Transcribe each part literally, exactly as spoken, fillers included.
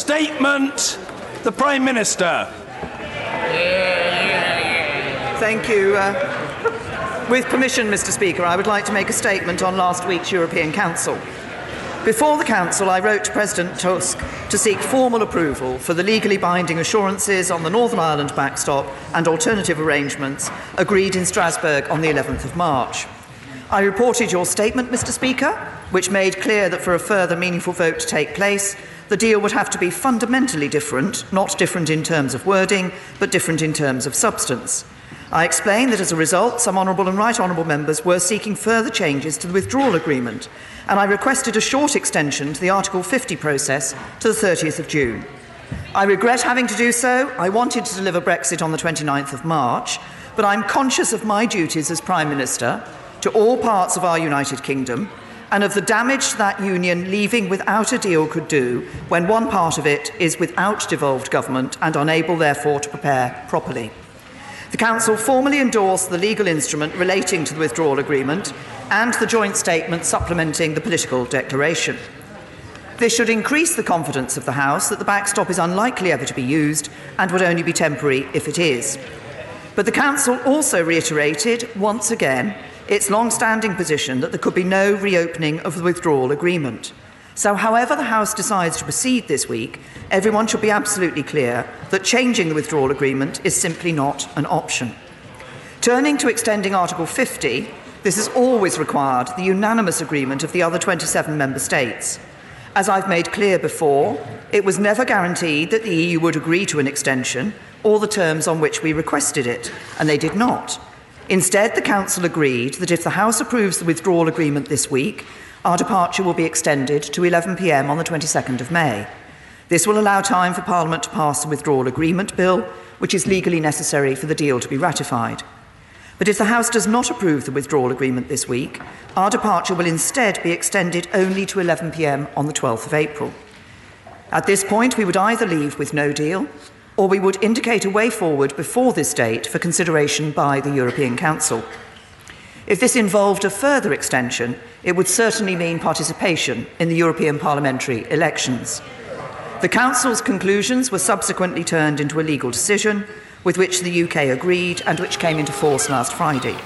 statement, the Prime Minister. Thank you. Uh, with permission, Mister Speaker, I would like to make a statement on last week's European Council. Before the Council, I wrote to President Tusk to seek formal approval for the legally binding assurances on the Northern Ireland backstop and alternative arrangements agreed in Strasbourg on the eleventh of March. I reported your statement, Mister Speaker, which made clear that for a further meaningful vote to take place, the deal would have to be fundamentally different, not different in terms of wording, but different in terms of substance. I explained that as a result, some honourable and right honourable members were seeking further changes to the withdrawal agreement, and I requested a short extension to the Article fifty process to the thirtieth of June. I regret having to do so. I wanted to deliver Brexit on the twenty-ninth of March, but I'm conscious of my duties as Prime Minister to all parts of our United Kingdom and of the damage that union leaving without a deal could do when one part of it is without devolved government and unable, therefore, to prepare properly. The Council formally endorsed the legal instrument relating to the withdrawal agreement and the joint statement supplementing the political declaration. This should increase the confidence of the House that the backstop is unlikely ever to be used and would only be temporary if it is. But the Council also reiterated, once again, its long-standing position that there could be no reopening of the withdrawal agreement. So however the House decides to proceed this week, everyone should be absolutely clear that changing the withdrawal agreement is simply not an option. Turning to extending Article fifty, this has always required the unanimous agreement of the other twenty-seven member states. As I've made clear before, it was never guaranteed that the E U would agree to an extension or the terms on which we requested it, and they did not. Instead, the Council agreed that if the House approves the withdrawal agreement this week, our departure will be extended to eleven p m on the twenty-second of May. This will allow time for Parliament to pass the withdrawal agreement bill, which is legally necessary for the deal to be ratified. But if the House does not approve the withdrawal agreement this week, our departure will instead be extended only to eleven p m on the twelfth of April. At this point, we would either leave with no deal, or we would indicate a way forward before this date for consideration by the European Council. If this involved a further extension, it would certainly mean participation in the European parliamentary elections. The Council's conclusions were subsequently turned into a legal decision, with which the U K agreed and which came into force last Friday.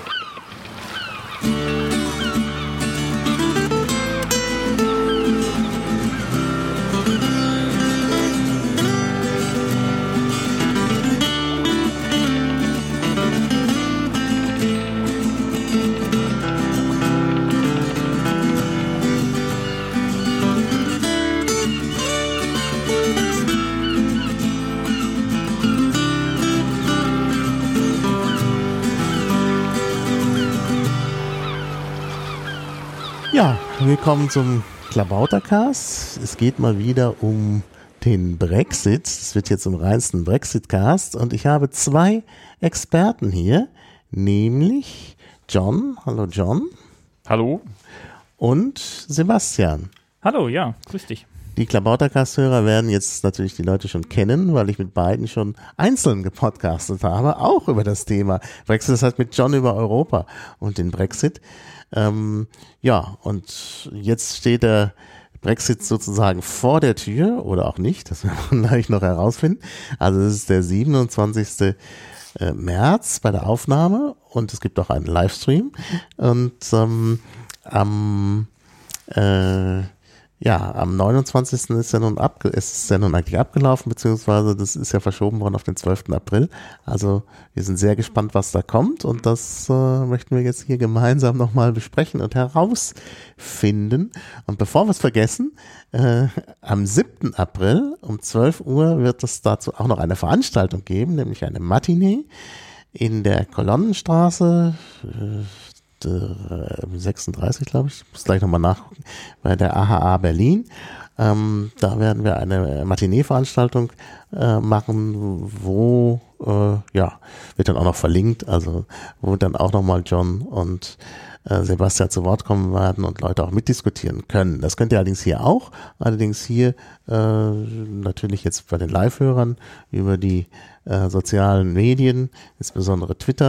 Ja, willkommen zum Klabautercast. Es geht mal wieder um den Brexit. Es wird jetzt zum reinsten Brexit-Cast und ich habe zwei Experten hier, nämlich John. Hallo John. Hallo. Und Sebastian. Hallo, ja, grüß dich. Die Klabautercast-Hörer werden jetzt natürlich die Leute schon kennen, weil ich mit beiden schon einzeln gepodcastet habe, auch über das Thema Brexit, das heißt mit John über Europa und den Brexit. Ähm, ja, und jetzt steht der Brexit sozusagen vor der Tür oder auch nicht, das werden wir gleich noch herausfinden. Also es ist der siebenundzwanzigste März bei der Aufnahme und es gibt auch einen Livestream und ähm, am äh, Ja, am neunundzwanzigsten ist ja nun abge- ist ja nun eigentlich abgelaufen, beziehungsweise das ist ja verschoben worden auf den zwölften April. Also wir sind sehr gespannt, was da kommt und das äh, möchten wir jetzt hier gemeinsam nochmal besprechen und herausfinden. Und bevor wir es vergessen, äh, am siebten April um zwölf Uhr wird es dazu auch noch eine Veranstaltung geben, nämlich eine Matinee in der Kolonnenstraße, äh, sechsunddreißig, glaube ich, ich muss gleich nochmal nachgucken, bei der A H A Berlin. Ähm, da werden wir eine Matinee-Veranstaltung äh, machen, wo, äh, ja, wird dann auch noch verlinkt, also wo dann auch nochmal John und äh, Sebastian zu Wort kommen werden und Leute auch mitdiskutieren können. Das könnt ihr allerdings hier auch, allerdings hier äh, natürlich jetzt bei den Live-Hörern über die äh, sozialen Medien, insbesondere Twitter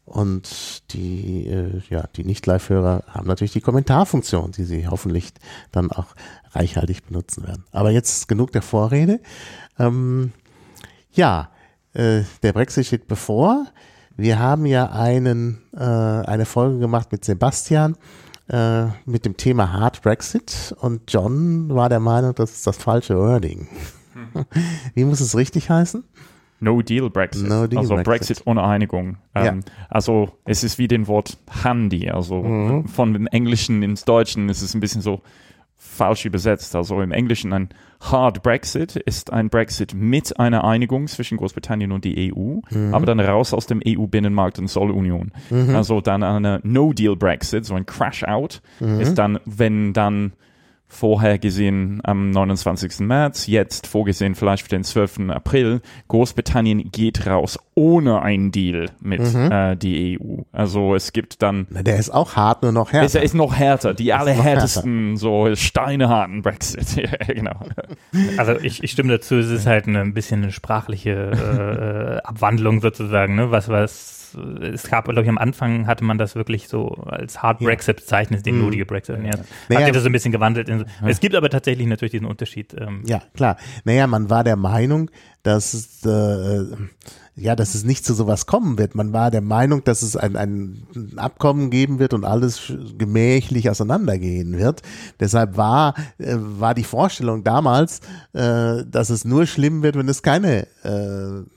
Und die, äh, ja, die Nicht-Live-Hörer haben natürlich die Kommentarfunktion, die sie hoffentlich dann auch reichhaltig benutzen werden. Aber jetzt genug der Vorrede. Ähm, ja, äh, der Brexit steht bevor. Wir haben ja einen, äh, eine Folge gemacht mit Sebastian äh, mit dem Thema Hard Brexit und John war der Meinung, das ist das falsche Wording. Hm. Wie muss es richtig heißen? No Deal Brexit, no deal also Brexit. Brexit ohne Einigung. Ähm, Ja. Also es ist wie den Wort Handy, also Mhm. von dem Englischen ins Deutschen ist es ein bisschen so falsch übersetzt. Also im Englischen ein Hard Brexit ist ein Brexit mit einer Einigung zwischen Großbritannien und die E U, Mhm. aber dann raus aus dem E U-Binnenmarkt und Zollunion. Mhm. Also dann eine No Deal Brexit, so ein Crash-Out, Mhm. ist dann, wenn dann vorher gesehen am neunundzwanzigsten März, jetzt vorgesehen vielleicht für den zwölften April, Großbritannien geht raus ohne einen Deal mit Mhm. äh, die E U. Also es gibt dann, Na, der ist auch hart, nur noch härter. es ist noch härter, die noch allerhärtesten, so steineharten Brexit. Ja, genau. Also ich, ich stimme dazu, es ist halt eine, ein bisschen eine sprachliche äh, Abwandlung sozusagen, ne? Was, was, es gab, glaube ich, am Anfang hatte man das wirklich so als Hard Ja. Brexit bezeichnet, den Mhm. No Deal Brexit. Und jetzt Naja. hat sich das so ein bisschen gewandelt. In, es gibt aber tatsächlich natürlich diesen Unterschied. Ähm, Ja, klar. Naja, man war der Meinung, dass es, äh, ja, dass es nicht zu sowas kommen wird. Man war der Meinung, dass es ein, ein Abkommen geben wird und alles gemächlich auseinandergehen wird. Deshalb war, äh, war die Vorstellung damals, äh, dass es nur schlimm wird, wenn es keine äh,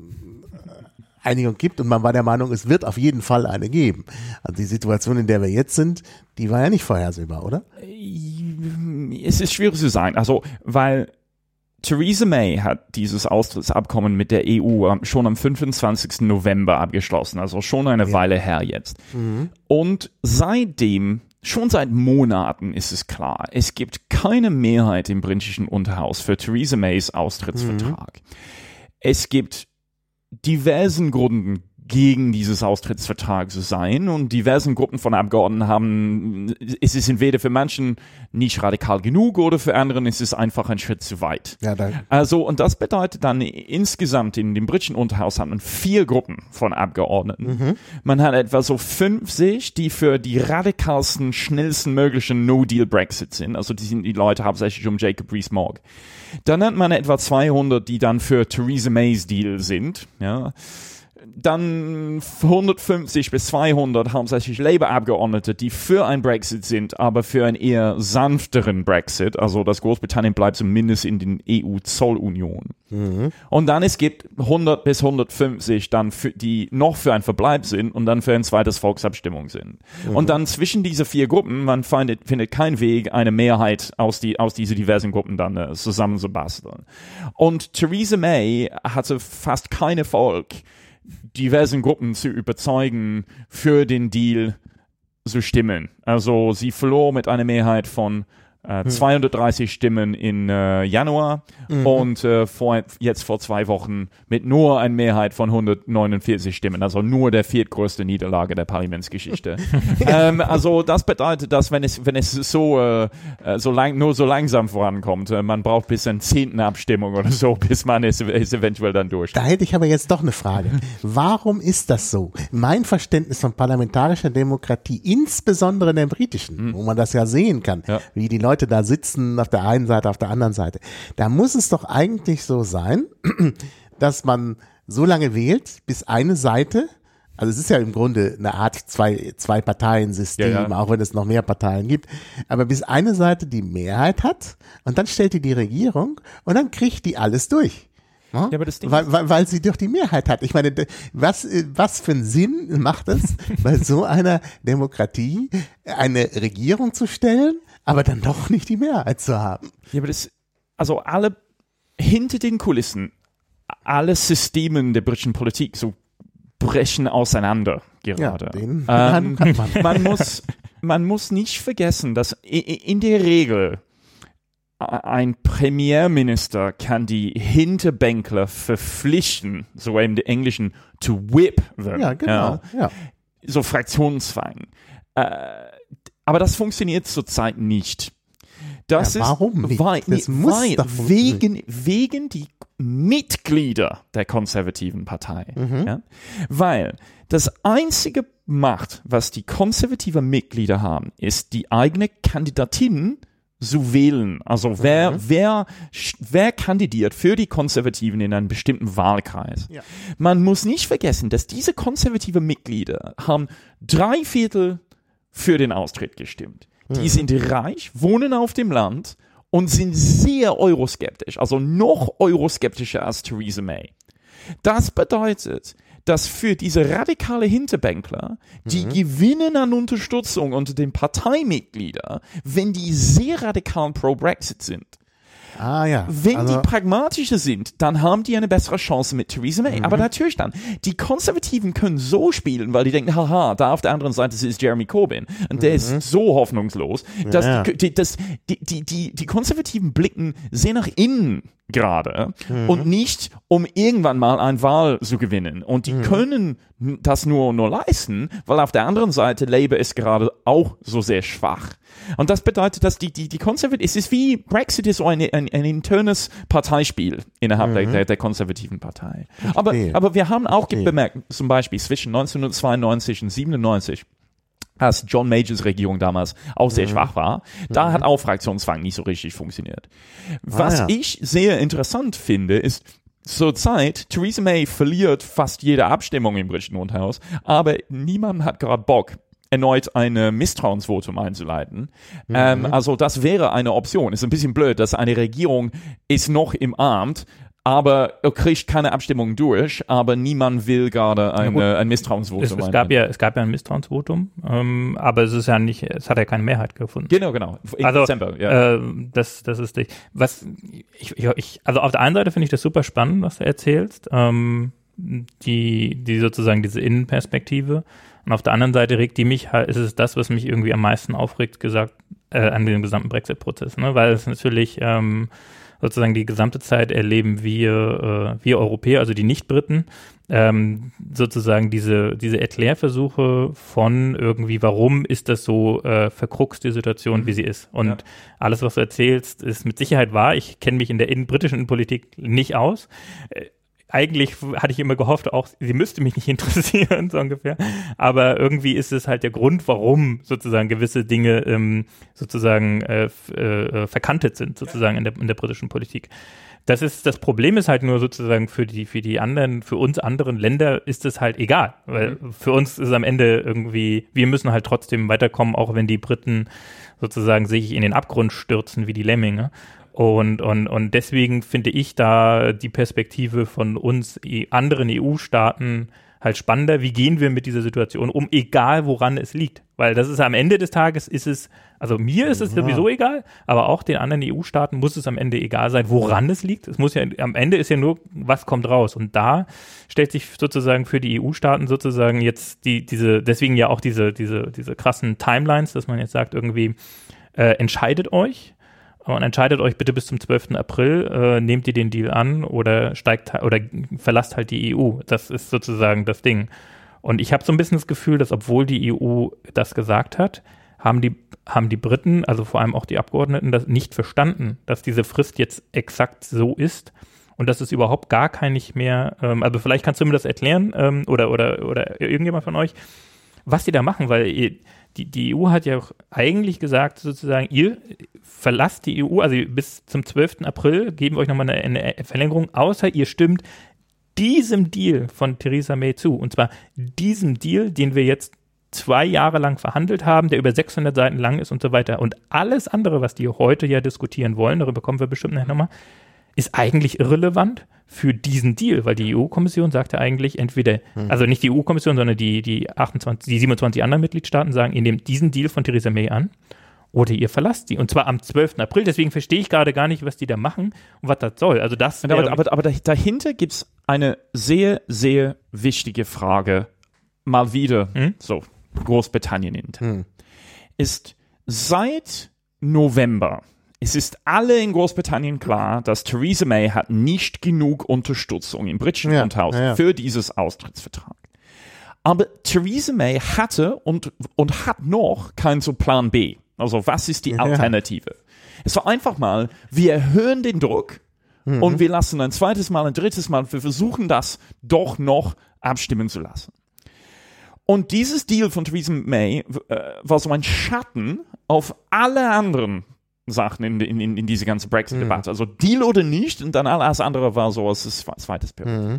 Einigung gibt, und man war der Meinung, es wird auf jeden Fall eine geben. Also die Situation, in der wir jetzt sind, die war ja nicht vorhersehbar, oder? Es ist schwierig zu sagen, also weil Theresa May hat dieses Austrittsabkommen mit der E U schon am fünfundzwanzigsten November abgeschlossen, also schon eine Ja. Weile her jetzt. Mhm. Und seitdem, schon seit Monaten ist es klar, es gibt keine Mehrheit im britischen Unterhaus für Theresa Mays Austrittsvertrag. Mhm. Es gibt diversen Gründen gegen dieses Austrittsvertrag zu sein, und diversen Gruppen von Abgeordneten haben, es ist entweder für manchen nicht radikal genug oder für anderen ist es einfach ein Schritt zu weit. Ja, da, Also, und das bedeutet dann insgesamt in dem britischen Unterhaus hat man vier Gruppen von Abgeordneten. Mhm. Man hat etwa so fünfzig, die für die radikalsten, schnellsten möglichen No-Deal-Brexit sind. Also, die sind die Leute hauptsächlich um Jacob Rees-Mogg. Dann hat man etwa zweihundert, die dann für Theresa Mays Deal sind, ja. Dann hundertfünfzig bis zweihundert hauptsächlich Labour-Abgeordnete, die für ein Brexit sind, aber für einen eher sanfteren Brexit, also dass Großbritannien bleibt zumindest in den E U-Zollunion. mhm. Und dann es gibt hundert bis hundertfünfzig dann, für, die noch für einen Verbleib sind und dann für ein zweites Volksabstimmung sind. Mhm. Und dann zwischen diese vier Gruppen, man findet, findet keinen Weg, eine Mehrheit aus, die, aus diese diversen Gruppen dann äh, zusammenzubasteln. Und Theresa May hatte fast keinen Erfolg, diversen Gruppen zu überzeugen, für den Deal zu stimmen. Also sie verlor mit einer Mehrheit von äh, hm. zweihundertdreißig Stimmen in äh, Januar mhm. und äh, vor, jetzt vor zwei Wochen mit nur einer Mehrheit von hundertneunundvierzig Stimmen, also nur der viertgrößte Niederlage der Parlamentsgeschichte. ähm, also das bedeutet, dass wenn es wenn es so äh, so lang nur so langsam vorankommt, äh, man braucht bis eine zehnten Abstimmung oder so, bis man es, es eventuell dann durch. Da hätte ich aber jetzt doch eine Frage. Warum ist das so? Mein Verständnis von parlamentarischer Demokratie, insbesondere in der britischen, hm. wo man das ja sehen kann, ja. wie die Leute da sitzen, auf der einen Seite, auf der anderen Seite. Da muss es doch eigentlich so sein, dass man so lange wählt, bis eine Seite, also es ist ja im Grunde eine Art zwei, zwei Parteien-System, ja, ja. auch wenn es noch mehr Parteien gibt, aber bis eine Seite die Mehrheit hat und dann stellt die die Regierung und dann kriegt die alles durch. Ja, aber das Ding weil, weil, weil sie doch die Mehrheit hat. Ich meine, was, was für einen Sinn macht es, bei so einer Demokratie eine Regierung zu stellen, aber dann doch nicht die Mehrheit zu haben? Ja, aber das, also alle, hinter den Kulissen, alle Systeme der britischen Politik so brechen auseinander gerade. Ja, den ähm, man. man muss, man muss nicht vergessen, dass in der Regel ein Premierminister kann die Hinterbänkler verpflichten, so im Englischen, to whip them. Ja, genau. Ja. Ja. So Fraktionszwang. Äh, aber das funktioniert zurzeit nicht. Das ja, ist, warum nicht? Weil, das muss weil doch wegen, wegen die Mitglieder der konservativen Partei. Mhm. Ja? Weil das einzige Macht, was die konservativen Mitglieder haben, ist die eigene Kandidatin zu wählen. Also wer, mhm. wer, wer kandidiert für die Konservativen in einem bestimmten Wahlkreis. Ja. Man muss nicht vergessen, dass diese konservativen Mitglieder haben drei Viertel für den Austritt gestimmt. Mhm. Die sind reich, wohnen auf dem Land und sind sehr euroskeptisch, also noch euroskeptischer als Theresa May. Das bedeutet, dass für diese radikale Hinterbänkler, die mhm. gewinnen an Unterstützung unter den Parteimitgliedern, wenn die sehr radikal pro-Brexit sind. Ah, ja. Wenn also, die pragmatischer sind, dann haben die eine bessere Chance mit Theresa May. Mhm. Aber natürlich dann, die Konservativen können so spielen, weil die denken, haha, da auf der anderen Seite ist Jeremy Corbyn. Und der mhm. ist so hoffnungslos, dass ja. die, das, die, die, die, die Konservativen blicken sehr nach innen gerade mhm. und nicht, um irgendwann mal eine Wahl zu gewinnen. Und die mhm. können das nur, nur leisten, weil auf der anderen Seite Labour ist gerade auch so sehr schwach. Und das bedeutet, dass die, die, die Konservativen, es ist wie Brexit ist so ein, ein, ein internes Parteispiel innerhalb mhm. der, der konservativen Partei. Aber, aber wir haben auch okay. bemerkt, zum Beispiel zwischen neunzehnhundertzweiundneunzig und siebenundneunzig, als John Majors Regierung damals auch sehr mhm. schwach war, da mhm. hat auch Fraktionszwang nicht so richtig funktioniert. Was ah, ja. ich sehr interessant finde, ist, zurzeit, Theresa May verliert fast jede Abstimmung im britischen Unterhaus, aber niemand hat gerade Bock, erneut eine Misstrauensvotum einzuleiten. Mhm. Ähm, also das wäre eine Option. Ist ein bisschen blöd, dass eine Regierung ist noch im Amt, aber er kriegt keine Abstimmung durch, aber niemand will gerade eine, ein Misstrauensvotum. Es, es, gab ja, es gab ja ein Misstrauensvotum, ähm, aber es ist ja nicht, es hat ja keine Mehrheit gefunden. Genau, genau. Im also, Dezember, ja. Äh, das, das ist dich. Was, ich, ich, also auf der einen Seite finde ich das super spannend, was du erzählst, ähm, die, die sozusagen diese Innenperspektive. Und auf der anderen Seite regt die mich halt, ist es das, was mich irgendwie am meisten aufregt, gesagt, äh, an dem gesamten Brexit-Prozess, ne? Weil es natürlich, ähm, sozusagen die gesamte Zeit erleben wir, äh, wir Europäer, also die Nicht-Briten, ähm, sozusagen diese, diese Erklärversuche von irgendwie, warum ist das so äh, verkruxt, die Situation, mhm. wie sie ist. Und ja. alles, was du erzählst, ist mit Sicherheit wahr. Ich kenne mich in der in- britischen Politik nicht aus. Äh, Eigentlich hatte ich immer gehofft, auch sie müsste mich nicht interessieren, so ungefähr. Aber irgendwie ist es halt der Grund, warum sozusagen gewisse Dinge ähm, sozusagen äh, äh, verkantet sind, sozusagen in der, in der britischen Politik. Das ist, das Problem ist halt nur sozusagen für die, für die anderen, für uns anderen Länder ist es halt egal. Weil mhm. für uns ist am Ende irgendwie, wir müssen halt trotzdem weiterkommen, auch wenn die Briten sozusagen sich in den Abgrund stürzen wie die Lemminge. Und, und, und deswegen finde ich da die Perspektive von uns anderen E U-Staaten halt spannender. Wie gehen wir mit dieser Situation um, egal woran es liegt? Weil das ist am Ende des Tages ist es, also mir ist es ja. sowieso egal, aber auch den anderen E U-Staaten muss es am Ende egal sein, woran es liegt. Es muss ja, am Ende ist ja nur, was kommt raus. Und da stellt sich sozusagen für die E U-Staaten sozusagen jetzt die, diese, deswegen ja auch diese, diese, diese krassen Timelines, dass man jetzt sagt irgendwie, äh, entscheidet euch. Und entscheidet euch bitte bis zum zwölften April, äh, nehmt ihr den Deal an oder steigt oder verlasst halt die E U. Das ist sozusagen das Ding. Und ich habe so ein bisschen das Gefühl, dass obwohl die E U das gesagt hat, haben die, haben die Briten, also vor allem auch die Abgeordneten, das nicht verstanden, dass diese Frist jetzt exakt so ist und dass es überhaupt gar kein nicht mehr, ähm, also vielleicht kannst du mir das erklären ähm, oder, oder, oder irgendjemand von euch, was die da machen, weil ihr, Die, die E U hat ja auch eigentlich gesagt, sozusagen, ihr verlasst die E U, also bis zum zwölften April geben wir euch nochmal eine, eine Verlängerung, außer ihr stimmt diesem Deal von Theresa May zu. Und zwar diesem Deal, den wir jetzt zwei Jahre lang verhandelt haben, der über sechshundert Seiten lang ist und so weiter. Und alles andere, was die heute ja diskutieren wollen, darüber kommen wir bestimmt nachher nochmal, ist eigentlich irrelevant für diesen Deal, weil die E U-Kommission sagt ja eigentlich entweder, hm. also nicht die E U-Kommission, sondern die, die, achtundzwanzig, die siebenundzwanzig anderen Mitgliedstaaten sagen, ihr nehmt diesen Deal von Theresa May an oder ihr verlasst sie. Und zwar am zwölften April, deswegen verstehe ich gerade gar nicht, was die da machen und was das soll. Also das aber, aber, aber dahinter gibt es eine sehr, sehr wichtige Frage, mal wieder, hm? so, Großbritannien intern. Hm. Ist seit November es ist alle in Großbritannien klar, dass Theresa May hat nicht genug Unterstützung im britischen ja, Unterhaus ja, ja. für dieses Austrittsvertrag. Aber Theresa May hatte und, und hat noch keinen so Plan B. Also was ist die Alternative? Ja. Es war einfach mal, wir erhöhen den Druck mhm. und wir lassen ein zweites Mal, ein drittes Mal, wir versuchen das doch noch abstimmen zu lassen. Und dieses Deal von Theresa May äh, war so ein Schatten auf alle anderen Sachen in, in, in diese ganze Brexit-Debatte. Mhm. Also Deal oder nicht und dann alles andere war so als das zweites Period. Mhm.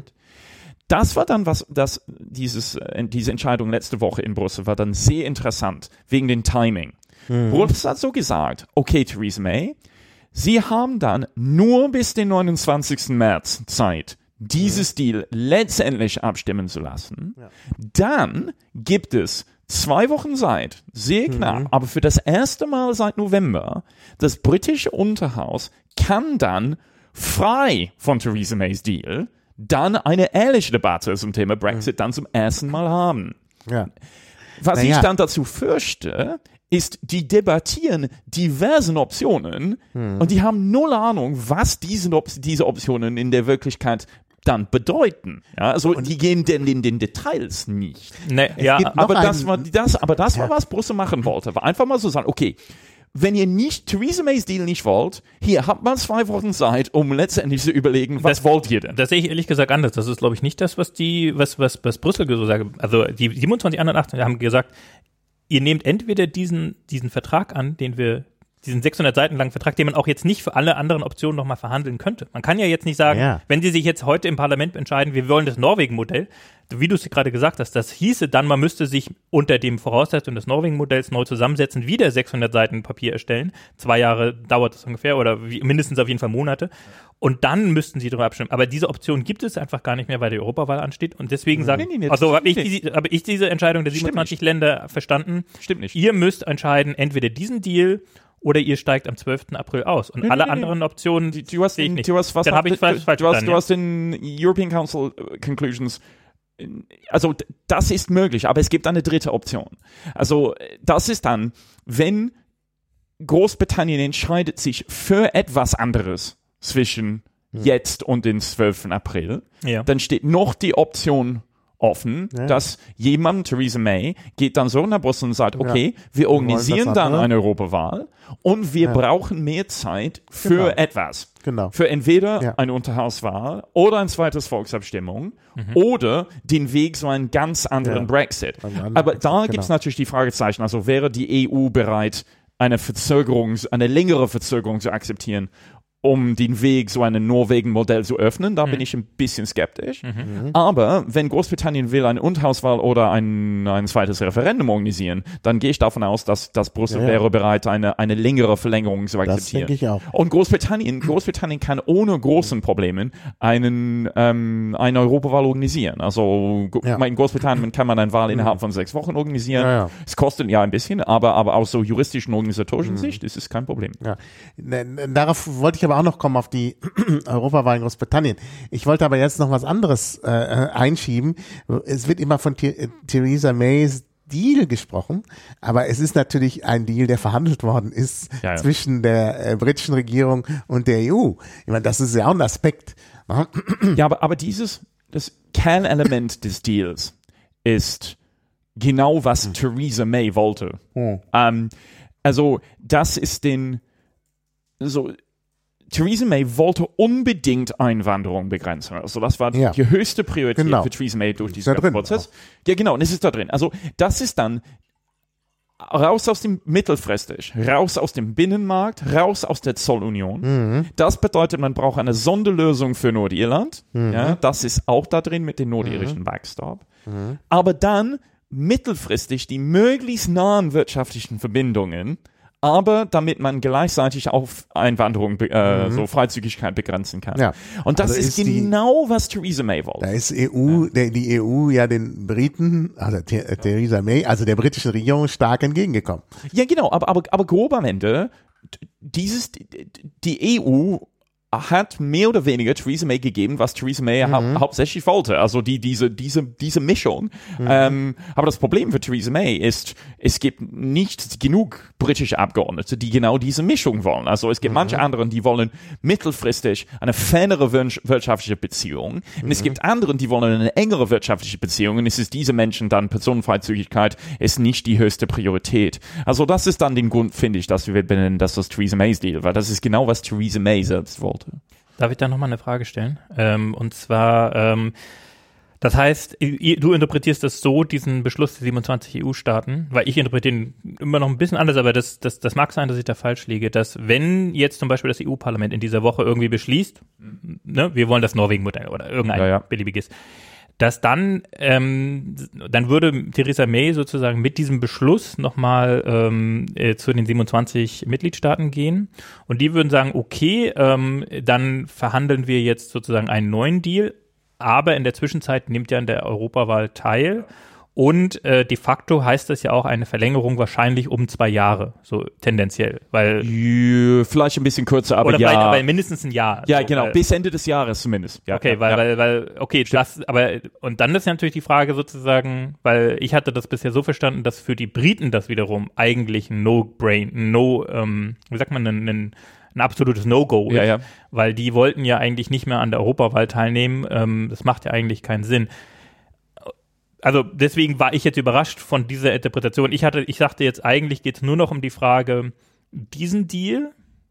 Das war dann was, das, dieses, diese Entscheidung letzte Woche in Brüssel war dann sehr interessant, wegen dem Timing. Mhm. Brüssel hat so gesagt, okay, Theresa May, Sie haben dann nur bis den neunundzwanzigsten März Zeit, dieses mhm. Deal letztendlich abstimmen zu lassen. Ja. Dann gibt es zwei Wochen Zeit, sehr knapp, mhm. aber für das erste Mal seit November, das britische Unterhaus kann dann frei von Theresa Mays Deal dann eine ehrliche Debatte zum Thema Brexit mhm. dann zum ersten Mal haben. Ja. Was naja. ich dann dazu fürchte, ist, die debattieren diversen Optionen mhm. und die haben null Ahnung, was diese, Op- diese Optionen in der Wirklichkeit dann bedeuten. Ja, also und die gehen denn in den Details nicht. Nee, ja, aber das war das, aber das war, was Brüssel machen wollte. War einfach mal so sagen, okay, wenn ihr nicht Theresa Mays Deal nicht wollt, hier habt man zwei Wochen Zeit, um letztendlich zu überlegen, was das, wollt ihr denn? Das sehe ich ehrlich gesagt anders. Das ist, glaube ich, nicht das, was die, was, was, was Brüssel so sagt. Also die siebenundzwanzig anderen Acht haben gesagt, ihr nehmt entweder diesen, diesen Vertrag an, den wir diesen sechshundert Seiten langen Vertrag, den man auch jetzt nicht für alle anderen Optionen nochmal verhandeln könnte. Man kann ja jetzt nicht sagen, ja. wenn sie sich jetzt heute im Parlament entscheiden, wir wollen das Norwegen-Modell, wie du es gerade gesagt hast, das hieße dann, man müsste sich unter dem Voraussetzung des Norwegen-Modells neu zusammensetzen, wieder sechshundert Seiten Papier erstellen. Zwei Jahre dauert das ungefähr oder wie, mindestens auf jeden Fall Monate. Und dann müssten sie darüber abstimmen. Aber diese Option gibt es einfach gar nicht mehr, weil die Europawahl ansteht. Und deswegen sagen, nee, nee, nee, also habe ich, die, habe ich diese Entscheidung der siebenundzwanzig Länder verstanden. Stimmt nicht. Ihr müsst entscheiden, entweder diesen Deal oder ihr steigt am zwölften April aus. Und nee, alle nee, anderen Optionen du, du hast, sehe ich nicht. Du hast, was Dann habe ich falsch verstanden. Du hast, du hast den European Council Conclusions, also das ist möglich, aber es gibt eine dritte Option. Also das ist dann, wenn Großbritannien entscheidet sich für etwas anderes zwischen hm. jetzt und dem zwölften April, ja. dann steht noch die Option offen, ja. dass jemand, Theresa May, geht dann so nach Brüssel und sagt, okay, ja. wir organisieren wir dann eine Europawahl und wir ja. brauchen mehr Zeit für genau. etwas. Genau. Für entweder ja. eine Unterhauswahl oder ein zweites Volksabstimmung mhm. oder den Weg zu einem ganz anderen ja. Brexit. Aber da genau. gibt es natürlich die Fragezeichen, also wäre die E U bereit, eine Verzögerung, eine längere Verzögerung zu akzeptieren, um den Weg so ein Norwegen-Modell zu öffnen, da mhm. bin ich ein bisschen skeptisch. Mhm. Aber wenn Großbritannien will eine Unterhauswahl oder ein, ein zweites Referendum organisieren, dann gehe ich davon aus, dass, dass Brüssel ja, ja. wäre bereit, eine, eine längere Verlängerung zu akzeptieren. Das denke ich auch. Und Großbritannien, Großbritannien kann ohne großen Problemen einen, ähm, eine Europawahl organisieren. Also ja. in Großbritannien kann man eine Wahl innerhalb von sechs Wochen organisieren. Ja, ja. Es kostet ja ein bisschen, aber, aber aus so juristischen, organisatorischen mhm. Sicht ist es kein Problem. Ja. Darauf wollte ich aber auch noch kommen, auf die Europawahl in Großbritannien. Ich wollte aber jetzt noch was anderes äh, einschieben. Es wird immer von Th- Theresa Mays Deal gesprochen, aber es ist natürlich ein Deal, der verhandelt worden ist ja, ja. zwischen der äh, britischen Regierung und der E U. Ich meine, das ist ja auch ein Aspekt. Ja, aber, aber dieses, das Kernelement des Deals ist genau, was hm. Theresa May wollte. Hm. Ähm, also, das ist den, so, Theresa May wollte unbedingt Einwanderung begrenzen. Also das war ja. die höchste Priorität genau. für Theresa May durch diesen Prozess. Auch. Ja, genau, und es ist da drin. Also das ist dann raus aus dem mittelfristig, raus aus dem Binnenmarkt, raus aus der Zollunion. Mhm. Das bedeutet, man braucht eine Sonderlösung für Nordirland. Mhm. Ja, das ist auch da drin mit dem nordirischen mhm. Backstop. Mhm. Aber dann mittelfristig die möglichst nahen wirtschaftlichen Verbindungen, aber damit man gleichzeitig auf Einwanderung, äh, mhm. so Freizügigkeit begrenzen kann. Ja. Und das also ist, ist genau, die, was Theresa May wollte. Da ist E U, ja. der, die E U ja den Briten, also Th- ja. Theresa May, also der britischen Regierung stark entgegengekommen. Ja, genau, aber, aber, aber grob am Ende, dieses, die E U hat mehr oder weniger Theresa May gegeben, was Theresa May mhm. hau- hauptsächlich wollte. Also die, diese, diese, diese Mischung. Mhm. Ähm, aber das Problem für Theresa May ist, es gibt nicht genug britische Abgeordnete, die genau diese Mischung wollen. Also es gibt mhm. manche anderen, die wollen mittelfristig eine fernere wirtschaftliche Beziehung. Mhm. Und es gibt anderen, die wollen eine engere wirtschaftliche Beziehung. Und es ist diese Menschen dann, Personenfreizügigkeit ist nicht die höchste Priorität. Also das ist dann den Grund, finde ich, dass wir benennen, dass das Theresa Mays Deal war. Das ist genau, was Theresa May selbst wollte. Darf ich da nochmal eine Frage stellen? Ähm, und zwar, ähm, das heißt, du interpretierst das so, diesen Beschluss der siebenundzwanzig E U-Staaten, weil ich interpretiere ihn immer noch ein bisschen anders, aber das, das, das mag sein, dass ich da falsch liege, dass wenn jetzt zum Beispiel das E U-Parlament in dieser Woche irgendwie beschließt, ne, wir wollen das Norwegen-Modell oder irgendein ja, ja. beliebiges, dass dann, ähm, dann würde Theresa May sozusagen mit diesem Beschluss nochmal ähm, äh, zu den siebenundzwanzig Mitgliedstaaten gehen und die würden sagen, okay, ähm, dann verhandeln wir jetzt sozusagen einen neuen Deal, aber in der Zwischenzeit nimmt ja an der Europawahl teil und äh, de facto heißt das ja auch eine Verlängerung wahrscheinlich um zwei Jahre, so tendenziell, weil ja, vielleicht ein bisschen kürzer, aber oder ja. aber mindestens ein Jahr. Ja, so, genau, weil, bis Ende des Jahres zumindest. Ja, okay, ja, weil, ja. weil, weil, okay, das, aber und dann ist ja natürlich die Frage sozusagen, weil ich hatte das bisher so verstanden, dass für die Briten das wiederum eigentlich ein No-Brain, No, ähm, wie sagt man, ein, ein ein absolutes No-Go ist, ja, ja. weil die wollten ja eigentlich nicht mehr an der Europawahl teilnehmen. Ähm, das macht ja eigentlich keinen Sinn. Also deswegen war ich jetzt überrascht von dieser Interpretation. Ich hatte, ich dachte jetzt eigentlich geht es nur noch um die Frage, diesen Deal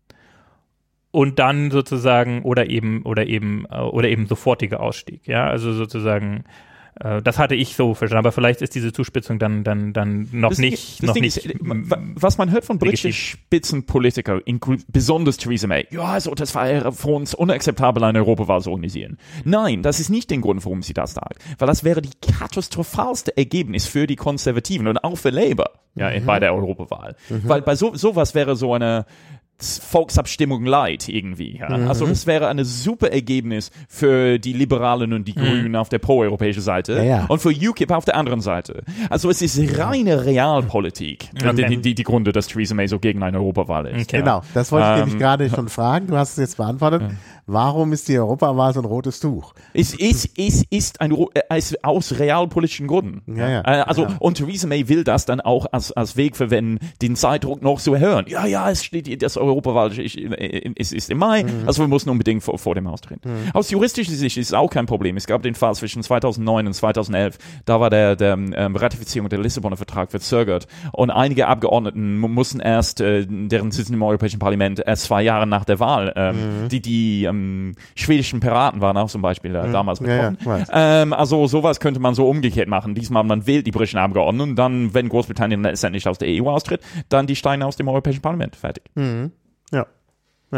und dann sozusagen oder eben oder eben oder eben sofortiger Ausstieg. Ja, also sozusagen. Das hatte ich so verstanden, aber vielleicht ist diese Zuspitzung dann, dann, dann noch das nicht, Ding, noch Ding nicht. Ist, was man hört von britischen Spitzenpolitikern, besonders Theresa May, ja, also das war für uns unakzeptabel, eine Europawahl zu organisieren. Nein, das ist nicht der Grund, warum sie das sagt, weil das wäre die katastrophalste Ergebnis für die Konservativen und auch für Labour, ja, mhm. bei der Europawahl. Mhm. Weil bei so, sowas wäre so eine Volksabstimmung light irgendwie. Ja. Mhm. Also das wäre ein super Ergebnis für die Liberalen und die Grünen mhm. auf der pro-europäischen Seite ja, ja. und für U K I P auf der anderen Seite. Also es ist reine Realpolitik, okay. die, die, die Gründe, dass Theresa May so gegen eine Europawahl ist. Okay. Genau, das wollte ich ähm, nämlich gerade schon fragen. Du hast es jetzt beantwortet. Ja. Warum ist die Europawahl so ein rotes Tuch? Es ist, es ist ein, es aus realpolitischen Gründen. Ja, ja, also, ja. und Theresa May will das dann auch als, als Weg verwenden, den Zeitdruck noch zu erhöhen. Ja, ja, es steht, das Europawahl ist, ist im Mai, mhm. also wir müssen unbedingt vor, vor dem Haus drehen. Mhm. Aus juristischer Sicht ist es auch kein Problem. Es gab den Fall zwischen zweitausendneun und zweitausendelf, da war der, der ähm, Ratifizierung der Lissabonner Vertrag verzögert und einige Abgeordneten mussten erst, äh, deren sitzen im Europäischen Parlament, erst zwei Jahre nach der Wahl, ähm, mhm. die, die ähm, schwedischen Piraten waren auch zum Beispiel äh, damals betroffen. Ja, ja, ähm, also sowas könnte man so umgekehrt machen. Diesmal, man wählt die britischen Abgeordneten und dann, wenn Großbritannien letztendlich aus der E U austritt, dann die Steine aus dem Europäischen Parlament. Fertig. Mhm. Ja, ja.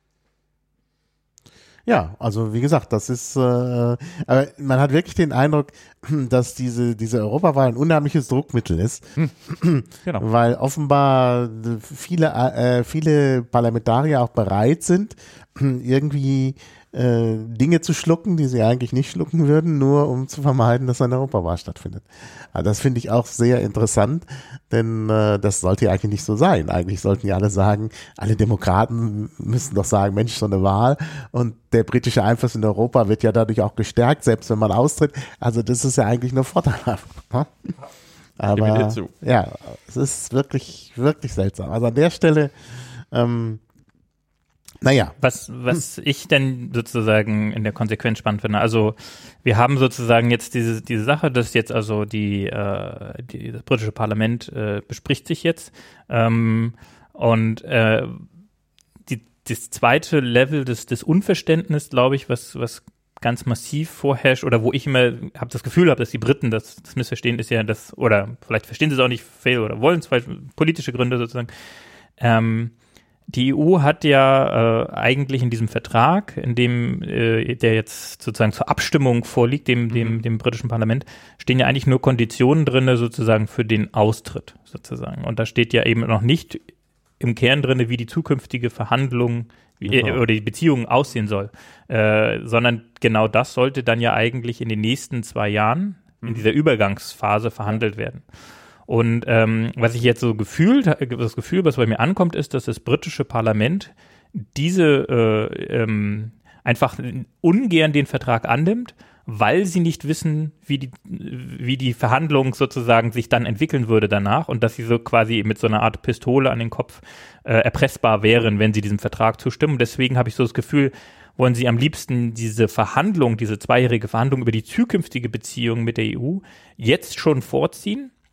Ja, also wie gesagt, das ist, äh, aber man hat wirklich den Eindruck, dass diese, diese Europawahl ein unheimliches Druckmittel ist, hm. genau. weil offenbar viele, äh, viele Parlamentarier auch bereit sind, irgendwie äh, Dinge zu schlucken, die sie eigentlich nicht schlucken würden, nur um zu vermeiden, dass eine Europawahl stattfindet. Also das finde ich auch sehr interessant, denn äh, das sollte ja eigentlich nicht so sein. Eigentlich sollten ja alle sagen, alle Demokraten müssen doch sagen, Mensch, so eine Wahl und der britische Einfluss in Europa wird ja dadurch auch gestärkt, selbst wenn man austritt. Also das ist ja eigentlich nur vorteilhaft. Ne? Aber ja, es ist wirklich, wirklich seltsam. Also an der Stelle ähm, Naja. Was, was hm. ich denn sozusagen in der Konsequenz spannend finde, also wir haben sozusagen jetzt diese, diese Sache, dass jetzt also die, äh, die das britische Parlament äh, bespricht sich jetzt ähm, und äh, die, das zweite Level des, des Unverständnisses, glaube ich, was, was ganz massiv vorherrscht oder wo ich immer habe das Gefühl habe, dass die Briten das, das missverstehen, ist ja das, oder vielleicht verstehen sie es auch nicht fail oder wollen es, weil politische Gründe sozusagen, ähm, die E U hat ja äh, eigentlich in diesem Vertrag, in dem äh, der jetzt sozusagen zur Abstimmung vorliegt, dem, dem, dem britischen Parlament, stehen ja eigentlich nur Konditionen drin, sozusagen für den Austritt sozusagen. Und da steht ja eben noch nicht im Kern drin, wie die zukünftige Verhandlung wie, äh, oder die Beziehung aussehen soll, äh, sondern genau das sollte dann ja eigentlich in den nächsten zwei Jahren in dieser Übergangsphase verhandelt werden. Und ähm, was ich jetzt so gefühlt, das Gefühl, was bei mir ankommt, ist, dass das britische Parlament diese äh, ähm, einfach ungern den Vertrag annimmt, weil sie nicht wissen, wie die, wie die Verhandlung sozusagen sich dann entwickeln würde danach und dass sie so quasi mit so einer Art Pistole an den Kopf äh, erpressbar wären, wenn sie diesem Vertrag zustimmen. Und deswegen habe ich so das Gefühl, wollen sie am liebsten diese Verhandlung, diese zweijährige Verhandlung über die zukünftige Beziehung mit der E U jetzt schon vorziehen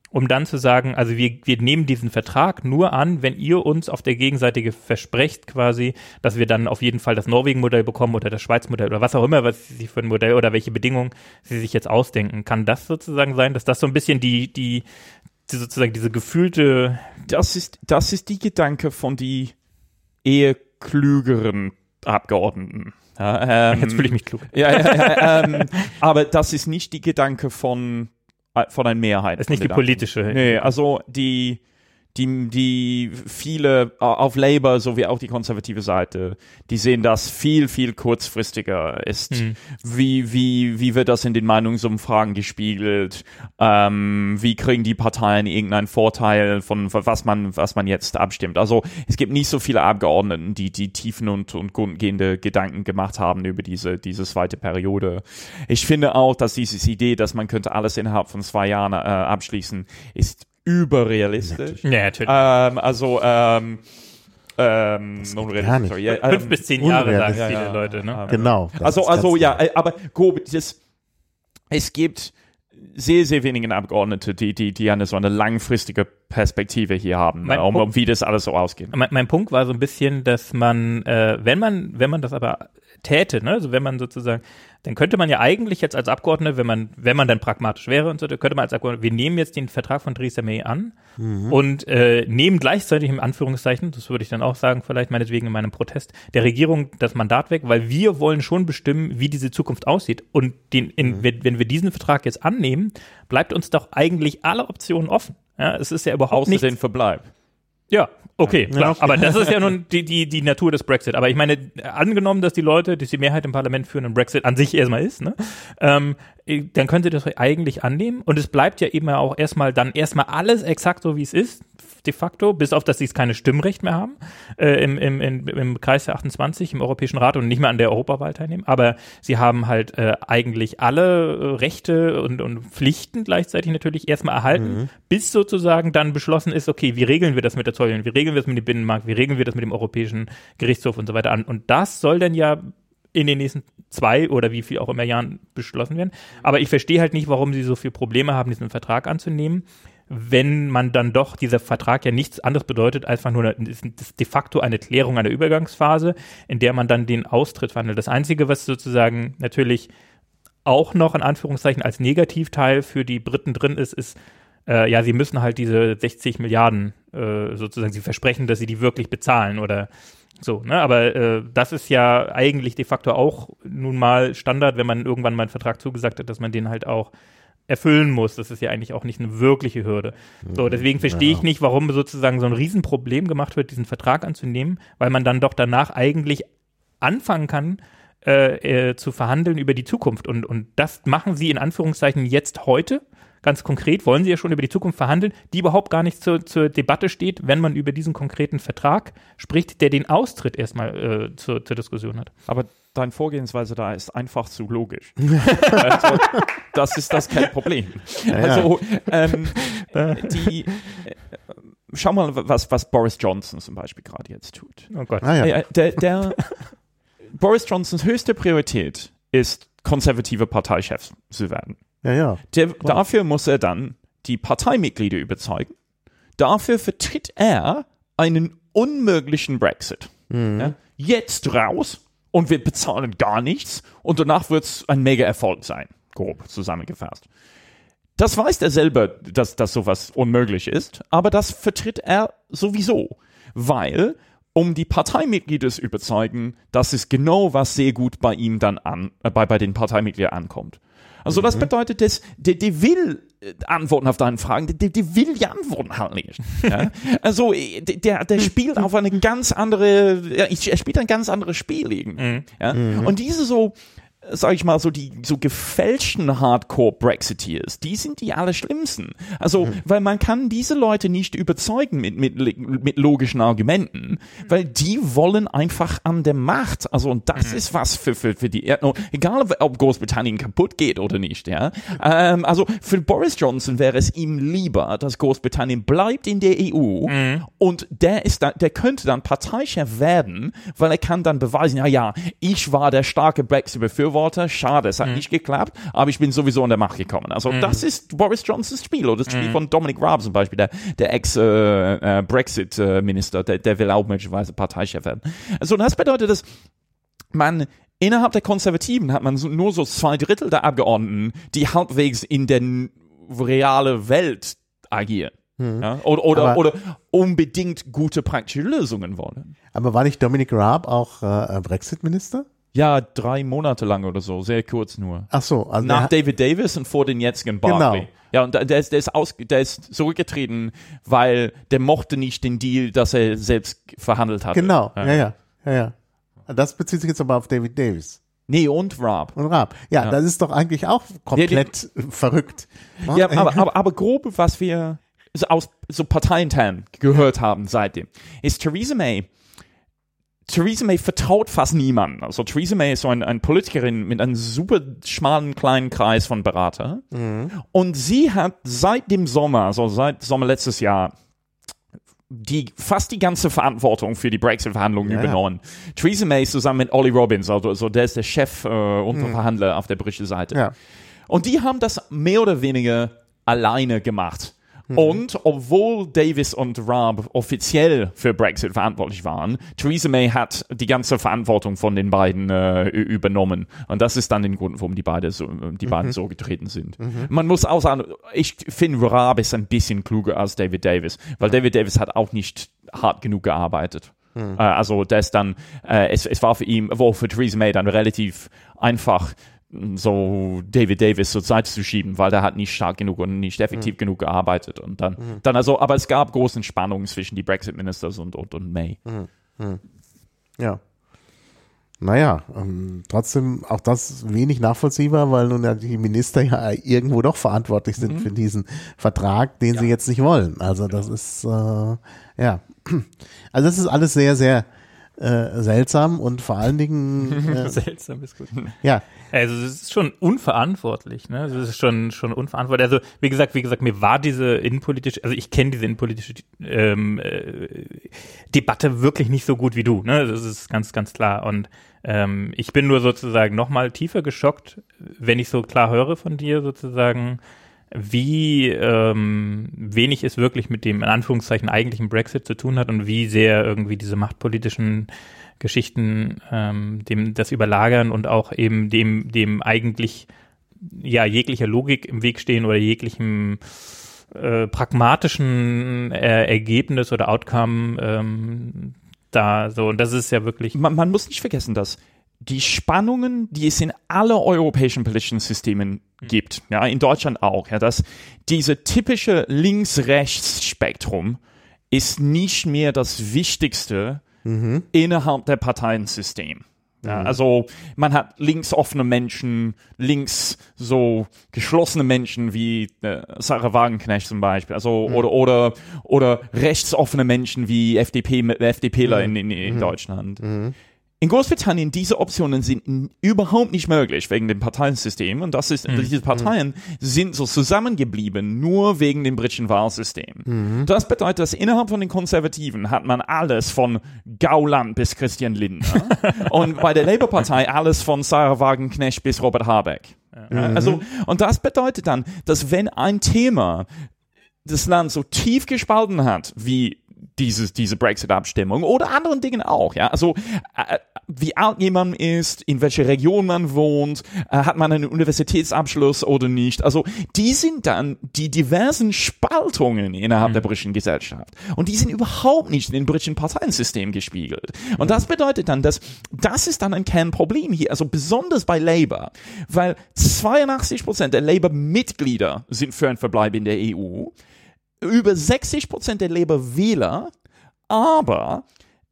um dann zu sagen, also wir, wir nehmen diesen Vertrag nur an, wenn ihr uns auf der Gegenseite versprecht quasi, dass wir dann auf jeden Fall das Norwegen-Modell bekommen oder das Schweiz-Modell oder was auch immer, was sie für ein Modell oder welche Bedingungen sie sich jetzt ausdenken. Kann das sozusagen sein, dass das so ein bisschen die, die, die sozusagen diese gefühlte... Das ist, das ist die Gedanke von die eher klügeren Abgeordneten. Ja, ähm, jetzt fühle ich mich klug. Ja, ja, ja, ähm, aber das ist nicht die Gedanke von von einer Mehrheit. Das ist nicht die politische. Nee, also die, die, die viele auf Labour sowie auch die konservative Seite, die sehen das viel, viel kurzfristiger ist. Hm. Wie, wie, wie wird das in den Meinungsumfragen gespiegelt? Ähm, wie kriegen die Parteien irgendeinen Vorteil von was man, was man jetzt abstimmt? Also es gibt nicht so viele Abgeordneten, die, die tiefen und, und grundgehende Gedanken gemacht haben über diese, diese zweite Periode. Ich finde auch, dass diese Idee, dass man könnte alles innerhalb von zwei Jahren äh, abschließen, ist überrealistisch. Ja, natürlich. Ähm, also, ähm, ähm, gar nicht. Sorry, ja, Fünf ähm, bis zehn Jahre, sagen ja, viele ja, Leute, ne? Genau. Also, also, ja, aber grob, das, es gibt sehr, sehr wenige Abgeordnete, die, die, die eine so eine langfristige Perspektive hier haben, Mein um, Punkt- um wie das alles so ausgeht. Mein, mein Punkt war so ein bisschen, dass man, äh, wenn man, wenn man das aber täte, ne, also wenn man sozusagen, dann könnte man ja eigentlich jetzt als Abgeordnete, wenn man, wenn man dann pragmatisch wäre und so, dann könnte man als Abgeordnete, wir nehmen jetzt den Vertrag von Theresa May an mhm. und äh, nehmen gleichzeitig im Anführungszeichen, das würde ich dann auch sagen, vielleicht meinetwegen in meinem Protest, der Regierung das Mandat weg, weil wir wollen schon bestimmen, wie diese Zukunft aussieht. Und den, in, mhm. wenn, wenn wir diesen Vertrag jetzt annehmen, bleibt uns doch eigentlich alle Optionen offen. Ja, es ist ja überhaupt Außer nicht den Verbleib. Ja, okay, klar. Ja, okay. Aber das ist ja nun die, die, die Natur des Brexit. Aber ich meine, angenommen, dass die Leute, dass die Mehrheit im Parlament für einen Brexit an sich erstmal ist, ne, ähm, dann könnt ihr das eigentlich annehmen. Und es bleibt ja eben auch erstmal dann erstmal alles exakt so, wie es ist, de facto, bis auf, dass sie es keine Stimmrecht mehr haben, äh, im, im, im, im Kreis der achtundzwanzig, im Europäischen Rat und nicht mehr an der Europawahl teilnehmen. Aber sie haben halt äh, eigentlich alle äh, Rechte und, und Pflichten gleichzeitig natürlich erstmal erhalten, mhm. bis sozusagen dann beschlossen ist, okay, wie regeln wir das mit der Zollunion, wie regeln wir das mit dem Binnenmarkt, wie regeln wir das mit dem Europäischen Gerichtshof und so weiter an. Und das soll dann ja in den nächsten zwei oder wie viel auch immer Jahren beschlossen werden. Aber ich verstehe halt nicht, warum sie so viele Probleme haben, diesen Vertrag anzunehmen, wenn man dann doch, dieser Vertrag ja nichts anderes bedeutet, als einfach nur eine, das ist de facto eine Klärung einer Übergangsphase, in der man dann den Austritt verhandelt. Das Einzige, was sozusagen natürlich auch noch in Anführungszeichen als Negativteil für die Briten drin ist, ist, äh, ja, sie müssen halt diese sechzig Milliarden äh, sozusagen, sie versprechen, dass sie die wirklich bezahlen oder so, ne? Aber äh, das ist ja eigentlich de facto auch nun mal Standard, wenn man irgendwann mal einen Vertrag zugesagt hat, dass man den halt auch erfüllen muss. Das ist ja eigentlich auch nicht eine wirkliche Hürde. So, deswegen verstehe ich nicht, warum sozusagen so ein Riesenproblem gemacht wird, diesen Vertrag anzunehmen, weil man dann doch danach eigentlich anfangen kann, äh, äh, zu verhandeln über die Zukunft. Und, und das machen sie in Anführungszeichen jetzt heute. Ganz konkret wollen sie ja schon über die Zukunft verhandeln, die überhaupt gar nicht zur, zur Debatte steht, wenn man über diesen konkreten Vertrag spricht, der den Austritt erstmal äh, zur, zur Diskussion hat. Aber deine Vorgehensweise da ist einfach zu logisch. Also, das ist das kein Problem. Ja, also, ähm, die, äh, schau mal, was, was Boris Johnson zum Beispiel gerade jetzt tut. Oh Gott. Ah, ja. Äh, der, der Boris Johnsons höchste Priorität ist, konservative Parteichef zu werden. Ja, ja. Der, dafür muss er dann die Parteimitglieder überzeugen. Dafür vertritt er einen unmöglichen Brexit. Mhm. Ja, jetzt raus und wir bezahlen gar nichts und danach wird es ein Mega-Erfolg sein, grob zusammengefasst. Das weiß er selber, dass, dass sowas unmöglich ist, aber das vertritt er sowieso, weil um die Parteimitglieder zu überzeugen, das ist genau, was sehr gut bei ihm dann an, äh, bei, bei den Parteimitgliedern ankommt. Also das bedeutet, dass der, der will Antworten auf deine Fragen, der, der will die Antworten halt nicht. Ja? Also der, der spielt auf eine ganz andere, er spielt ein ganz anderes Spiel irgendwie. Mhm. Ja? Mhm. Und diese so, sag ich mal, so die so gefälschten Hardcore-Brexiteers, die sind die allerschlimmsten. Also, mhm. weil man kann diese Leute nicht überzeugen mit, mit, mit logischen Argumenten, weil die wollen einfach an der Macht. Also, und das mhm. ist was für, für, für die Erdnot. Egal, ob Großbritannien kaputt geht oder nicht, ja. Ähm, also, für Boris Johnson wäre es ihm lieber, dass Großbritannien bleibt in der E U mhm. und der ist da, der könnte dann Parteichef werden, weil er kann dann beweisen, ja, ja, ich war der starke Brexit-Befürworter, Worte, schade, es hat mhm. nicht geklappt, aber ich bin sowieso an der Macht gekommen. Also mhm. das ist Boris Johnsons Spiel, oder das Spiel mhm. von Dominic Raab zum Beispiel, der, der Ex-Brexit-Minister, äh, äh, der, der will auch möglicherweise Parteichef werden. Also das bedeutet, dass man innerhalb der Konservativen hat man so, nur so zwei Drittel der Abgeordneten, die halbwegs in der realen Welt agieren. Hm. Ja, oder, oder, oder unbedingt gute praktische Lösungen wollen. Aber war nicht Dominic Raab auch äh, Brexit-Minister? Ja, drei Monate lang oder so, sehr kurz nur. Ach so. Also nach David Davis und vor den jetzigen Barclay. Genau. Ja, und der ist, der, ist aus, der ist zurückgetreten, weil der mochte nicht den Deal, das er selbst verhandelt hat. Genau, ja, ja, ja, ja. Das bezieht sich jetzt aber auf David Davis. Nee, und Raab. Und Raab. Ja, ja, das ist doch eigentlich auch komplett ja, die, verrückt. Ja, aber, aber, aber grob, was wir so aus so parteiintern gehört haben seitdem, ist Theresa May. Theresa May vertraut fast niemanden. Also Theresa May ist so ein, eine Politikerin mit einem super schmalen kleinen Kreis von Beratern. Mhm. Und sie hat seit dem Sommer, also seit Sommer letztes Jahr, die fast die ganze Verantwortung für die Brexit-Verhandlungen ja. übernommen. Theresa May zusammen mit Ollie Robbins, also, also der ist der Chef äh, und mhm. Verhandler auf der britischen Seite. Ja. Und die haben das mehr oder weniger alleine gemacht. Und obwohl Davis und Raab offiziell für Brexit verantwortlich waren, Theresa May hat die ganze Verantwortung von den beiden äh, übernommen. Und das ist dann der Grund, warum die, beide so, die mhm. beiden so getreten sind. Mhm. Man muss auch sagen, ich finde, Raab ist ein bisschen kluger als David Davis, weil David Davis hat auch nicht hart genug gearbeitet. Mhm. Äh, also das dann, äh, es, es war für ihn, wo für Theresa May dann relativ einfach, so David Davis zur Seite zu schieben, weil der hat nicht stark genug und nicht effektiv mhm. genug gearbeitet und dann, mhm. dann also, aber es gab großen Spannungen zwischen die Brexit-Ministers und, und, und May. Mhm. Mhm. Ja. Naja, ähm, trotzdem auch das wenig nachvollziehbar, weil nun ja die Minister ja irgendwo doch verantwortlich sind mhm. für diesen Vertrag, den ja. sie jetzt nicht wollen. Also das ja. ist, äh, ja. Also das ist alles sehr, sehr Äh, seltsam und vor allen Dingen äh, seltsam ist gut. Ja. Also es ist schon unverantwortlich, ne? Es ist schon schon unverantwortlich. Also wie gesagt, wie gesagt, mir war diese innenpolitische, also ich kenne diese innenpolitische ähm, äh, Debatte wirklich nicht so gut wie du, ne? Das ist ganz ganz klar. Und ähm, ich bin nur sozusagen noch mal tiefer geschockt, wenn ich so klar höre von dir sozusagen, wie ähm, wenig es wirklich mit dem in Anführungszeichen eigentlichen Brexit zu tun hat und wie sehr irgendwie diese machtpolitischen Geschichten ähm, dem das überlagern und auch eben dem dem eigentlich ja jeglicher Logik im Weg stehen oder jeglichem äh, pragmatischen äh, Ergebnis oder Outcome ähm, da so. Und das ist ja wirklich. Man, man muss nicht vergessen, dass die Spannungen, die es in alle europäischen politischen Systemen gibt, ja, in Deutschland auch, ja, dass diese typische Links-Rechts-Spektrum ist nicht mehr das Wichtigste mhm. innerhalb der Parteiensystem. Ja, mhm. Also man hat links offene Menschen, links so geschlossene Menschen wie äh, Sarah Wagenknecht zum Beispiel, also mhm. oder oder oder rechts offene Menschen wie F D P FDPler mhm. in, in, in mhm. Deutschland. Mhm. In Großbritannien, diese Optionen sind n- überhaupt nicht möglich wegen dem Parteiensystem und das ist, mhm. diese Parteien mhm. sind so zusammengeblieben nur wegen dem britischen Wahlsystem. Mhm. Das bedeutet, dass innerhalb von den Konservativen hat man alles von Gauland bis Christian Lindner und bei der Labour-Partei alles von Sarah Wagenknecht bis Robert Habeck. Mhm. Also, und das bedeutet dann, dass wenn ein Thema das Land so tief gespalten hat, wie Dieses, diese Brexit-Abstimmung oder anderen Dingen auch, ja, also äh, wie alt jemand ist, in welcher Region man wohnt, äh, hat man einen Universitätsabschluss oder nicht, also die sind dann die diversen Spaltungen innerhalb mhm. der britischen Gesellschaft und die sind überhaupt nicht in dem britischen Parteiensystem gespiegelt und mhm. das bedeutet dann, dass das ist dann ein Kernproblem hier, also besonders bei Labour, weil zweiundachtzig Prozent der Labour-Mitglieder sind für einen Verbleib in der E U, über sechzig Prozent der Labour-Wähler, aber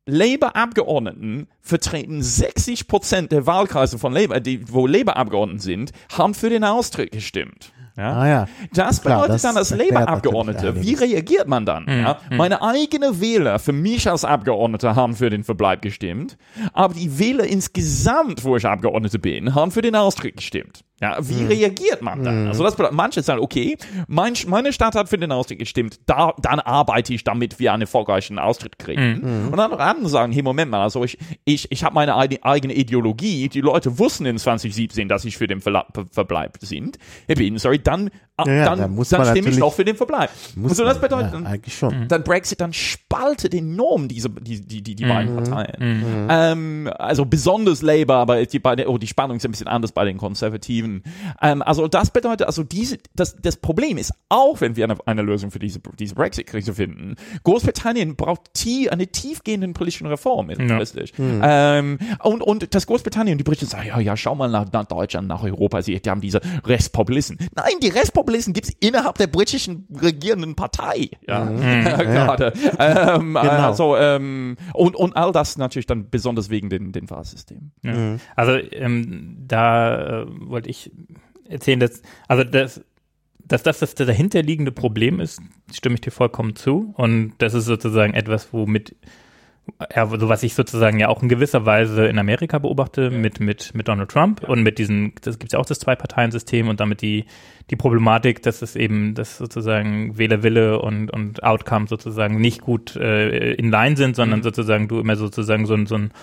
Labour-Abgeordneten vertreten sechzig Prozent der Wahlkreise von Labour, die, wo Labour-Abgeordneten sind, haben für den Austritt gestimmt. Ja? Ah, ja. Das Klar, bedeutet das dann als Labour-Abgeordnete, wie reagiert man dann? Mhm. Ja? Meine eigenen Wähler für mich als Abgeordneter haben für den Verbleib gestimmt, aber die Wähler insgesamt, wo ich Abgeordnete bin, haben für den Austritt gestimmt. Ja, wie mhm. reagiert man dann? Mhm. Also das bedeutet, manche sagen, okay, mein, meine Stadt hat für den Austritt gestimmt, da, dann arbeite ich, damit wir einen erfolgreichen Austritt kriegen. Mhm. Und dann andere sagen, hey, Moment mal, also ich, ich, ich habe meine eigene Ideologie, die Leute wussten in zwanzig siebzehn, dass ich für den Verla- Ver- Verbleib sind. Ich bin, sorry, dann, ja, ja, dann, dann stimme ich noch für den Verbleib. Und so, das bedeutet, ja, eigentlich schon. dann Brexit, dann spaltet enorm diese, die, die, die, die mhm. beiden Parteien. Mhm. Ähm, also besonders Labour, aber die, beide, oh, die Spannung ist ein bisschen anders bei den Konservativen. Ähm, also das bedeutet, also diese, das, das Problem ist, auch wenn wir eine, eine Lösung für diese, diese Brexit-Krise finden, Großbritannien braucht tie, eine tiefgehende politische Reform, mittelfristig. Ja. Mhm. Ähm, und, und das Großbritannien, die Briten sagen, ja, ja, schau mal nach, nach Deutschland, nach Europa, sie die haben diese Restpopulisten. Nein, die Restpopulisten gibt es innerhalb der britischen regierenden Partei. Ja, mhm. gerade. Ja. Ähm, genau. Also, ähm, und, und all das natürlich dann besonders wegen den, den Wahlsystemen. Ja. Mhm. Also, ähm, da äh, wollte ich erzählen, dass, also das, dass das das dahinterliegende Problem ist, stimme ich dir vollkommen zu. Und das ist sozusagen etwas, womit, ja, so was ich sozusagen ja auch in gewisser Weise in Amerika beobachte, ja. mit, mit, mit Donald Trump ja. und mit diesen, das gibt es ja auch das Zwei-Parteien-System und damit die, die Problematik, dass es eben, dass sozusagen Wählerwille und, und Outcome sozusagen nicht gut äh, in line sind, sondern mhm. sozusagen du immer sozusagen so ein, so ein,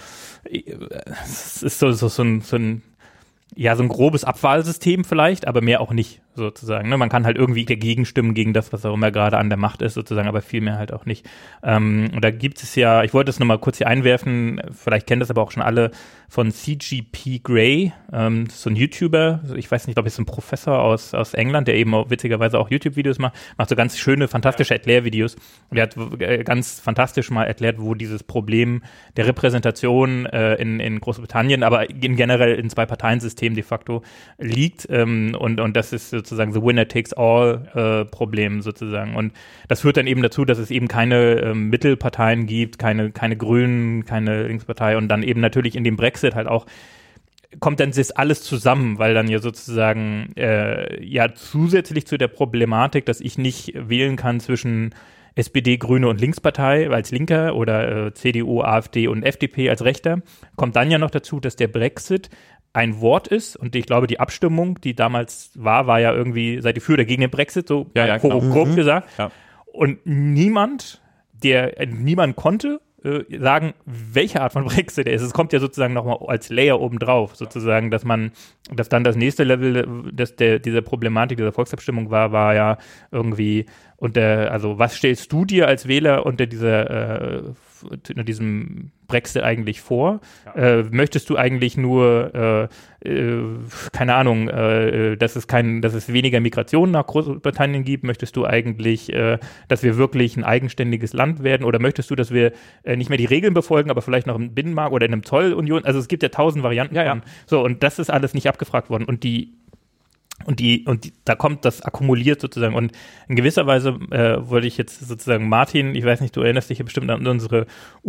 es ist so, so, so ein, so ein ja, so ein grobes Abwahlsystem vielleicht, aber mehr auch nicht, sozusagen. Ne? Man kann halt irgendwie dagegen stimmen, gegen das, was auch immer gerade an der Macht ist, sozusagen, aber viel mehr halt auch nicht. Ähm, und da gibt es ja, ich wollte das nochmal kurz hier einwerfen, vielleicht kennen das aber auch schon alle, von C G P Grey, ähm, so ein YouTuber, ich weiß nicht, ich glaube, ist ein Professor aus aus England, der eben auch, witzigerweise auch YouTube-Videos macht, macht so ganz schöne, fantastische Erklärvideos. Und er hat ganz fantastisch mal erklärt, wo dieses Problem der Repräsentation äh, in, in Großbritannien, aber in generell in Zwei-Parteien-System de facto liegt. Ähm, und, und das ist sozusagen the winner takes all äh, Problem sozusagen. Und das führt dann eben dazu, dass es eben keine ähm, Mittelparteien gibt, keine, keine Grünen, keine Linkspartei und dann eben natürlich in dem Brexit halt auch kommt dann das alles zusammen, weil dann ja sozusagen äh, ja zusätzlich zu der Problematik, dass ich nicht wählen kann zwischen S P D, Grüne und Linkspartei als Linker oder äh, C D U, AfD und F D P als Rechter, kommt dann ja noch dazu, dass der Brexit ein Wort ist und ich glaube, die Abstimmung, die damals war, war ja irgendwie, seid ihr für oder gegen den Brexit, so ja, ja, grob, grob mhm. gesagt. Ja. Und niemand, der, äh, niemand konnte äh, sagen, welche Art von Brexit er ist. Es kommt ja sozusagen nochmal als Layer obendrauf, sozusagen, dass man, dass dann das nächste Level dass der, dieser Problematik, dieser Volksabstimmung war, war ja irgendwie unter, also was stellst du dir als Wähler unter dieser, äh, unter diesem Brexit eigentlich vor? Ja. Äh, möchtest du eigentlich nur, äh, äh, keine Ahnung, äh, dass es kein, dass es weniger Migration nach Großbritannien gibt? Möchtest du eigentlich, äh, dass wir wirklich ein eigenständiges Land werden? Oder möchtest du, dass wir äh, nicht mehr die Regeln befolgen, aber vielleicht noch im Binnenmarkt oder in einem Zollunion? Also es gibt ja tausend Varianten. Ja, ja. Von, so, und das ist alles nicht abgefragt worden. Und die Und die, und die, da kommt das akkumuliert sozusagen. Und in gewisser Weise äh, wollte ich jetzt sozusagen Martin, ich weiß nicht, du erinnerst dich ja bestimmt an unsere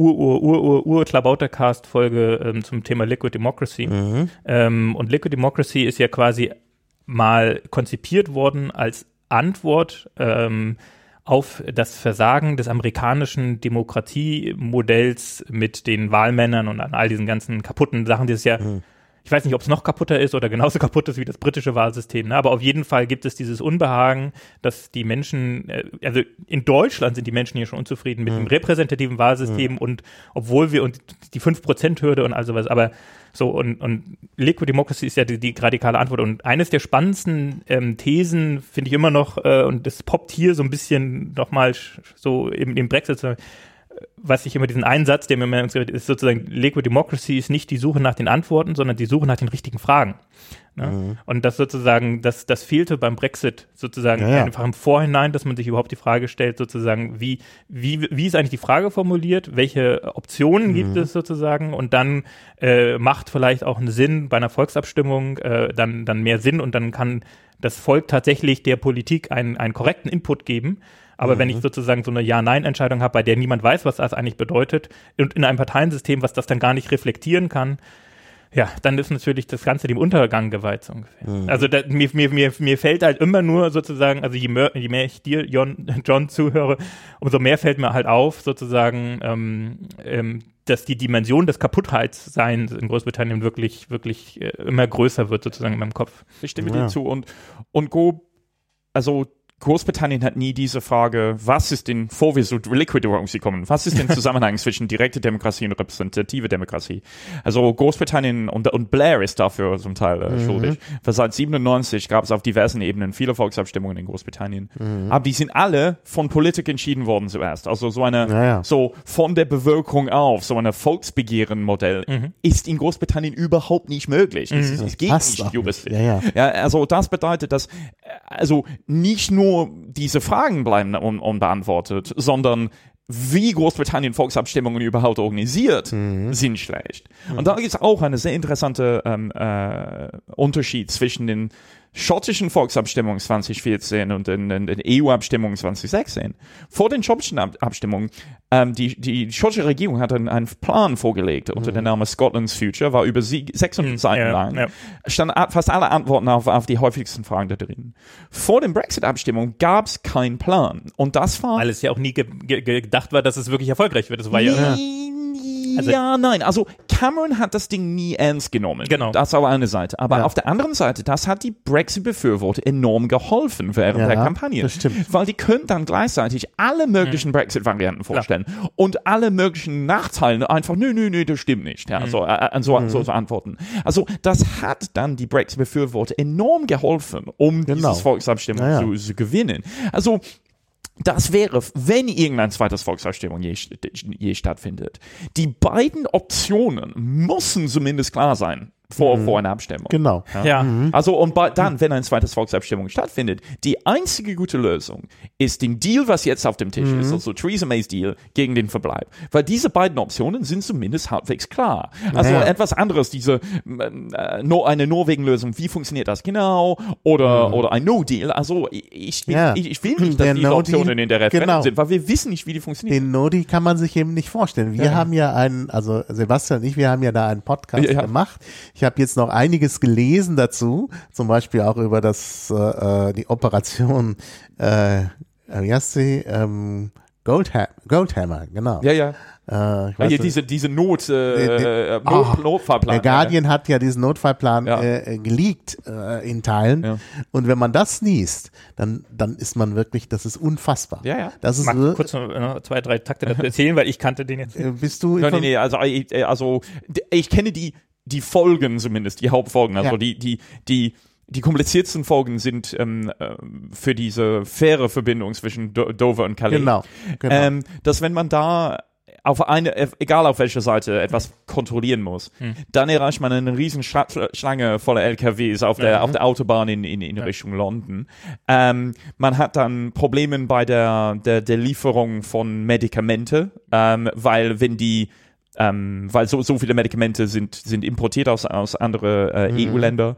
Ur-Ur-Ur-Ur-Ur-Klabautercast-Folge ähm, zum Thema Liquid Democracy. Mhm. Ähm, und Liquid Democracy ist ja quasi mal konzipiert worden als Antwort ähm, auf das Versagen des amerikanischen Demokratiemodells mit den Wahlmännern und an all diesen ganzen kaputten Sachen, die es ja mhm. Ich weiß nicht, ob es noch kaputter ist oder genauso kaputt ist wie das britische Wahlsystem, ne? Aber auf jeden Fall gibt es dieses Unbehagen, dass die Menschen, äh, also in Deutschland sind die Menschen hier schon unzufrieden mit mhm. dem repräsentativen Wahlsystem mhm. und obwohl wir und die fünf Prozent Hürde und all sowas, aber so und, und Liquid Democracy ist ja die, die radikale Antwort und eines der spannendsten ähm, Thesen finde ich immer noch äh, und das poppt hier so ein bisschen nochmal so im, im Brexit so, was ich immer diesen einen Satz, der mir immer ist sozusagen, Liquid Democracy ist nicht die Suche nach den Antworten, sondern die Suche nach den richtigen Fragen. Ne? Mhm. Und das sozusagen, das, das fehlte beim Brexit sozusagen ja, ja. einfach im Vorhinein, dass man sich überhaupt die Frage stellt, sozusagen, wie, wie, wie ist eigentlich die Frage formuliert, welche Optionen mhm. gibt es sozusagen und dann äh, macht vielleicht auch einen Sinn bei einer Volksabstimmung äh, dann, dann mehr Sinn und dann kann das Volk tatsächlich der Politik einen, einen korrekten Input geben. Aber mhm. wenn ich sozusagen so eine Ja-Nein-Entscheidung habe, bei der niemand weiß, was das eigentlich bedeutet, und in einem Parteiensystem, was das dann gar nicht reflektieren kann, ja, dann ist natürlich das Ganze dem Untergang geweiht, so ungefähr. Mhm. Also da, mir, mir, mir, mir fällt halt immer nur sozusagen, also je mehr, je mehr ich dir, John, John, zuhöre, umso mehr fällt mir halt auf, sozusagen, ähm, ähm, dass die Dimension des Kaputtheitsseins in Großbritannien wirklich, wirklich äh, immer größer wird, sozusagen in meinem Kopf. Ich stimme Ja. dir zu. Und, und Go, also Großbritannien hat nie diese Frage, was ist denn, bevor wir zu Liquid Democracy kommen, was ist der Zusammenhang zwischen direkter Demokratie und repräsentative Demokratie? Also Großbritannien und, und Blair ist dafür zum Teil äh, Mhm. schuldig. Weil seit siebenundneunzig gab es auf diversen Ebenen viele Volksabstimmungen in Großbritannien. Mhm. Aber die sind alle von Politikern entschieden worden zuerst. Also so eine, Ja, ja. so von der Bevölkerung auf, so ein Volksbegehrenmodell Mhm. ist in Großbritannien überhaupt nicht möglich. Es, ist- es geht passt auch nicht juristisch. nicht. Ja, ja. Ja, also das bedeutet, dass äh, also nicht nur diese Fragen bleiben un unbeantwortet, sondern wie Großbritannien Volksabstimmungen überhaupt organisiert, sind schlecht. Und da gibt es auch einen sehr interessanten ähm, äh, Unterschied zwischen den schottischen Volksabstimmungen zwanzig vierzehn und den, den, den E U-Abstimmungen zwanzig sechzehn. Vor den schottischen Ab Abstimmungen, ähm, die, die schottische Regierung hat einen, einen Plan vorgelegt unter dem Namen Scotland's Future, war über sie, sechshundert Seiten ja, lang, ja. standen a- fast alle Antworten auf, auf die häufigsten Fragen da drin. Vor den Brexit-Abstimmungen gab es keinen Plan. Und das war Weil es ja auch nie ge ge gedacht war, dass es wirklich erfolgreich wird. Das war ja immer. Also- ja, nein. Also Cameron hat das Ding nie ernst genommen. Genau. Das auf eine Seite. Aber Ja. auf der anderen Seite, das hat die Brexit-Befürworter enorm geholfen während Ja, der Kampagne. das stimmt. Weil die können dann gleichzeitig alle möglichen Brexit-Varianten vorstellen und alle möglichen Nachteile einfach, nö, nö, nö, das stimmt nicht. Ja, so, äh, so, so, so antworten. Also das hat dann die Brexit-Befürworter enorm geholfen, um Genau. dieses Volksabstimmung Ja, ja. zu, zu gewinnen. Also das wäre, wenn irgendein zweites Volksabstimmung je, je stattfindet. Die beiden Optionen müssen zumindest klar sein vor, vor einer Abstimmung. Genau. Ja. Also und bei, dann, wenn ein zweites Volksabstimmung stattfindet, die einzige gute Lösung ist den Deal, was jetzt auf dem Tisch ist, also Theresa Mays Deal gegen den Verbleib. Weil diese beiden Optionen sind zumindest halbwegs klar. Also Ja. etwas anderes, diese äh, no, eine Norwegen-Lösung, wie funktioniert das genau? Oder, oder ein No-Deal. Also ich, Ja. ich, ich will nicht, dass Der diese No-Deal- Optionen in der Referendum genau. sind, weil wir wissen nicht, wie die funktionieren. Den Nodi kann man sich eben nicht vorstellen. Wir haben ja einen, also Sebastian und ich, wir haben ja da einen Podcast Ja, ja. gemacht. Ich habe jetzt noch einiges gelesen dazu, zum Beispiel auch über das äh, die Operation, äh, wie heißt sie? Ähm, Goldha Goldhammer, genau. Ja, ja. Äh, ich Ja, weiß hier nicht. diese, diese Not, äh, Der- äh, Not, Ah, Notfallplan. Der Guardian hat ja diesen Notfallplan Ja. äh, geleakt äh, in Teilen. Ja. Und wenn man das liest, dann, dann ist man wirklich, das ist unfassbar. Ja, ja. Das ist Mag wir- kurz noch äh, zwei, drei Takte dazu erzählen, weil ich kannte den jetzt. äh, bist du Ja, nee, inform- nee, also, äh, also d- ich kenne die, die Folgen zumindest, die Hauptfolgen, also Ja. die, die, die, die kompliziertsten Folgen sind ähm, äh, für diese faire Verbindung zwischen Do Dover und Calais. Genau, genau. Ähm, dass wenn man da auf eine, egal auf welcher Seite, etwas kontrollieren muss, dann erreicht man eine riesen Schla Schlange voller L K Ws auf der, auf der Autobahn in, in, in Richtung London. Ähm, man hat dann Probleme bei der, der, der Lieferung von Medikamente, ähm, weil wenn die ähm, weil so, so viele Medikamente sind, sind importiert aus, aus anderen äh, E U-Länder.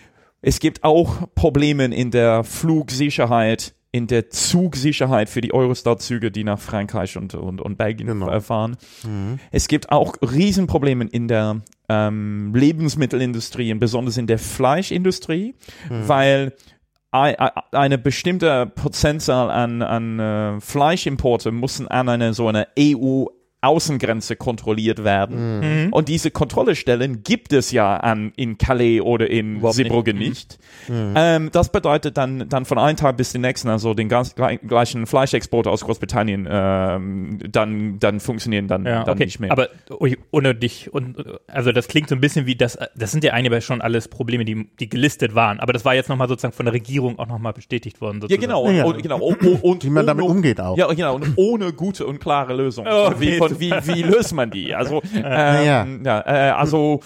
Es gibt auch Probleme in der Flugsicherheit, in der Zugsicherheit für die Eurostar-Züge, die nach Frankreich und, und, und Belgien Genau. äh, fahren. Es gibt auch Riesenprobleme in der ähm, Lebensmittelindustrie, und besonders in der Fleischindustrie, weil ei- ei- eine bestimmte Prozentzahl an, an äh, Fleischimporte müssen an eine so eine E U Außengrenze kontrolliert werden. Und diese Kontrollstellen gibt es ja an, in Calais oder in Überhaupt Zeebrugge nicht. nicht. Ähm, das bedeutet dann, dann von einem Tag bis den nächsten, also den ganz gle- gleichen Fleischexport aus Großbritannien, ähm, dann, dann funktionieren dann, Ja, dann okay. nicht mehr. Aber ui, ohne dich und also das klingt so ein bisschen wie das. Das sind ja eigentlich schon alles Probleme, die, die gelistet waren. Aber das war jetzt nochmal sozusagen von der Regierung auch nochmal bestätigt worden. ja, Sozusagen. genau. Ja. Und, genau. Und, und, und Wie man damit ohne- umgeht auch. Ja, genau. Und ohne gute und klare Lösung. Oh, wie, okay. von, wie, wie löst man die? Also, ähm, ja. ja, äh, also,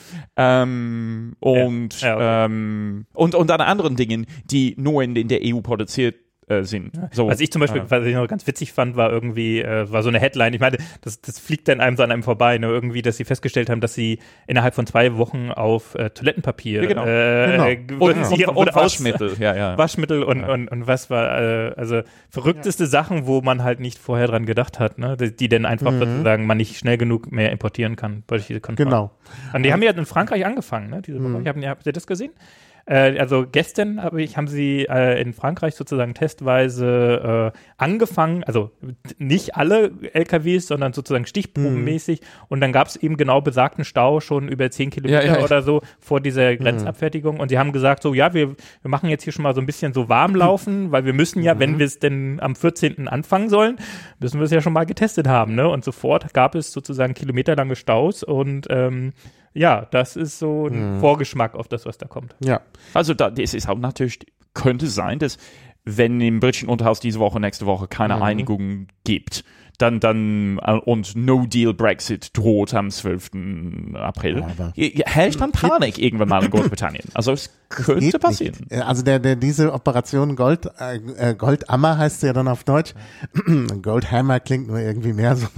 ähm, und, Ja, ja, okay. ähm, und, und an anderen Dingen, die nur in, in der E U produziert äh, sind. So, Was ich zum Beispiel, äh, was ich noch ganz witzig fand, war irgendwie, äh, war so eine Headline. Ich meine, das, das fliegt dann einem so an einem vorbei, ne? Irgendwie, dass sie festgestellt haben, dass sie innerhalb von zwei Wochen auf äh, Toilettenpapier Ja, genau. äh, Genau. und, reduzieren und, und oder aus- Waschmittel, ja, ja. Waschmittel und, und, und was war, äh, also verrückteste Sachen, wo man halt nicht vorher dran gedacht hat, ne? Die, die dann einfach sozusagen man nicht schnell genug mehr importieren kann. Durch diese Kontrollen. Genau. Und die haben ja in Frankreich angefangen, ne? Diese Woche. Ich hab, habt ihr das gesehen? Äh, also gestern hab ich, haben sie äh, in Frankreich sozusagen testweise äh, angefangen, also nicht alle L K Ws, sondern sozusagen stichprobenmäßig. Mhm. Und dann gab es eben genau besagten Stau schon über zehn Kilometer ja, ja, ja. oder so vor dieser Grenzabfertigung. Mhm. Und sie haben gesagt, so ja, wir, wir machen jetzt hier schon mal so ein bisschen so warm laufen, mhm. weil wir müssen ja, mhm. wenn wir es denn am vierzehnten anfangen sollen, müssen wir es ja schon mal getestet haben. Ne? Und sofort gab es sozusagen kilometerlange Staus und ähm, ja, das ist so ein hm. Vorgeschmack auf das, was da kommt. Ja. Also da, das ist auch natürlich, könnte sein, dass wenn im britischen Unterhaus diese Woche, nächste Woche keine mhm. Einigung gibt, dann, dann, und No-Deal-Brexit droht am zwölften April, ja, herrscht dann Panik irgendwann mal in Großbritannien. Also es könnte passieren. Nicht. Also der, der, diese Operation Gold, äh, Goldhammer heißt sie ja dann auf Deutsch. Goldhammer klingt nur irgendwie mehr so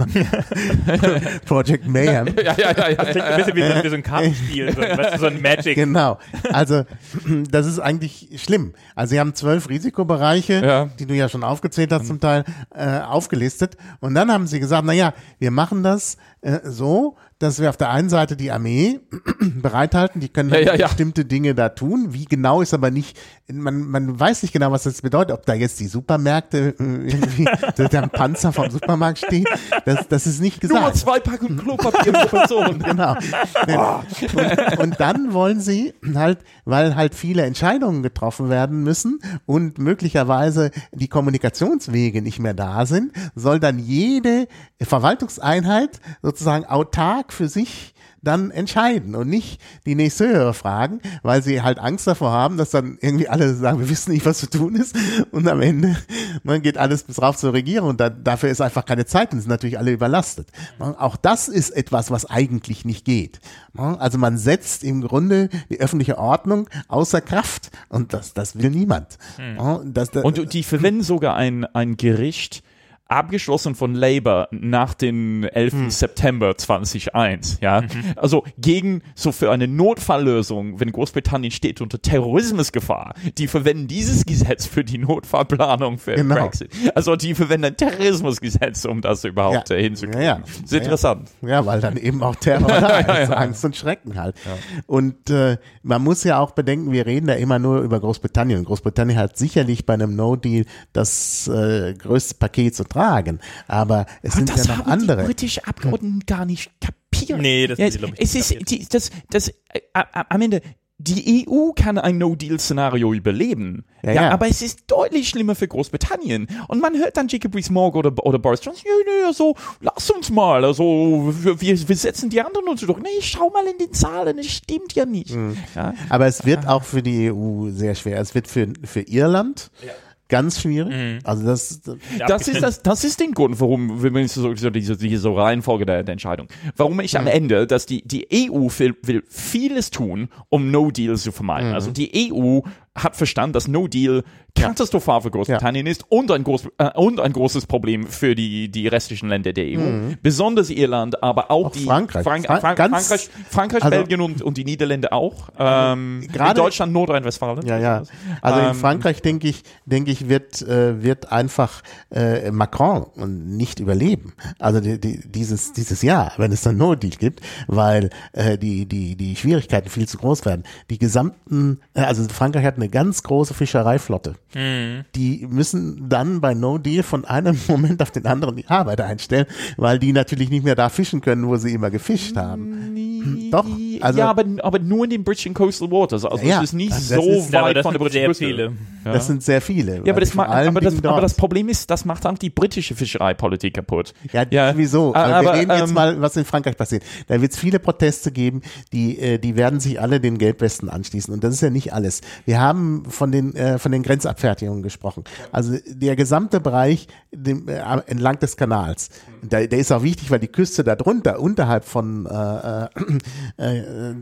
Project Mayhem. Ja, ja, ja, ja. Das klingt ein bisschen wie so, wie so ein Kartenspiel, so, weißt du, so ein Magic. Genau. Also das ist eigentlich schlimm. Also sie haben zwölf Risikobereiche, ja. die du ja schon aufgezählt hast zum Teil, äh, aufgelistet. Und dann haben sie gesagt, naja, wir machen das äh, so, dass wir auf der einen Seite die Armee bereithalten, die können dann ja, ja, ja. bestimmte Dinge da tun. Wie genau ist aber nicht, man, man weiß nicht genau, was das bedeutet, ob da jetzt die Supermärkte äh, irgendwie, der Panzer vom Supermarkt steht, das, das ist nicht gesagt. Nur zwei Packungen Klopapier pro Person. Genau. Und, und dann wollen sie halt, weil halt viele Entscheidungen getroffen werden müssen und möglicherweise die Kommunikationswege nicht mehr da sind, soll dann jede Verwaltungseinheit sozusagen autark für sich dann entscheiden und nicht die nächsthöhere fragen, weil sie halt Angst davor haben, dass dann irgendwie alle sagen, wir wissen nicht, was zu tun ist und am Ende man geht alles bis rauf zur Regierung und da, dafür ist einfach keine Zeit und sind natürlich alle überlastet. Auch das ist etwas, was eigentlich nicht geht. Also man setzt im Grunde die öffentliche Ordnung außer Kraft und das, das will niemand. Hm. Das, das, und die verwenden sogar ein, ein Gericht, abgeschlossen von Labour nach dem elften Hm. September zweitausendeins, ja. Mhm. Also gegen, so für eine Notfalllösung, wenn Großbritannien steht unter Terrorismusgefahr, die verwenden dieses Gesetz für die Notfallplanung für genau. Brexit. Also die verwenden ein Terrorismusgesetz, um das überhaupt ja. hinzukriegen. Ja, ja. Das ist ja, interessant. Ja, weil dann eben auch Terror da ist, ja, ja. Angst und Schrecken halt. Ja. Und äh, man muss ja auch bedenken, wir reden da immer nur über Großbritannien. Großbritannien hat sicherlich bei einem No-Deal das äh, größte Paket zu tragen, aber es aber sind ja noch andere. Die britischen Abgeordneten hm. gar nicht kapieren. Nee, das ja, ist, glaube ich, es ist die, das, das, äh, am Ende, die E U kann ein No-Deal-Szenario überleben, ja, ja, ja, aber es ist deutlich schlimmer für Großbritannien. Und man hört dann Jacob Rees-Mogg oder, oder Boris Johnson, nee, nee, also, lass uns mal, also, wir, wir setzen die anderen uns durch. Nee, schau mal in den Zahlen, es stimmt ja nicht. Mhm. Ja? Aber es wird auch für die E U sehr schwer. Es wird für, für Irland ja. ganz schwierig. Mhm. Also das, das, das ist das, das ist der Grund, warum, wenn man so, so diese, diese Reihenfolge der, der Entscheidung, warum ich mhm. am Ende, dass die, die E U will, will vieles tun, um No-Deal zu vermeiden. Mhm. Also die E U hat verstanden, dass No-Deal katastrophal für Großbritannien ja. ist und ein, groß, äh, und ein großes Problem für die, die restlichen Länder der E U. Mhm. Besonders Irland, aber auch, auch die Frankreich, Frank Frank Frankreich, Frankreich also, Belgien und, und die Niederlande auch. Ähm, in Deutschland, Nordrhein-Westfalen. Ja, ja. Also ähm, in Frankreich, denke ich, denke ich, wird, äh, wird einfach äh, Macron nicht überleben. Also die, die, dieses, dieses Jahr, wenn es dann No-Deal gibt, weil äh, die, die, die Schwierigkeiten viel zu groß werden. Die gesamten, äh, also Frankreich hat eine ganz große Fischereiflotte. Mhm. Die müssen dann bei No Deal von einem Moment auf den anderen die Arbeit einstellen, weil die natürlich nicht mehr da fischen können, wo sie immer gefischt haben. Nee. Doch. Also, ja, aber, aber nur in den British Coastal Waters. Also ja, es ist nicht also so ist, weit von der British Coastal. Viele. Ja. Das sind sehr viele. Ja, aber das, ma- aber, das, aber das Problem ist, das macht auch die britische Fischereipolitik kaputt. Ja, ja. sowieso. Aber, aber wir reden ähm, jetzt mal, was in Frankreich passiert. Da wird es viele Proteste geben, die, äh, die werden sich alle den Gelbwesten anschließen. Und das ist ja nicht alles. Wir haben von den, äh, von den Grenzabfertigungen gesprochen. Also der gesamte Bereich dem, äh, entlang des Kanals. Der, der ist auch wichtig, weil die Küste darunter, unterhalb von äh, äh, äh,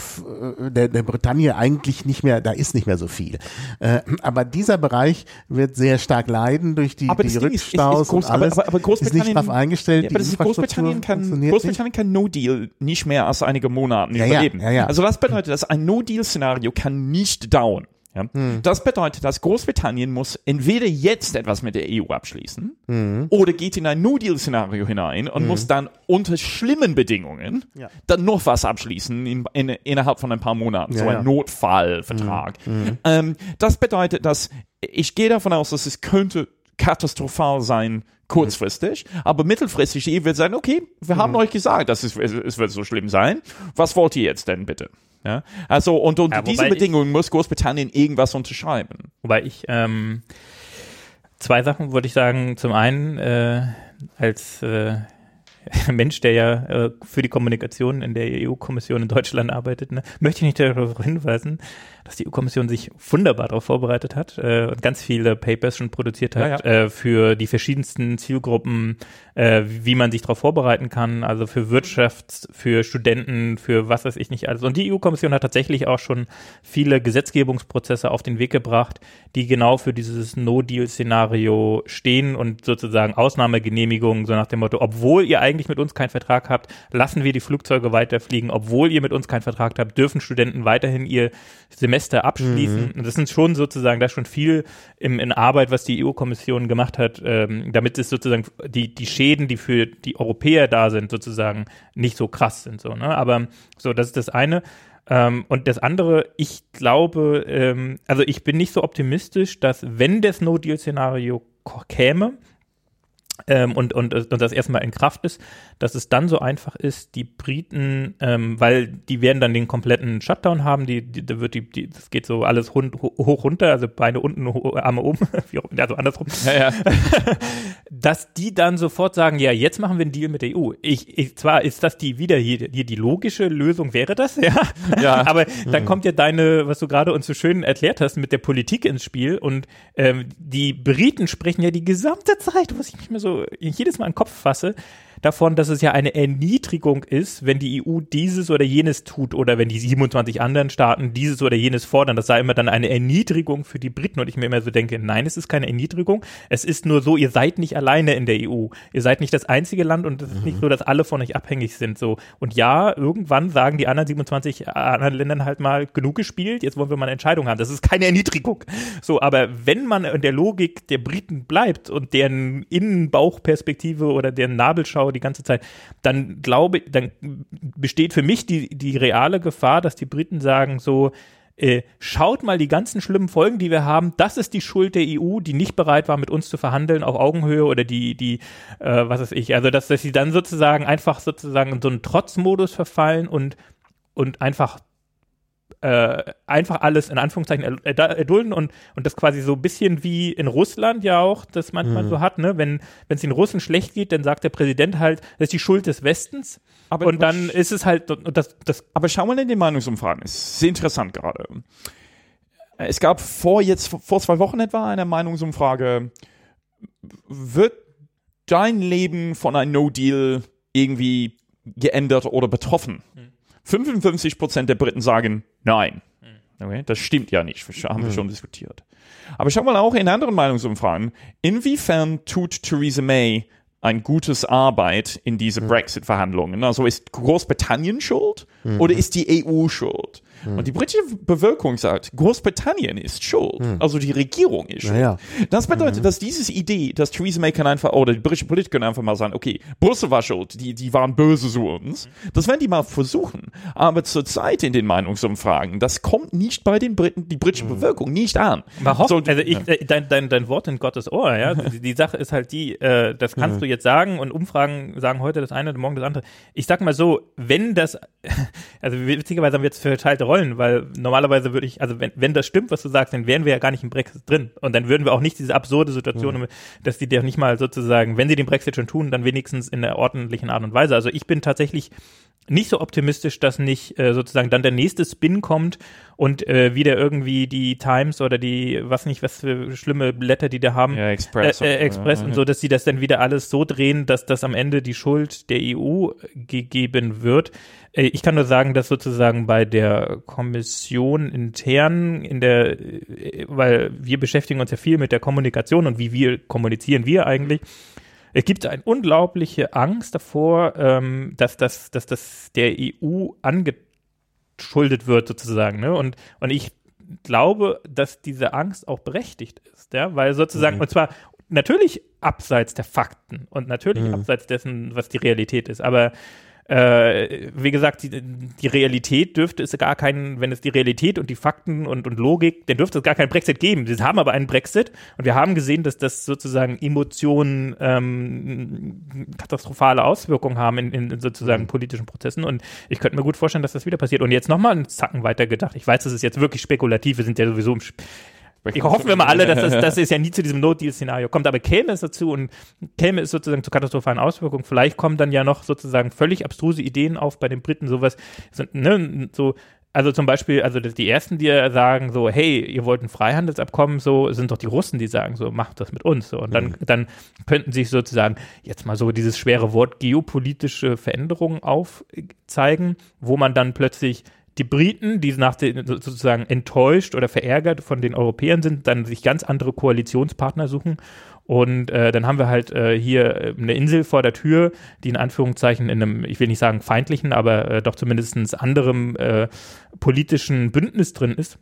der, der Bretagne eigentlich nicht mehr, da ist nicht mehr so viel. Äh, aber dieser Bereich wird sehr stark leiden durch die, die Rückstaus ist, ist, ist groß, und alles. Aber, aber, aber Großbritannien, ist nicht darauf eingestellt, ja, aber die ist Großbritannien kann, Großbritannien kann No-Deal nicht mehr als einige Monate ja, überleben. Ja, ja, ja. Also das bedeutet, dass ein No-Deal-Szenario kann nicht dauern. Ja? Hm. Das bedeutet, dass Großbritannien muss entweder jetzt etwas mit der E U abschließen hm. oder geht in ein No-Deal-Szenario hinein und hm. muss dann unter schlimmen Bedingungen ja. dann noch was abschließen in, in, innerhalb von ein paar Monaten, ja, so ein ja. Notfallvertrag. Hm. Ähm, das bedeutet, dass ich gehe davon aus, dass es könnte katastrophal sein, kurzfristig, hm. aber mittelfristig die E U wird sagen, okay, wir haben hm. euch gesagt, dass es, es wird so schlimm sein. Was wollt ihr jetzt denn bitte? Ja, also und unter ja, diese Bedingungen ich, muss Großbritannien irgendwas unterschreiben. Wobei ich ähm, zwei Sachen würde ich sagen. Zum einen äh, als äh, Mensch, der ja äh, für die Kommunikation in der E U-Kommission in Deutschland arbeitet, ne, möchte ich nicht darauf hinweisen, dass die E U-Kommission sich wunderbar darauf vorbereitet hat äh, und ganz viele Papers schon produziert hat ja, ja. Äh, für die verschiedensten Zielgruppen, äh, wie man sich darauf vorbereiten kann, also für Wirtschaft, für Studenten, für was weiß ich nicht alles. Und die E U-Kommission hat tatsächlich auch schon viele Gesetzgebungsprozesse auf den Weg gebracht, die genau für dieses No-Deal-Szenario stehen und sozusagen Ausnahmegenehmigungen, so nach dem Motto, obwohl ihr eigentlich mit uns keinen Vertrag habt, lassen wir die Flugzeuge weiterfliegen, obwohl ihr mit uns keinen Vertrag habt, dürfen Studenten weiterhin ihr Semester abschließen. Mhm. Und das sind schon sozusagen, da ist schon viel im, in Arbeit, was die E U-Kommission gemacht hat, ähm, damit es sozusagen die, die Schäden, die für die Europäer da sind, sozusagen nicht so krass sind. So, ne? Aber so, das ist das eine. Ähm, und das andere, ich glaube, ähm, also ich bin nicht so optimistisch, dass wenn das No-Deal-Szenario käme, Ähm, und, und, und das erstmal in Kraft ist, dass es dann so einfach ist, die Briten, ähm, weil die werden dann den kompletten Shutdown haben, die, die, da wird die, die, das geht so alles hund, hoch runter, also Beine unten, ho, Arme oben, also andersrum, ja, ja. dass die dann sofort sagen, ja, jetzt machen wir einen Deal mit der E U. Ich, ich zwar ist das die wieder hier die, die logische Lösung wäre das, ja, ja. aber dann mhm. kommt ja deine, was du gerade uns so schön erklärt hast, mit der Politik ins Spiel und ähm, die Briten sprechen ja die gesamte Zeit, was ich nicht mehr so jedes Mal in den Kopf fasse, davon, dass es ja eine Erniedrigung ist, wenn die E U dieses oder jenes tut oder wenn die siebenundzwanzig anderen Staaten dieses oder jenes fordern. Das sei immer dann eine Erniedrigung für die Briten und ich mir immer so denke, nein, es ist keine Erniedrigung. Es ist nur so, ihr seid nicht alleine in der E U. Ihr seid nicht das einzige Land und es ist mhm. nicht so, dass alle von euch abhängig sind. So. Und ja, irgendwann sagen die anderen siebenundzwanzig anderen Ländern halt mal genug gespielt, jetzt wollen wir mal eine Entscheidung haben. Das ist keine Erniedrigung. So, aber wenn man in der Logik der Briten bleibt und deren Innenbauchperspektive oder deren Nabelschau die ganze Zeit, dann glaube ich, dann besteht für mich die, die reale Gefahr, dass die Briten sagen so, äh, schaut mal die ganzen schlimmen Folgen, die wir haben, das ist die Schuld der E U, die nicht bereit war, mit uns zu verhandeln auf Augenhöhe oder die, die, äh, was weiß ich, also dass, dass sie dann sozusagen einfach sozusagen in so einen Trotzmodus verfallen und, und einfach Äh, einfach alles in Anführungszeichen erdulden und, und das quasi so ein bisschen wie in Russland ja auch, das manchmal mhm. so hat, ne, wenn wenn es den Russen schlecht geht, dann sagt der Präsident halt, das ist die Schuld des Westens aber und dann ist es halt das, das aber schau mal in die Meinungsumfragen, ist sehr interessant gerade. Es gab vor jetzt vor zwei Wochen etwa eine Meinungsumfrage, wird dein Leben von einem No-Deal irgendwie geändert oder betroffen? Mhm. fünfundfünfzig Prozent der Briten sagen nein. Okay, das stimmt ja nicht, das haben wir schon diskutiert. Aber schau mal auch in anderen Meinungsumfragen, inwiefern tut Theresa May ein gutes Arbeit in diese Brexit-Verhandlungen? Also ist Großbritannien schuld mhm. oder ist die E U schuld? Mhm. Und die britische Bevölkerung sagt, Großbritannien ist schuld. Mhm. Also die Regierung ist schuld. Ja, ja. Das bedeutet, mhm. dass diese Idee, dass Theresa May kann einfach, oder die britischen Politiker können einfach mal sagen, okay, Brüssel war schuld, die, die waren böse zu uns. Mhm. Das werden die mal versuchen. Aber zurzeit in den Meinungsumfragen, das kommt nicht bei den Briten, die britische mhm. Bevölkerung nicht an. So, also ich, dein, dein, dein Wort in Gottes Ohr, ja. Die, die Sache ist halt die, äh, das kannst mhm. du jetzt sagen und Umfragen sagen heute das eine, morgen das andere. Ich sag mal so, wenn das, also witzigerweise haben wir jetzt verteilte Rollen, weil normalerweise würde ich, also wenn, wenn das stimmt, was du sagst, dann wären wir ja gar nicht im Brexit drin und dann würden wir auch nicht diese absurde Situation, mhm. dass die ja nicht mal sozusagen, wenn sie den Brexit schon tun, dann wenigstens in der ordentlichen Art und Weise. Also ich bin tatsächlich nicht so optimistisch, dass nicht äh, sozusagen dann der nächste Spin kommt und äh, wieder irgendwie die Times oder die, was nicht, was für schlimme Blätter die da haben, ja, Express, äh, äh, Express ja, und so, dass sie das dann wieder alles so drehen, dass das am Ende die Schuld der E U gegeben wird. Äh, ich kann nur sagen, dass sozusagen bei der Kommission intern in der, äh, weil wir beschäftigen uns ja viel mit der Kommunikation und wie wir kommunizieren wir eigentlich. Es gibt eine unglaubliche Angst davor, ähm, dass das dass das der E U angeschuldet wird sozusagen. Ne? Und, und ich glaube, dass diese Angst auch berechtigt ist, ja, weil sozusagen, mhm. und zwar natürlich abseits der Fakten und natürlich mhm. abseits dessen, was die Realität ist, aber Äh, wie gesagt, die, die Realität dürfte es gar keinen, wenn es die Realität und die Fakten und, und Logik, dann dürfte es gar keinen Brexit geben. Wir haben aber einen Brexit und wir haben gesehen, dass das sozusagen Emotionen ähm, katastrophale Auswirkungen haben in, in sozusagen politischen Prozessen und ich könnte mir gut vorstellen, dass das wieder passiert. Und jetzt nochmal einen Zacken weiter gedacht. Ich weiß, das ist jetzt wirklich spekulativ, wir sind ja sowieso im Sp- Ich hoffen wir mal alle, dass es, dass es ja nie zu diesem No-Deal-Szenario kommt, aber käme es dazu und käme es sozusagen zu katastrophalen Auswirkungen, vielleicht kommen dann ja noch sozusagen völlig abstruse Ideen auf bei den Briten, sowas, so, ne, so, also zum Beispiel, also die ersten, die sagen so, hey, ihr wollt ein Freihandelsabkommen, so, sind doch die Russen, die sagen so, macht das mit uns, so, und dann, mhm. dann könnten sich sozusagen jetzt mal so dieses schwere Wort geopolitische Veränderungen aufzeigen, wo man dann plötzlich die Briten, die nach den, sozusagen enttäuscht oder verärgert von den Europäern sind, dann sich ganz andere Koalitionspartner suchen. Und äh, dann haben wir halt äh, hier eine Insel vor der Tür, die in Anführungszeichen in einem, ich will nicht sagen feindlichen, aber äh, doch zumindest anderem äh, politischen Bündnis drin ist.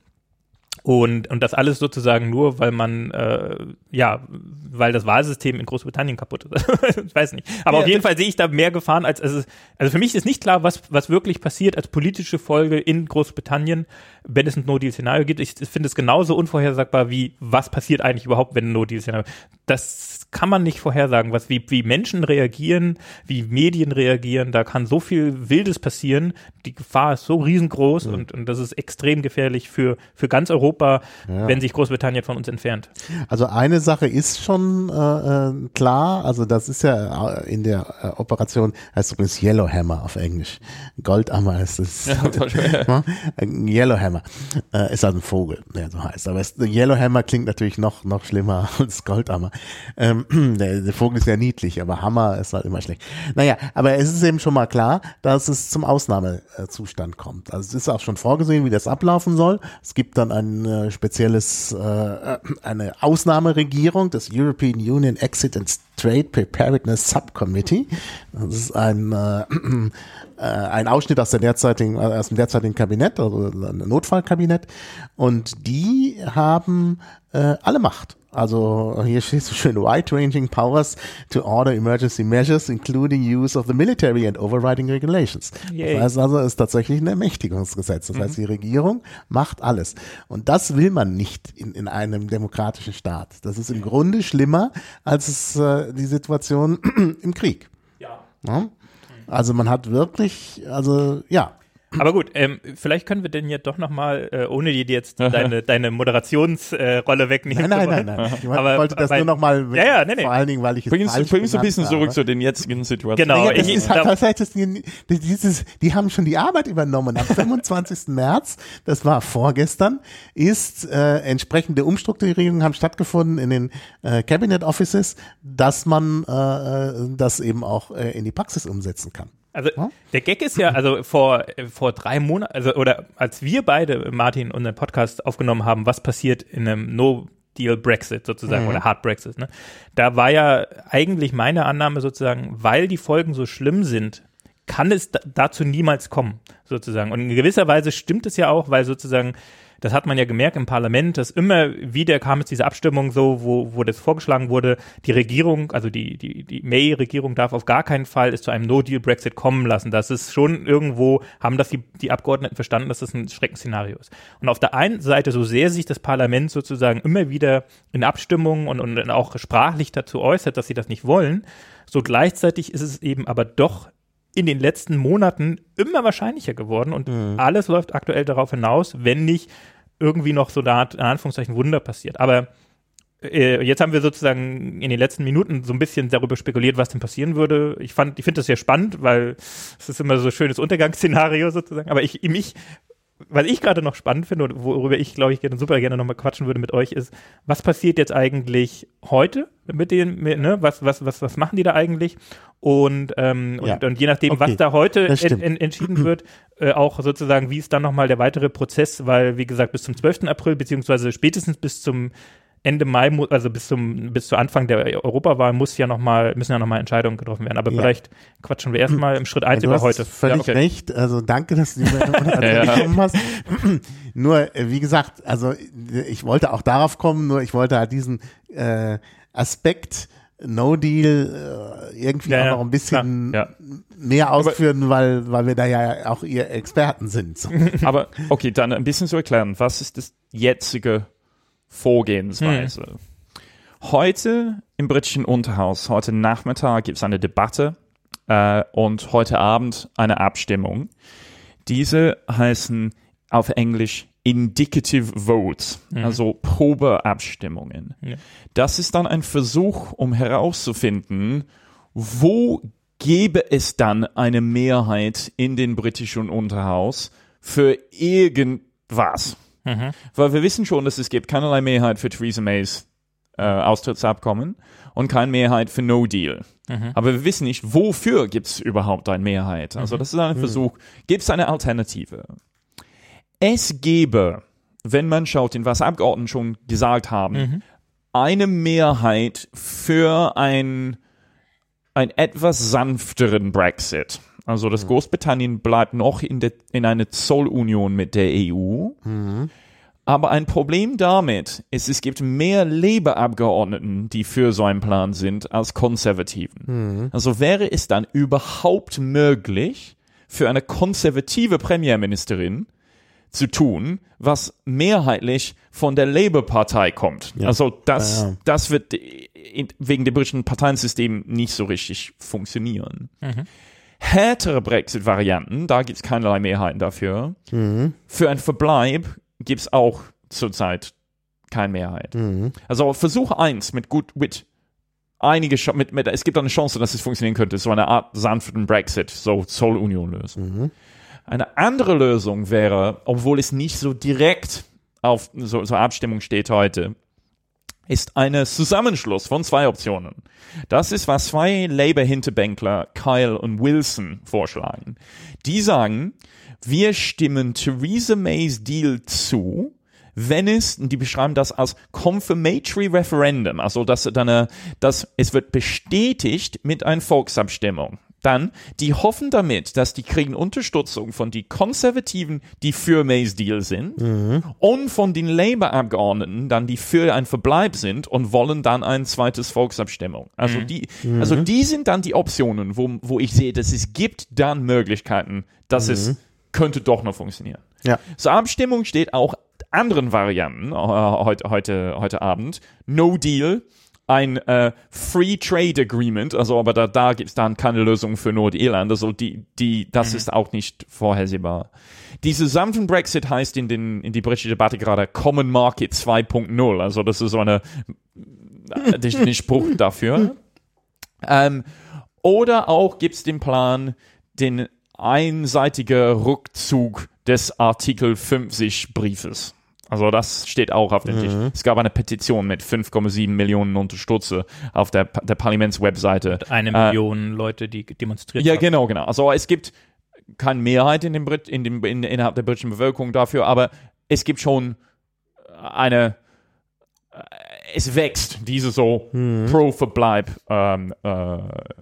Und, und das alles sozusagen nur, weil man, äh, ja, weil das Wahlsystem in Großbritannien kaputt ist. Ich weiß nicht. Aber ja, auf jeden Fall sehe ich da mehr Gefahren, als, als es, also für mich ist nicht klar, was, was wirklich passiert als politische Folge in Großbritannien, wenn es ein No-Deal-Szenario gibt. Ich finde es genauso unvorhersagbar wie, was passiert eigentlich überhaupt, wenn ein No-Deal-Szenario. Das kann man nicht vorhersagen, was, wie, wie Menschen reagieren, wie Medien reagieren. Da kann so viel Wildes passieren. Die Gefahr ist so riesengroß mhm. und, und das ist extrem gefährlich für, für ganz Europa, ja. wenn sich Großbritannien von uns entfernt. Also eine Sache ist schon äh, klar, also das ist ja in der äh, Operation, heißt übrigens Yellowhammer auf Englisch. Goldammer ist es. Ja, Yellowhammer äh, ist halt ein Vogel, der so heißt. Aber es, Yellowhammer klingt natürlich noch, noch schlimmer als Goldammer. Ähm, der, der Vogel ist ja niedlich, aber Hammer ist halt immer schlecht. Naja, aber es ist eben schon mal klar, dass es zum Ausnahmezustand kommt. Also es ist auch schon vorgesehen, wie das ablaufen soll. Es gibt dann ein äh, spezielles, äh, eine Ausnahmeregierung, das European Union Exit and Trade Preparedness Subcommittee. Das ist ein, äh, äh, ein Ausschnitt aus, der derzeitigen, aus dem derzeitigen Kabinett, also ein Notfallkabinett. Und die haben äh, alle Macht. Also hier steht so schön, wide-ranging powers to order emergency measures, including use of the military and overriding regulations. Yay. Das heißt also, es ist tatsächlich ein Ermächtigungsgesetz. Das mhm. heißt, die Regierung macht alles. Und das will man nicht in, in einem demokratischen Staat. Das ist im Grunde schlimmer als es, äh, die Situation im Krieg. Ja. Ja? Also man hat wirklich, also ja. Aber gut, ähm, vielleicht können wir denn jetzt doch nochmal, äh, ohne dir jetzt deine, deine Moderationsrolle äh, wegnehmen. Nein, nein, nein, nein. Ich aber, wollte das weil, nur nochmal, ja, ja, nee, nee. vor allen Dingen, weil ich es Bringst, falsch bringst du ein bisschen habe. zurück zu den jetzigen Situationen. Genau. Ja, das ich, ist halt, das heißt, das, die, dieses, die haben schon die Arbeit übernommen. Am fünfundzwanzigsten März, das war vorgestern, ist äh, entsprechende Umstrukturierungen haben stattgefunden in den äh, Cabinet Offices, dass man äh, das eben auch äh, in die Praxis umsetzen kann. Also der Gag ist ja, also vor vor drei Monaten, also oder als wir beide, Martin, unseren Podcast aufgenommen haben, was passiert in einem No-Deal-Brexit sozusagen mhm. oder Hard-Brexit, ne? Da war ja eigentlich meine Annahme sozusagen, weil die Folgen so schlimm sind, kann es da, dazu niemals kommen, sozusagen. Und in gewisser Weise stimmt es ja auch, weil sozusagen, das hat man ja gemerkt im Parlament, dass immer wieder kam jetzt diese Abstimmung so, wo, wo das vorgeschlagen wurde, die Regierung, also die, die, die May-Regierung darf auf gar keinen Fall es zu einem No-Deal-Brexit kommen lassen. Das ist schon irgendwo, haben das die, die Abgeordneten verstanden, dass das ein Schreckensszenario ist. Und auf der einen Seite, so sehr sich das Parlament sozusagen immer wieder in Abstimmungen und, und auch sprachlich dazu äußert, dass sie das nicht wollen, so gleichzeitig ist es eben aber doch in den letzten Monaten immer wahrscheinlicher geworden und mhm. alles läuft aktuell darauf hinaus, wenn nicht irgendwie noch so da in Anführungszeichen Wunder passiert. Aber äh, jetzt haben wir sozusagen in den letzten Minuten so ein bisschen darüber spekuliert, was denn passieren würde. Ich fand, ich finde das sehr spannend, weil es ist immer so ein schönes Untergangsszenario sozusagen. Aber ich, mich, was ich gerade noch spannend finde und worüber ich, glaube ich, gerne, super gerne nochmal quatschen würde mit euch, ist, was passiert jetzt eigentlich heute mit denen, mit, ne, was, was, was, was machen die da eigentlich? Und, ähm, ja. und, und je nachdem, okay. was da heute en, en, entschieden wird, äh, auch sozusagen, wie ist dann nochmal der weitere Prozess, weil, wie gesagt, bis zum zwölften April, beziehungsweise spätestens bis zum Ende Mai, also bis zum bis zu Anfang der Europawahl muss ja noch mal, müssen ja nochmal Entscheidungen getroffen werden. Aber ja. vielleicht quatschen wir erstmal im Schritt eins ja, über heute. Du hast völlig ja, okay. recht. Also danke, dass du die Monate gekommen hast. Nur, wie gesagt, also ich wollte auch darauf kommen, nur ich wollte halt diesen äh, Aspekt No Deal äh, irgendwie ja, auch ja, noch ein bisschen ja. mehr ausführen, aber, weil, weil wir da ja auch ihr Experten sind. So. Aber okay, dann ein bisschen zu erklären, was ist das jetzige Vorgehensweise? Hm. Heute im britischen Unterhaus, heute Nachmittag gibt es eine Debatte äh, und heute Abend eine Abstimmung. Diese heißen auf Englisch Indicative Votes, mhm. also Probeabstimmungen. Ja. Das ist dann ein Versuch, um herauszufinden, wo gäbe es dann eine Mehrheit in den britischen Unterhaus für irgendwas. Mhm. Weil wir wissen schon, dass es gibt keinerlei Mehrheit für Theresa Mays äh, Austrittsabkommen und keine Mehrheit für No Deal. Mhm. Aber wir wissen nicht, wofür gibt es überhaupt eine Mehrheit. Also das ist ein mhm. Versuch, gibt es eine Alternative? Es gäbe, wenn man schaut, in was Abgeordnete schon gesagt haben, mhm. eine Mehrheit für ein, ein etwas sanfteren Brexit. Also, dass mhm. Großbritannien bleibt noch in, der, in einer Zollunion mit der E U. Mhm. Aber ein Problem damit ist, es gibt mehr Labour-Abgeordneten, die für so einen Plan sind, als Konservativen. Mhm. Also wäre es dann überhaupt möglich, für eine konservative Premierministerin zu tun, was mehrheitlich von der Labour-Partei kommt. Ja. Also das, ja, ja. das wird in, wegen dem britischen Parteiensystem nicht so richtig funktionieren. Mhm. Härtere Brexit-Varianten, da gibt es keinerlei Mehrheiten dafür. Mhm. Für einen Verbleib gibt es auch zurzeit keine Mehrheit. Mhm. Also Versuch eins mit gut, mit einige, mit, mit, es gibt eine Chance, dass es funktionieren könnte, so eine Art sanften Brexit, so Zollunion lösen. Mhm. Eine andere Lösung wäre, obwohl es nicht so direkt auf so, so Abstimmung steht heute, ist ein Zusammenschluss von zwei Optionen. Das ist, was zwei Labour-Hinterbänkler, Kyle und Wilson, vorschlagen. Die sagen, wir stimmen Theresa Mays Deal zu, wenn es, und die beschreiben das als Confirmatory Referendum, also dass, dann, dass es wird bestätigt mit einer Volksabstimmung. Dann, die hoffen damit, dass die kriegen Unterstützung von den Konservativen, die für Mays Deal sind, mhm. und von den Labour-Abgeordneten, dann die für einen Verbleib sind und wollen dann ein zweites Volksabstimmung. Also mhm. die, mhm. also die sind dann die Optionen, wo, wo ich sehe, dass es gibt dann Möglichkeiten, dass mhm. es könnte doch noch funktionieren. Ja. Zur Abstimmung steht auch anderen Varianten, äh, heute, heute, heute Abend. No Deal. Ein äh, Free Trade Agreement, also aber da, da gibt es dann keine Lösung für Nordirland, also die, die, das mhm. ist auch nicht vorhersehbar. Diese sanften Brexit heißt in, den, in die britische Debatte gerade Common Market zwei Punkt null, also das ist so eine, ein Spruch dafür. Ähm, oder auch gibt es den Plan, den einseitigen Rückzug des Artikel fünfzig Briefes. Also das steht auch auf dem mhm. Tisch. Es gab eine Petition mit fünf Komma sieben Millionen Unterstützer auf der, der Parlamentswebseite. Eine Million äh, Leute, die demonstriert ja, haben. Ja, genau, genau. Also es gibt keine Mehrheit in dem Brit in dem, in, innerhalb der britischen Bevölkerung dafür, aber es gibt schon eine, es wächst, diese so mhm. Pro-Verbleib ähm, äh,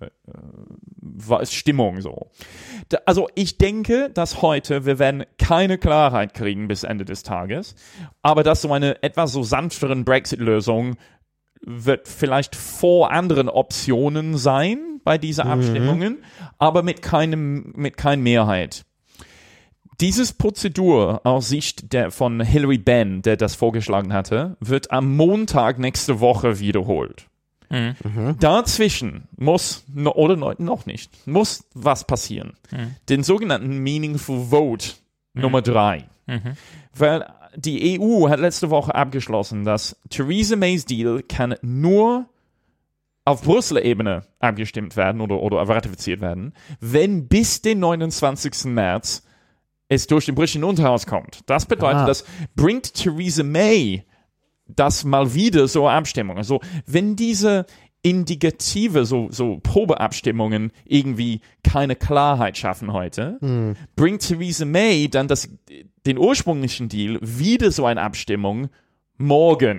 Stimmung so. Da, also ich denke, dass heute wir werden keine Klarheit kriegen bis Ende des Tages, aber dass so eine etwas so sanfteren Brexit-Lösung wird vielleicht vor anderen Optionen sein bei diesen mhm. Abstimmungen, aber mit keinem mit keiner Mehrheit. Dieses Prozedur aus Sicht der, von Hilary Benn, der das vorgeschlagen hatte, wird am Montag nächste Woche wiederholt. Mhm. Dazwischen muss, no, oder noch nicht, muss was passieren. Mhm. Den sogenannten Meaningful Vote mhm. Nummer drei. Mhm. Weil die E U hat letzte Woche abgeschlossen, dass Theresa Mays Deal kann nur auf Brüsseler Ebene abgestimmt werden oder, oder ratifiziert werden, wenn bis den neunundzwanzigsten März es durch den britischen Unterhaus kommt. Das bedeutet, ah. das bringt Theresa May das mal wieder so eine Abstimmung. Also wenn diese indikative, so, so Probeabstimmungen irgendwie keine Klarheit schaffen heute, hm. bringt Theresa May dann das, den ursprünglichen Deal wieder so eine Abstimmung morgen.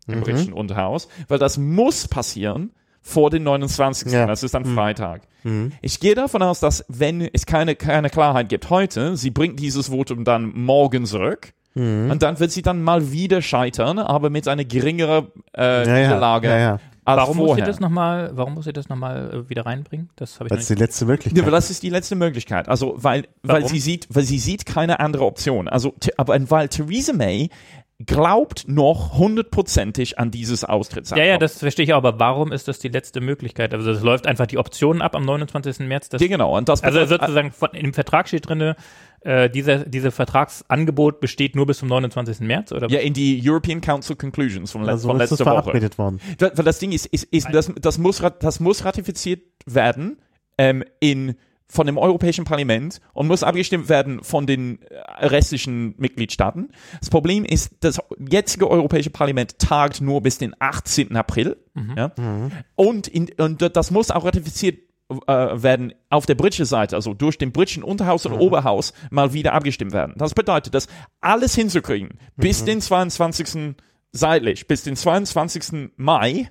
im britischen Unterhaus, weil das muss passieren vor den neunundzwanzigsten Ja. Das ist dann Freitag. Mhm. Ich gehe davon aus, dass wenn es keine, keine Klarheit gibt heute, sie bringt dieses Votum dann morgen zurück. Mhm. Und dann wird sie dann mal wieder scheitern, aber mit einer geringeren äh, ja, ja. Niederlage Ja, ja. als Warum muss vorher. sie das nochmal, warum muss sie das nochmal äh, wieder reinbringen? Das habe ich Weil noch es die nicht. letzte Ja, Möglichkeit aber das ist die letzte Möglichkeit. Also, weil, weil Warum? sie sieht, weil sie sieht keine andere Option. Also, t- aber weil Theresa May glaubt noch hundertprozentig an dieses Ja, Austrittsabkommen. ja, das verstehe ich auch, aber warum ist das die letzte Möglichkeit? Also es läuft einfach die Optionen ab am neunundzwanzigsten März. Das, Ja, genau. Und das also bedeutet- sozusagen von, im Vertrag steht drin, äh, dieser, dieses Vertragsangebot besteht nur bis zum neunundzwanzigsten März, oder? ja, in die European Council Conclusions von, le Also von ist das letzter Woche. verabredet worden. Weil weil das Ding ist, ist, ist das, das, muss, rat- das muss ratifiziert werden ähm, in, von dem Europäischen Parlament und muss abgestimmt werden von den äh, restlichen Mitgliedstaaten. Das Problem ist, das jetzige Europäische Parlament tagt nur bis den achtzehnten April. Ja? Und, in, und das muss auch ratifiziert äh, werden auf der britischen Seite, also durch den britischen Unterhaus und Oberhaus mal wieder abgestimmt werden. Das bedeutet, dass alles hinzukriegen bis den zweiundzwanzigsten seitlich, bis den zweiundzwanzigsten Mai,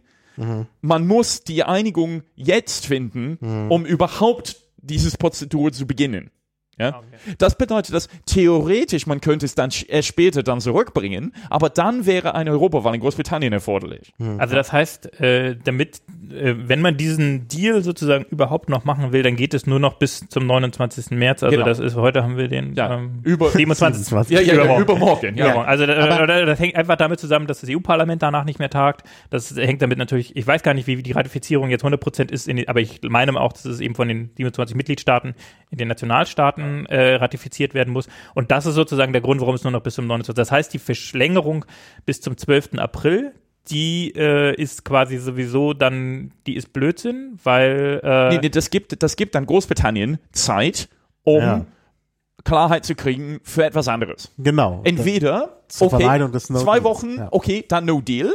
man muss die Einigung jetzt finden, um überhaupt dieses Prozedur zu beginnen. Ja? Das bedeutet, dass theoretisch man könnte es dann sch- äh, später dann zurückbringen, aber dann wäre eine Europawahl in Großbritannien erforderlich. Also das heißt, äh, damit, äh, wenn man diesen Deal sozusagen überhaupt noch machen will, dann geht es nur noch bis zum neunundzwanzigsten März. Also Genau. das ist, heute haben wir den Ja, ähm, über- siebenundzwanzigsten siebenundzwanzig. Ja, ja, ja, Übermorgen. übermorgen. Ja. Ja, also da, oder, das hängt einfach damit zusammen, dass das E U-Parlament danach nicht mehr tagt. Das hängt damit natürlich, ich weiß gar nicht, wie die Ratifizierung jetzt hundert Prozent ist, in den, aber ich meine auch, dass es eben von den siebenundzwanzig Mitgliedstaaten in den Nationalstaaten äh, ratifiziert werden muss. Und das ist sozusagen der Grund, warum es nur noch bis zum neunundzwanzigsten Das heißt, die Verschlängerung bis zum zwölften April, die äh, ist quasi sowieso dann, die ist Blödsinn, weil äh, Nee, nee, das gibt, das gibt dann Großbritannien Zeit, um Ja. Klarheit zu kriegen für etwas anderes. Genau. Entweder, Zur okay, Vermeidung des No zwei Deals, Wochen, ja. okay, dann No Deal.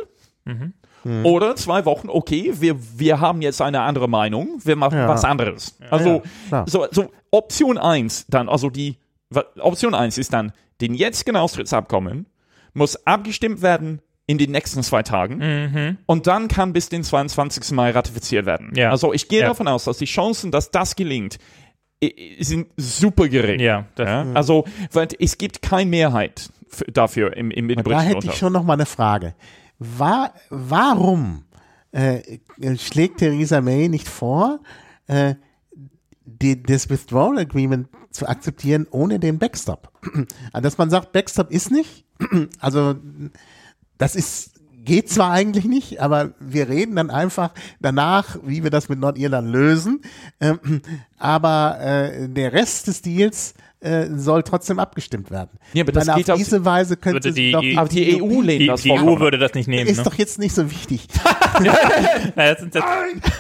Oder zwei Wochen, okay, wir, wir haben jetzt eine andere Meinung, wir machen Ja. was anderes. Also, klar. so, so Option eins dann, also die, wa- Option eins ist dann, den jetzigen Austrittsabkommen muss abgestimmt werden in den nächsten zwei Tagen und dann kann bis den zweiundzwanzigsten Mai ratifiziert werden. Ja. Also ich gehe Ja. davon aus, dass die Chancen, dass das gelingt, i- i- sind super gering. ja, das, Ja? Also, weil es gibt keine Mehrheit f- dafür im, im, im Da britischen hätte ich Unterhaus. schon noch mal eine Frage. War, warum äh, schlägt Theresa May nicht vor, äh, die, das Withdrawal Agreement zu akzeptieren ohne den Backstop? Also, dass man sagt, Backstop ist nicht, also das ist, geht zwar eigentlich nicht, aber wir reden dann einfach danach, wie wir das mit Nordirland lösen, ähm, aber äh, der Rest des Deals äh, soll trotzdem abgestimmt werden. Ja, aber das Ich meine, geht auf auf- diese Weise könnte Würde sie die- doch Aber die E U lehnt die, das die E U vollkommen. würde das nicht nehmen. ist Ne? doch jetzt nicht so wichtig. Ja, das sind das,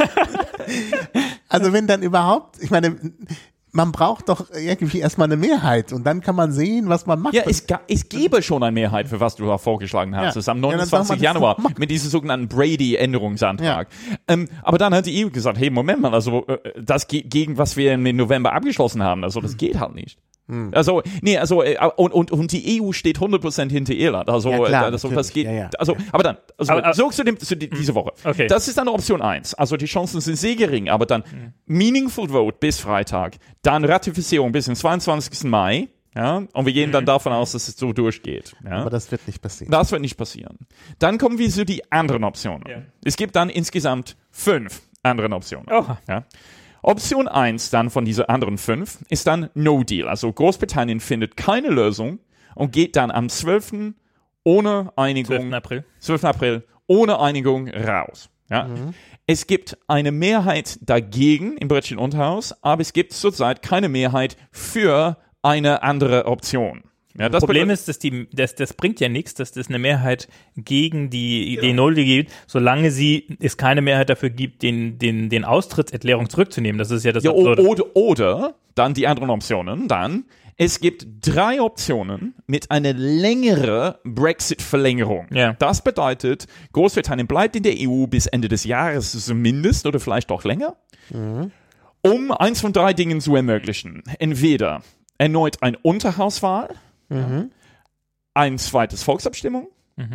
Also wenn dann überhaupt, ich meine, man braucht doch irgendwie erstmal eine Mehrheit und dann kann man sehen, was man macht. Ja, es, ga- es gäbe schon eine Mehrheit, für was du da vorgeschlagen hast. Ja. Das ist am Ja, dann sagen wir neunundzwanzigsten das Januar doch mal. mit diesem sogenannten Brady-Änderungsantrag. Ähm, aber dann hat die E U gesagt, hey, Moment mal, also äh, das ge gegen was wir im November abgeschlossen haben, also das geht halt nicht. Hm. Also, nee, also, äh, und, und, und die E U steht hundert Prozent hinter Irland. Also, Ja, klar, äh, also das natürlich. geht, Ja, ja. also, aber dann, also, Aber- aber- so zu, dem, zu die, diese Woche. Okay. Das ist dann Option eins. Also, die Chancen sind sehr gering, aber dann meaningful vote bis Freitag, dann Ratifizierung bis zum zweiundzwanzigsten Mai, ja, und wir gehen dann davon aus, dass es so durchgeht, ja. Aber das wird nicht passieren. Das wird nicht passieren. Dann kommen wir zu die anderen Optionen. Ja. Es gibt dann insgesamt fünf andere Optionen. Oha. Ja. Option eins dann von diesen anderen fünf ist dann No Deal. Also Großbritannien findet keine Lösung und geht dann am zwölften ohne Einigung, zwölften April. zwölften April ohne Einigung raus. Ja. Es gibt eine Mehrheit dagegen im britischen Unterhaus, aber es gibt zurzeit keine Mehrheit für eine andere Option. Ja, das Problem bedeutet- ist, dass die, das, das bringt ja nichts, dass das eine Mehrheit gegen die Idee Null gibt, solange sie es keine Mehrheit dafür gibt, den, den, den Austrittserklärung zurückzunehmen. Das ist ja das Ja, o- Absurde. oder, oder dann die anderen Optionen. Dann, es gibt drei Optionen mit einer längeren Brexit-Verlängerung. Ja. Das bedeutet, Großbritannien bleibt in der E U bis Ende des Jahres zumindest oder vielleicht auch länger, um eins von drei Dingen zu ermöglichen. Entweder erneut eine Unterhauswahl, ein zweites Volksabstimmung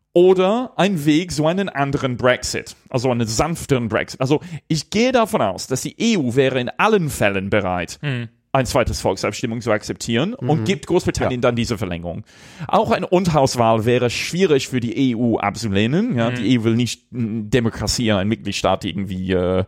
oder ein Weg, so einen anderen Brexit, also einen sanfteren Brexit. Also ich gehe davon aus, dass die E U wäre in allen Fällen bereit, hm. ein zweites Volksabstimmung zu akzeptieren mhm. und gibt Großbritannien ja. dann diese Verlängerung. Auch eine Unterhauswahl wäre schwierig für die E U abzulehnen. Ja, mhm. Die E U will nicht Demokratie, einen Mitgliedstaat irgendwie äh,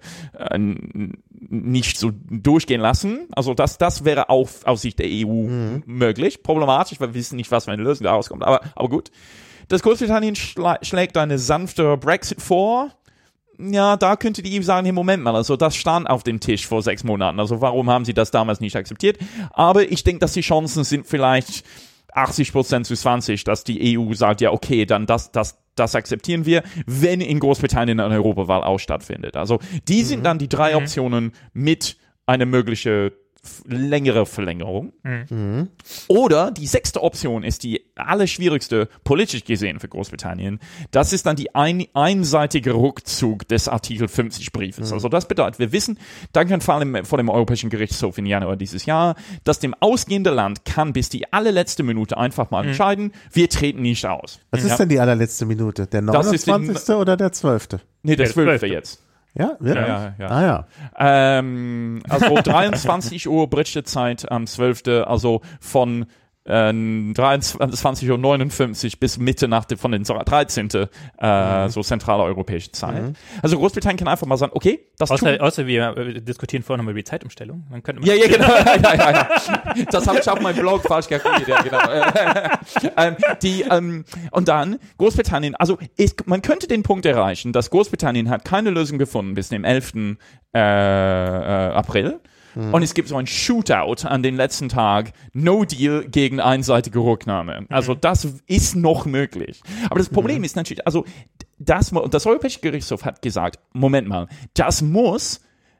nicht so durchgehen lassen. Also das, das wäre auch aus Sicht der E U mhm. möglich. Problematisch, weil wir wissen nicht, was für eine Lösung da rauskommt. Aber, aber gut. Das Großbritannien schla- schlägt eine sanfte Brexit vor. Ja, da könnte die E U sagen, hey, Moment mal, also das stand auf dem Tisch vor sechs Monaten, also warum haben sie das damals nicht akzeptiert? Aber ich denke, dass die Chancen sind vielleicht achtzig Prozent zu zwanzig, dass die E U sagt, ja, okay, dann das, das, das akzeptieren wir, wenn in Großbritannien eine Europawahl auch stattfindet. Also die sind mhm. dann die drei Optionen mit einer möglichen längere Verlängerung. Mhm. Oder die sechste Option ist die allerschwierigste politisch gesehen für Großbritannien. Das ist dann die ein, einseitige Rückzug des Artikel fünfzig Briefes. Mhm. Also das bedeutet, wir wissen, dank einem Fall vor dem Europäischen Gerichtshof im Januar dieses Jahr, dass dem ausgehende Land kann bis die allerletzte Minute einfach mal mhm. entscheiden, wir treten nicht aus. Was ja. ist denn die allerletzte Minute? Der neunundzwanzigste oder der zwölfte? Nee, der zwölfte jetzt. Ja, ja, ja, ja. Ah ja. Ähm, also dreiundzwanzig Uhr britische Zeit am zwölften Also von äh, dreiundzwanzig Uhr neunundfünfzig bis Mitternacht von den dreizehnten Äh, mhm. so zentrale europäische Zeit. Mhm. Also Großbritannien kann einfach mal sagen, okay, das außer, tun. Außer wir äh, diskutieren vorher nochmal über die Zeitumstellung. Dann könnte man ja, ja, genau. ja, ja, ja. Das habe ich auf meinem Blog falsch kalkuliert. Ja, genau. ähm, die, ähm, und dann Großbritannien, also ist, man könnte den Punkt erreichen, dass Großbritannien hat keine Lösung gefunden bis dem elften Äh, äh, April. Hm. Und es gibt so ein Shootout an den letzten Tag, No Deal gegen einseitige Rücknahme. Also das ist noch möglich. Aber das Problem hm. ist natürlich, also das, das Europäische Gerichtshof hat gesagt, Moment mal, das muss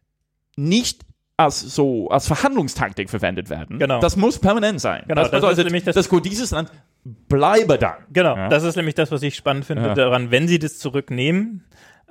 nicht als so als Verhandlungstaktik verwendet werden. Genau. Das muss permanent sein. Genau, das bedeutet, das ist nämlich das, dass gut, dieses Land bleibe dann. Genau, ja? Das ist nämlich das, was ich spannend finde ja. daran, wenn sie das zurücknehmen.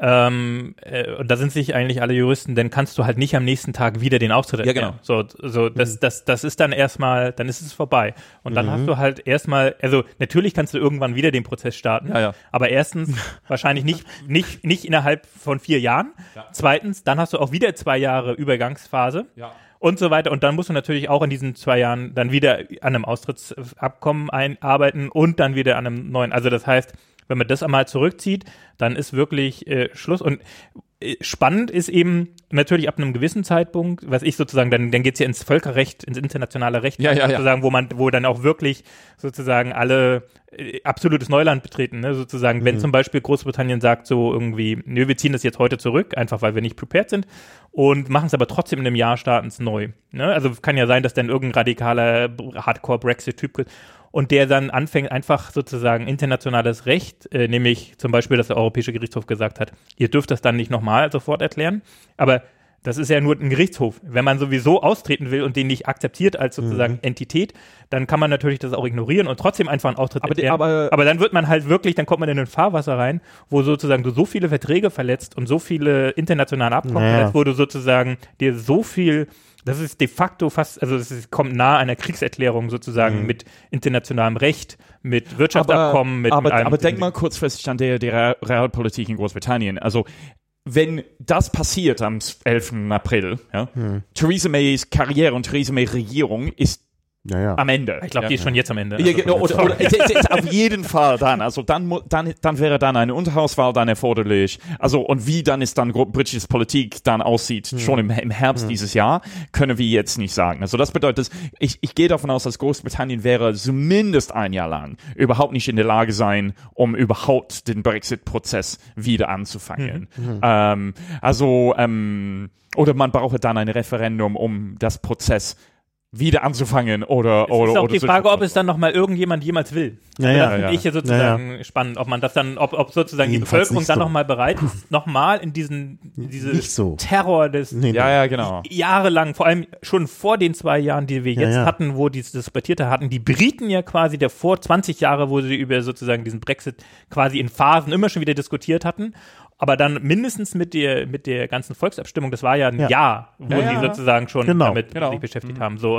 Ähm, äh, und da sind sich eigentlich alle Juristen, dann kannst du halt nicht am nächsten Tag wieder den Austritt erklären. Ja, genau. So, so, das, das, das ist dann erstmal, dann ist es vorbei. Und dann mhm. hast du halt erstmal, also natürlich kannst du irgendwann wieder den Prozess starten, ja, ja. aber erstens wahrscheinlich nicht, nicht, nicht innerhalb von vier Jahren. Ja. Zweitens, dann hast du auch wieder zwei Jahre Übergangsphase. Ja. Und so weiter. Und dann musst du natürlich auch in diesen zwei Jahren dann wieder an einem Austrittsabkommen einarbeiten und dann wieder an einem neuen. Also das heißt, wenn man das einmal zurückzieht, dann ist wirklich äh, Schluss. Und äh, spannend ist eben natürlich ab einem gewissen Zeitpunkt, was ich sozusagen, dann, dann geht's ja ins Völkerrecht, ins internationale Recht, ja, ja, sozusagen, ja. wo man, wo dann auch wirklich sozusagen alle äh, absolutes Neuland betreten, ne? Sozusagen, mhm. wenn zum Beispiel Großbritannien sagt so irgendwie, nö, wir ziehen das jetzt heute zurück, einfach weil wir nicht prepared sind und machen es aber trotzdem in einem Jahr, starten es neu. Ne? Also kann ja sein, dass dann irgendein radikaler Hardcore-Brexit-Typ und der dann anfängt, einfach sozusagen internationales Recht, äh, nämlich zum Beispiel, dass der Europäische Gerichtshof gesagt hat, ihr dürft das dann nicht nochmal sofort erklären, aber das ist ja nur ein Gerichtshof. Wenn man sowieso austreten will und den nicht akzeptiert als sozusagen mhm. Entität, dann kann man natürlich das auch ignorieren und trotzdem einfach einen Austritt aber erklären. Die, aber, aber dann wird man halt wirklich, dann kommt man in ein Fahrwasser rein, wo sozusagen du so viele Verträge verletzt und so viele internationale Abkommen naja. verletzt, wo du sozusagen dir so viel, das ist de facto fast, also es kommt nahe einer Kriegserklärung sozusagen mhm. mit internationalem Recht, mit Wirtschaftsabkommen, aber, mit aber, einem, aber denk mal kurzfristig an der, der Realpolitik in Großbritannien. Also wenn das passiert am elften April, ja, hm. Theresa Mays Karriere und Theresa Mays Regierung ist ja, ja. am Ende. Ich glaube, ja. die ist schon jetzt am Ende. Ja, genau, oder, oder, oder, auf jeden Fall dann. Also dann, dann, dann wäre dann eine Unterhauswahl dann erforderlich. Also und wie dann ist dann britische Politik dann aussieht, hm. schon im, im Herbst hm. dieses Jahr, können wir jetzt nicht sagen. Also das bedeutet, ich, ich gehe davon aus, dass Großbritannien wäre zumindest ein Jahr lang überhaupt nicht in der Lage sein, um überhaupt den Brexit-Prozess wieder anzufangen. Hm. Ähm, also ähm, oder man brauche dann ein Referendum, um das Prozess wieder anzufangen oder es oder ist auch oder die so Frage, ob es dann nochmal irgendjemand jemals will. Ja, also ja, das finde ja. ich ja sozusagen ja, ja. spannend, ob man das dann, ob, ob sozusagen Jedenfalls die Bevölkerung dann so. nochmal bereit ist, nochmal in diesen diese so. Terror des nee, nee. ja ja genau jahrelang, vor allem schon vor den zwei Jahren, die wir ja, jetzt ja. hatten, wo die das Debattierte hatten, die Briten ja quasi der vor zwanzig Jahre, wo sie über sozusagen diesen Brexit quasi in Phasen immer schon wieder diskutiert hatten. Aber dann mindestens mit der mit der ganzen Volksabstimmung, das war ja ein ja. Jahr, wo ja, sie ja. sozusagen schon genau. damit genau. sich beschäftigt mhm. haben. So,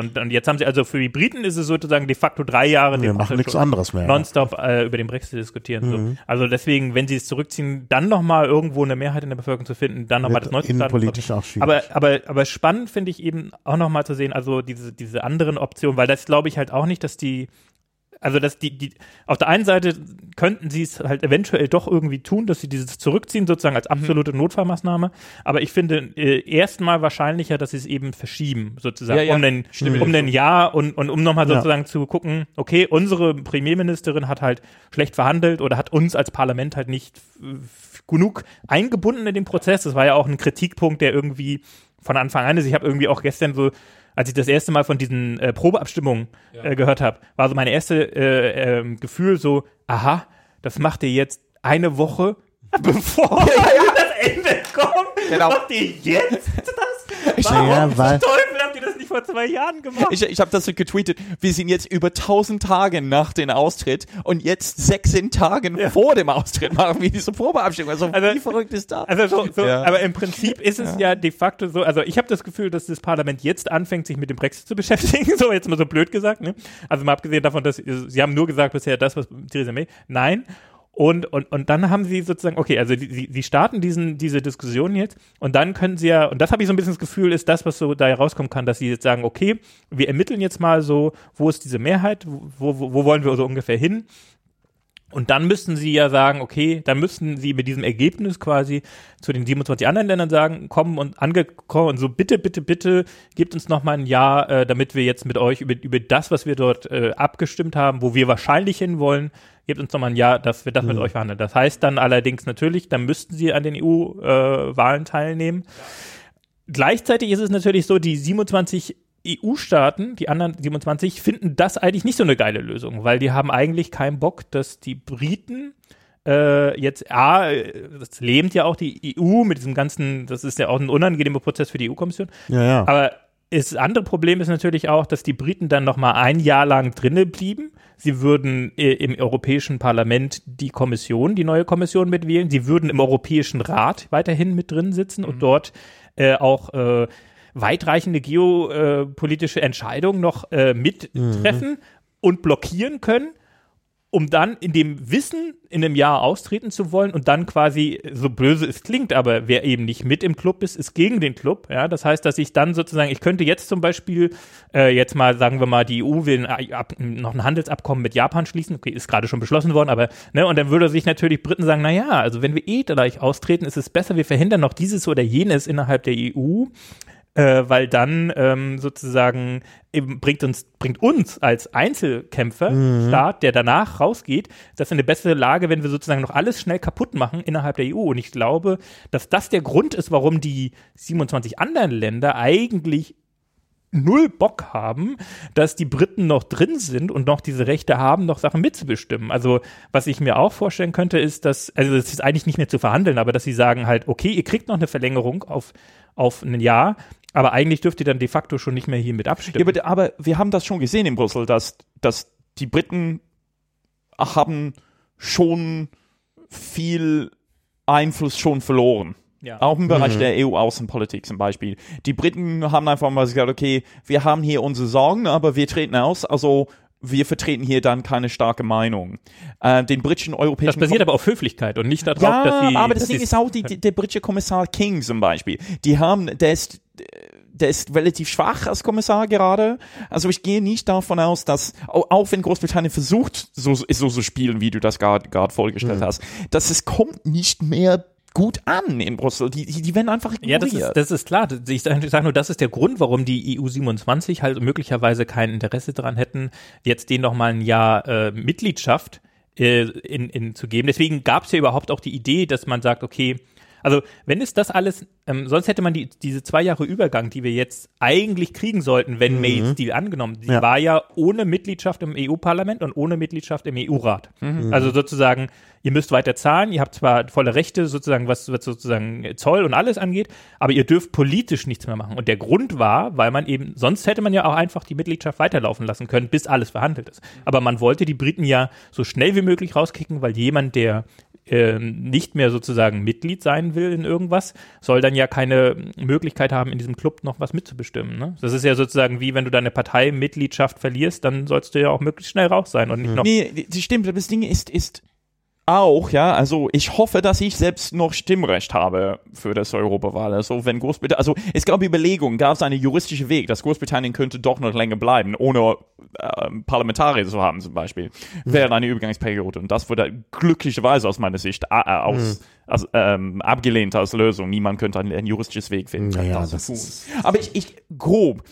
und, und jetzt haben sie, also für die Briten ist es sozusagen de facto drei Jahre. Wir machen nichts anderes mehr. Nonstop äh, über den Brexit diskutieren. Mhm. So. Also deswegen, wenn sie es zurückziehen, dann nochmal irgendwo eine Mehrheit in der Bevölkerung zu finden, dann nochmal das Neustart. Innenpolitisch auch schwierig. Aber, aber, aber spannend finde ich eben auch nochmal zu sehen, also diese, diese anderen Optionen, weil das glaube ich halt auch nicht, dass die Also dass die, die auf der einen Seite könnten sie es halt eventuell doch irgendwie tun, dass sie dieses zurückziehen, sozusagen als absolute Notfallmaßnahme. Aber ich finde äh, erstmal wahrscheinlicher, dass sie es eben verschieben, sozusagen, ja, ja. um den, um den Jahr und, und um nochmal sozusagen ja. zu gucken, okay, unsere Premierministerin hat halt schlecht verhandelt oder hat uns als Parlament halt nicht f- genug eingebunden in den Prozess. Das war ja auch ein Kritikpunkt, der irgendwie von Anfang an ist. Ich habe irgendwie auch gestern so als ich das erste Mal von diesen äh, Probeabstimmungen ja. äh, gehört habe, war so mein erstes äh, äh, Gefühl so, aha, das macht ihr jetzt eine Woche, bevor ja, ja. das Ende kommt. Genau. Macht ihr jetzt das? Warum ja, zum Teufel habt ihr das nicht vor zwei Jahren gemacht? Ich, ich habe das so getweetet, wir sind jetzt über tausend Tage nach dem Austritt und jetzt sechzehn Tage ja. vor dem Austritt machen wir diese Probeabstimmung. Also, also wie verrückt ist das? Also so, so, ja. Aber im Prinzip ist es ja, ja de facto so, also ich habe das Gefühl, dass das Parlament jetzt anfängt, sich mit dem Brexit zu beschäftigen, so jetzt mal so blöd gesagt. Ne? Also mal abgesehen davon, dass sie haben nur gesagt bisher das, was Theresa May, nein. Und, und, und dann haben sie sozusagen, okay, also die, sie, sie starten diesen, diese Diskussion jetzt und dann können sie ja, und das habe ich so ein bisschen das Gefühl, ist das, was so da rauskommen kann, dass sie jetzt sagen, okay, wir ermitteln jetzt mal so, wo ist diese Mehrheit, wo, wo, wo wollen wir so ungefähr hin? Und dann müssten sie ja sagen, okay, dann müssten sie mit diesem Ergebnis quasi zu den siebenundzwanzig anderen Ländern sagen, kommen und angekommen und so, bitte, bitte, bitte, gebt uns noch mal ein Jahr, äh, damit wir jetzt mit euch über, über das, was wir dort äh, abgestimmt haben, wo wir wahrscheinlich hinwollen, gebt uns noch mal ein Jahr, dass wir das mhm. mit euch verhandeln. Das heißt dann allerdings natürlich, dann müssten sie an den E U-Wahlen äh, teilnehmen. Ja. Gleichzeitig ist es natürlich so, die siebenundzwanzig E U-Staaten, die anderen siebenundzwanzig, finden das eigentlich nicht so eine geile Lösung, weil die haben eigentlich keinen Bock, dass die Briten äh, jetzt, A, das lähmt ja auch die E U mit diesem ganzen, das ist ja auch ein unangenehmer Prozess für die E U-Kommission, ja, ja. aber das andere Problem ist natürlich auch, dass die Briten dann noch mal ein Jahr lang drinnen blieben. Sie würden äh, im Europäischen Parlament die Kommission, die neue Kommission mitwählen. Sie würden im Europäischen Rat weiterhin mit drin sitzen mhm. und dort äh, auch äh, weitreichende geopolitische Entscheidungen noch äh, mittreffen mhm. und blockieren können, um dann in dem Wissen in einem Jahr austreten zu wollen und dann quasi, so böse es klingt, aber wer eben nicht mit im Club ist, ist gegen den Club. Ja, das heißt, dass ich dann sozusagen, ich könnte jetzt zum Beispiel äh, jetzt mal, sagen wir mal, die E U will ein, ab, noch ein Handelsabkommen mit Japan schließen. Okay, ist gerade schon beschlossen worden, aber ne, und dann würde sich natürlich Briten sagen, na ja, also wenn wir eh gleich austreten, ist es besser, wir verhindern noch dieses oder jenes innerhalb der E U. Äh, weil dann ähm, sozusagen eben bringt uns bringt uns als Einzelkämpfer-Staat, mhm. der danach rausgeht, das in eine bessere Lage, wenn wir sozusagen noch alles schnell kaputt machen innerhalb der E U. Und ich glaube, dass das der Grund ist, warum die siebenundzwanzig anderen Länder eigentlich null Bock haben, dass die Briten noch drin sind und noch diese Rechte haben, noch Sachen mitzubestimmen. Also was ich mir auch vorstellen könnte, ist, dass, also das ist eigentlich nicht mehr zu verhandeln, aber dass sie sagen halt, okay, ihr kriegt noch eine Verlängerung auf, auf ein Jahr, aber eigentlich dürft ihr dann de facto schon nicht mehr hier mit abstimmen. Ja, aber, aber wir haben das schon gesehen in Brüssel, dass, dass die Briten haben schon viel Einfluss schon verloren. Ja. Auch im Bereich mhm. der E U-Außenpolitik zum Beispiel. Die Briten haben einfach mal gesagt, okay, wir haben hier unsere Sorgen, aber wir treten aus, also wir vertreten hier dann keine starke Meinung. Äh, den britischen europäischen... Das basiert Kom- aber auf Höflichkeit und nicht darauf, ja, dass sie... aber das Ding ist auch die, die, der britische Kommissar King zum Beispiel. Die haben, der ist... Der ist relativ schwach als Kommissar gerade. Also ich gehe nicht davon aus, dass, auch wenn Großbritannien versucht, so so, so zu spielen, wie du das gerade vorgestellt mhm. hast, dass es kommt nicht mehr gut an in Brüssel. Die, die, die werden einfach ignoriert. Ja, das ist, das ist klar. Ich sage sag nur, das ist der Grund, warum die E U siebenundzwanzig halt möglicherweise kein Interesse daran hätten, jetzt denen noch mal ein Jahr äh, Mitgliedschaft äh, in, in, zu geben. Deswegen gab es ja überhaupt auch die Idee, dass man sagt, okay, also wenn es das alles, ähm, sonst hätte man die, diese zwei Jahre Übergang, die wir jetzt eigentlich kriegen sollten, wenn mhm. Mays Deal angenommen, die ja. war ja ohne Mitgliedschaft im E U-Parlament und ohne Mitgliedschaft im E U-Rat. Mhm. Also sozusagen, ihr müsst weiter zahlen, ihr habt zwar volle Rechte, sozusagen, was, was sozusagen Zoll und alles angeht, aber ihr dürft politisch nichts mehr machen. Und der Grund war, weil man eben, sonst hätte man ja auch einfach die Mitgliedschaft weiterlaufen lassen können, bis alles verhandelt ist. Aber man wollte die Briten ja so schnell wie möglich rauskicken, weil jemand, der äh, nicht mehr sozusagen Mitglied sein will in irgendwas, soll dann ja keine Möglichkeit haben, in diesem Club noch was mitzubestimmen. Ne? Das ist ja sozusagen wie, wenn du deine Parteimitgliedschaft verlierst, dann sollst du ja auch möglichst schnell raus sein und nicht noch... Nee, das stimmt, das Ding ist, ist auch, ja, also ich hoffe, dass ich selbst noch Stimmrecht habe für das Europawahl. Also wenn Großbritannien, also es gab Überlegungen, gab es einen juristischen Weg, dass Großbritannien könnte doch noch länger bleiben, ohne äh, Parlamentarier zu haben zum Beispiel, mhm. während einer Übergangsperiode. Und das wurde glücklicherweise aus meiner Sicht äh, aus, mhm. als, ähm, abgelehnt als Lösung. Niemand könnte ein, ein juristisches Weg finden. Naja, das das zu tun. Ist Aber ich, ich grob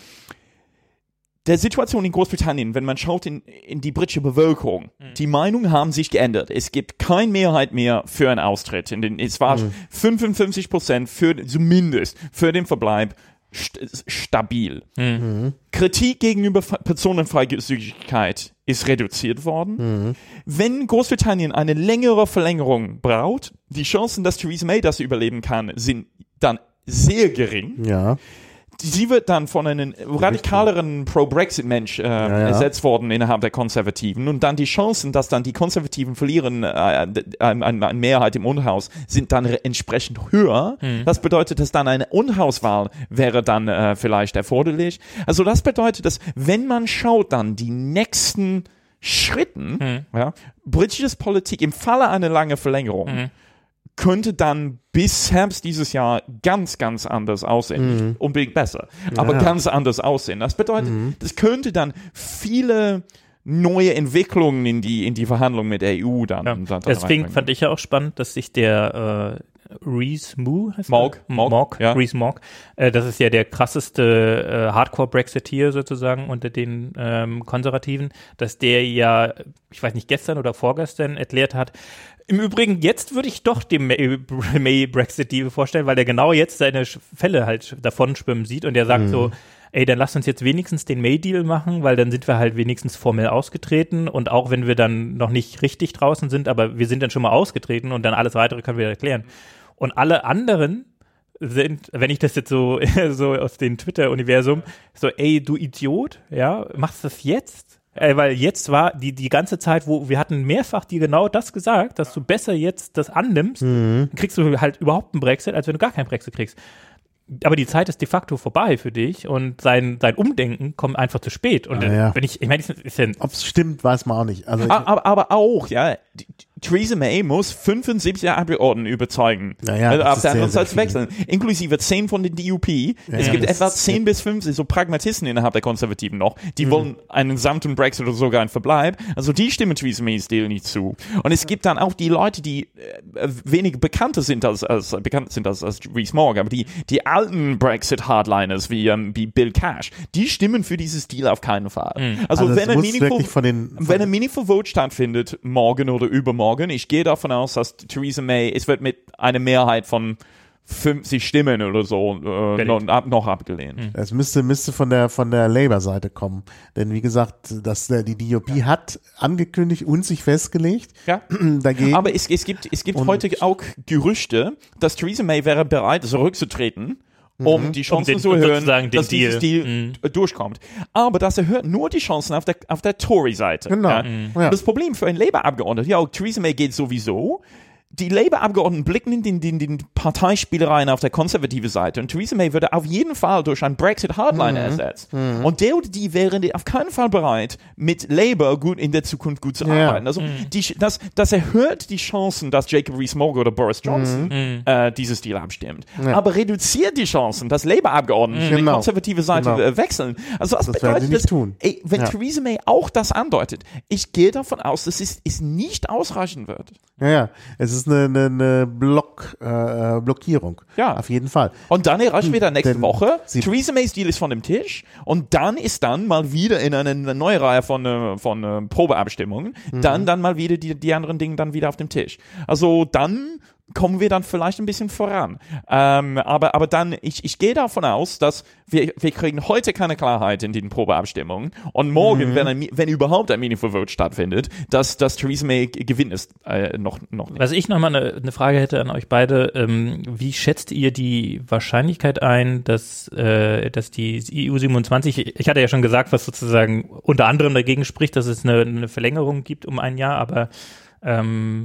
der Situation in Großbritannien, wenn man schaut in, in die britische Bevölkerung, mhm. die Meinungen haben sich geändert. Es gibt keine Mehrheit mehr für einen Austritt. In den, es war mhm. fünfundfünfzig Prozent für, zumindest für den Verbleib st stabil. Mhm. Kritik gegenüber Personenfreizügigkeit ist reduziert worden. Mhm. Wenn Großbritannien eine längere Verlängerung braucht, die Chancen, dass Theresa May das überleben kann, sind dann sehr gering. Ja. Sie wird dann von einem radikaleren Pro-Brexit-Mensch äh, ja, ja. ersetzt worden innerhalb der Konservativen. Und dann die Chancen, dass dann die Konservativen verlieren, äh, eine, eine Mehrheit im Unterhaus, sind dann entsprechend höher. Mhm. Das bedeutet, dass dann eine Unterhauswahl wäre dann äh, vielleicht erforderlich. Also das bedeutet, dass wenn man schaut dann die nächsten Schritten, mhm. ja, britische Politik im Falle einer langen Verlängerung, mhm. könnte dann bis Herbst dieses Jahr ganz, ganz anders aussehen. Mhm. Nicht unbedingt besser, aber ja. ganz anders aussehen. Das bedeutet, mhm. das könnte dann viele neue Entwicklungen in die, in die Verhandlungen mit der E U dann. Ja. dann Deswegen fand ich ja auch spannend, dass sich der äh, Rees-Mogg, heißt Mogg, Mogg, Mogg, ja. Rees-Mogg, äh, das ist ja der krasseste äh, Hardcore-Brexiteer sozusagen unter den ähm, Konservativen, dass der ja, ich weiß nicht, gestern oder vorgestern erklärt hat, im Übrigen, jetzt würde ich doch dem May-Brexit-Deal vorstellen, weil der genau jetzt seine Fälle halt davon schwimmen sieht und der sagt mhm. so, ey, dann lasst uns jetzt wenigstens den May-Deal machen, weil dann sind wir halt wenigstens formell ausgetreten und auch wenn wir dann noch nicht richtig draußen sind, aber wir sind dann schon mal ausgetreten und dann alles Weitere können wir erklären. Und alle anderen sind, wenn ich das jetzt so, so aus dem Twitter-Universum, so, ey, du Idiot, ja, machst du das jetzt? Äh, weil jetzt war die, die ganze Zeit, wo wir hatten mehrfach dir genau das gesagt, dass du besser jetzt das annimmst, mhm. dann kriegst du halt überhaupt einen Brexit, als wenn du gar keinen Brexit kriegst. Aber die Zeit ist de facto vorbei für dich und sein, sein Umdenken kommt einfach zu spät. Und ah, ja. wenn ich, ich meine, ist ja ob es stimmt, weiß man auch nicht. Also ich, aber, aber auch, ja, die, Theresa May muss fünfundsiebzig Abgeordneten überzeugen, naja, also auf der anderen Seite zu wechseln, inklusive zehn von den D U P. Ja, es ja, gibt etwa zehn bis fünfzig so Pragmatisten innerhalb der Konservativen noch, die mhm. wollen einen gesamten Brexit oder sogar einen Verbleib. Also die stimmen Theresa Mays Deal nicht zu. Und es gibt dann auch die Leute, die äh, weniger bekannter sind als, als bekannt sind als, als Rees-Mogg, aber die, die alten Brexit-Hardliners wie, ähm, wie Bill Cash, die stimmen für dieses Deal auf keinen Fall. Mhm. Also, also wenn, ein meaningful, von den, von wenn ein Meaningful Vote stattfindet, morgen oder übermorgen, ich gehe davon aus, dass Theresa May, es wird mit einer Mehrheit von fünfzig Stimmen oder so äh, noch, ab, noch abgelehnt. Es müsste, müsste von der, von der Labour-Seite kommen. Denn wie gesagt, dass der, die D U P ja. hat angekündigt und sich festgelegt ja. dagegen. Aber es, es gibt, es gibt heute auch Gerüchte, dass Theresa May wäre bereit, zurückzutreten, um mhm. die Chancen um den, zu erhöhen, dass Deal. dieses Deal mhm. durchkommt. Aber das erhöht nur die Chancen auf der, auf der Tory-Seite. Genau. Ja? Mhm. Ja. Das Problem für einen Labour-Abgeordneten, ja, Theresa May geht sowieso. Die Labour-Abgeordneten blicken in den, den, den Parteispielereien auf der konservativen Seite und Theresa May würde auf jeden Fall durch einen Brexit-Hardliner mhm. ersetzt. Mhm. Und der oder die wären auf keinen Fall bereit, mit Labour gut in der Zukunft gut zu ja. arbeiten. Also mhm. die, das, das erhöht die Chancen, dass Jacob Rees-Mogg oder Boris Johnson mhm. äh, dieses Deal abstimmt. Ja. Aber reduziert die Chancen, dass Labour-Abgeordneten mhm. genau. die konservative Seite genau. wechseln. Also das, das bedeutet, dass, tun. Ey, wenn ja. Theresa May auch das andeutet, ich gehe davon aus, dass es, es nicht ausreichen wird. Ja, ja. Es ist eine, eine, eine Block, äh, Blockierung. Ja. Auf jeden Fall. Und dann erreichen wir dann nächste Denn Woche. Theresa Mays Deal ist von dem Tisch. Und dann ist dann mal wieder in eine, eine neue Reihe von, von uh, Probeabstimmungen. Mhm. Dann, dann mal wieder die, die anderen Dinge dann wieder auf dem Tisch. Also dann kommen wir dann vielleicht ein bisschen voran. Ähm, aber, aber dann, ich, ich gehe davon aus, dass wir, wir kriegen heute keine Klarheit in den Probeabstimmungen und morgen, mhm. wenn, ein, wenn überhaupt ein Meaningful Vote stattfindet, dass, dass Theresa May gewinnt ist, äh, noch, noch nicht. Was ich nochmal eine, eine Frage hätte an euch beide, ähm, wie schätzt ihr die Wahrscheinlichkeit ein, dass, äh, dass die E U siebenundzwanzig, ich hatte ja schon gesagt, was sozusagen unter anderem dagegen spricht, dass es eine, eine Verlängerung gibt um ein Jahr, aber ähm,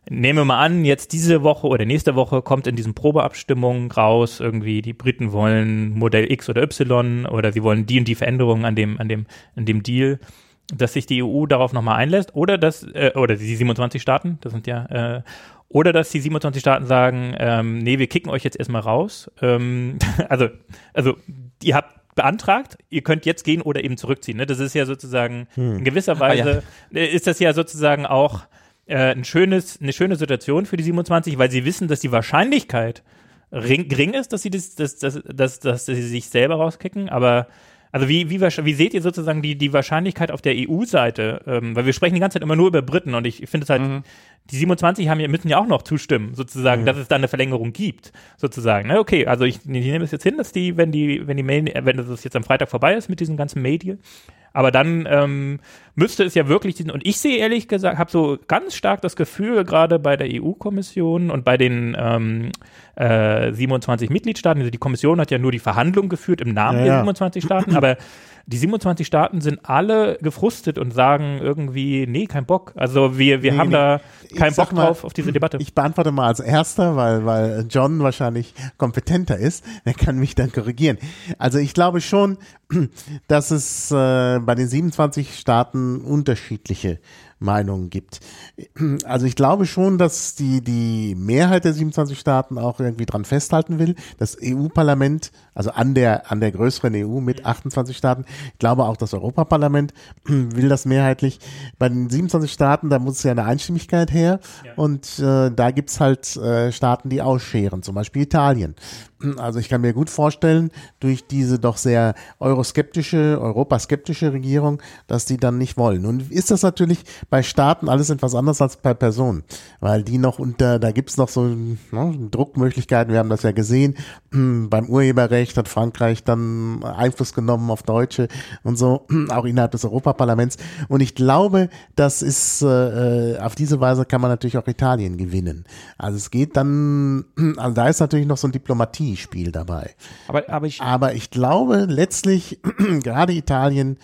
nehmen wir mal an, jetzt diese Woche oder nächste Woche kommt in diesen Probeabstimmungen raus, irgendwie die Briten wollen Modell X oder Y oder sie wollen die und die Veränderungen an dem, an dem, an dem Deal, dass sich die E U darauf nochmal einlässt oder dass, äh, oder die siebenundzwanzig Staaten, das sind ja, äh, oder dass die siebenundzwanzig Staaten sagen, ähm, nee, wir kicken euch jetzt erstmal raus. Ähm, also, also, ihr habt beantragt, ihr könnt jetzt gehen oder eben zurückziehen. Ne? Das ist ja sozusagen, hm. in gewisser Weise, ah, ja. ist das ja sozusagen auch äh, ein schönes, eine schöne Situation für die siebenundzwanzig, weil sie wissen, dass die Wahrscheinlichkeit ring, gering ist, dass sie, das, dass, dass, dass, dass sie sich selber rauskicken, aber also wie, wie, wie seht ihr sozusagen die, die Wahrscheinlichkeit auf der E U-Seite? Ähm, weil wir sprechen die ganze Zeit immer nur über Briten und ich, ich finde es halt, mhm. die siebenundzwanzig haben ja, müssen ja auch noch zustimmen, sozusagen, mhm. dass es da eine Verlängerung gibt, sozusagen. Ne? Okay, also ich, ich nehme es jetzt hin, dass die, wenn die, wenn die Mail, wenn das jetzt am Freitag vorbei ist mit diesem ganzen Mail-Deal, aber dann ähm, müsste es ja wirklich diesen, und ich sehe ehrlich gesagt, habe so ganz stark das Gefühl, gerade bei der E U-Kommission und bei den ähm, äh, siebenundzwanzig Mitgliedstaaten, also die Kommission hat ja nur die Verhandlungen geführt im Namen ja, der ja. siebenundzwanzig Staaten, aber die siebenundzwanzig Staaten sind alle gefrustet und sagen irgendwie, nee, kein Bock. Also wir, wir nee, haben nee. da keinen Bock mal, drauf auf diese Debatte. Ich beantworte mal als Erster, weil, weil John wahrscheinlich kompetenter ist. Er kann mich dann korrigieren. Also ich glaube schon, dass es äh, bei den siebenundzwanzig Staaten unterschiedliche Meinungen gibt. Also ich glaube schon, dass die, die Mehrheit der siebenundzwanzig Staaten auch irgendwie dran festhalten will. Das E U-Parlament, also an der, an der größeren E U mit achtundzwanzig Staaten, ich glaube auch das Europaparlament will das mehrheitlich. Bei den siebenundzwanzig Staaten, da muss ja eine Einstimmigkeit her ja. und äh, da gibt's halt äh, Staaten, die ausscheren, zum Beispiel Italien. Also ich kann mir gut vorstellen, durch diese doch sehr euroskeptische, europaskeptische Regierung, dass die dann nicht wollen. Nun ist das natürlich bei Staaten alles etwas anderes als bei Personen, weil die noch unter, da gibt's noch so ne, Druckmöglichkeiten, wir haben das ja gesehen, beim Urheberrecht hat Frankreich dann Einfluss genommen auf Deutsche und so, auch innerhalb des Europaparlaments und ich glaube, das ist, äh, auf diese Weise kann man natürlich auch Italien gewinnen. Also es geht dann, also da ist natürlich noch so ein Diplomatie Spiel dabei. Aber, aber, ich, aber ich glaube letztlich, gerade Italien,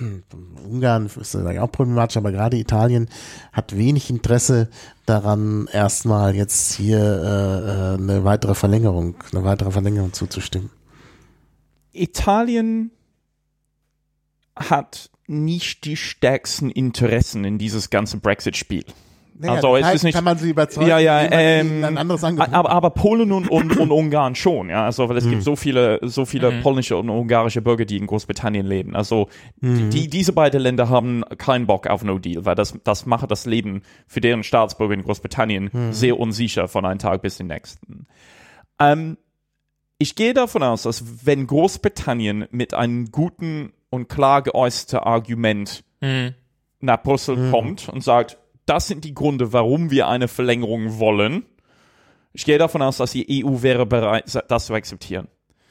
Ungarn ist auch problematisch, aber gerade Italien hat wenig Interesse daran, erstmal jetzt hier äh, eine weitere Verlängerung, eine weitere Verlängerung zuzustimmen. Italien hat nicht die stärksten Interessen in dieses ganze Brexit-Spiel. Naja, also es heißt, ist nicht, kann man sie überzeugen, ja, ja, ähm, ein anderes Angebot. Aber, aber Polen und, und, und Ungarn schon, ja, also weil es mhm. gibt so viele, so viele mhm. polnische und ungarische Bürger, die in Großbritannien leben. Also mhm. die, diese beiden Länder haben keinen Bock auf No Deal, weil das, das macht das Leben für deren Staatsbürger in Großbritannien mhm. sehr unsicher von einem Tag bis den nächsten. Ähm, ich gehe davon aus, dass wenn Großbritannien mit einem guten und klar geäußerten Argument mhm. nach Brüssel mhm. kommt und sagt, das sind die Gründe, warum wir eine Verlängerung wollen. Ich gehe davon aus, dass die E U wäre bereit, das zu akzeptieren.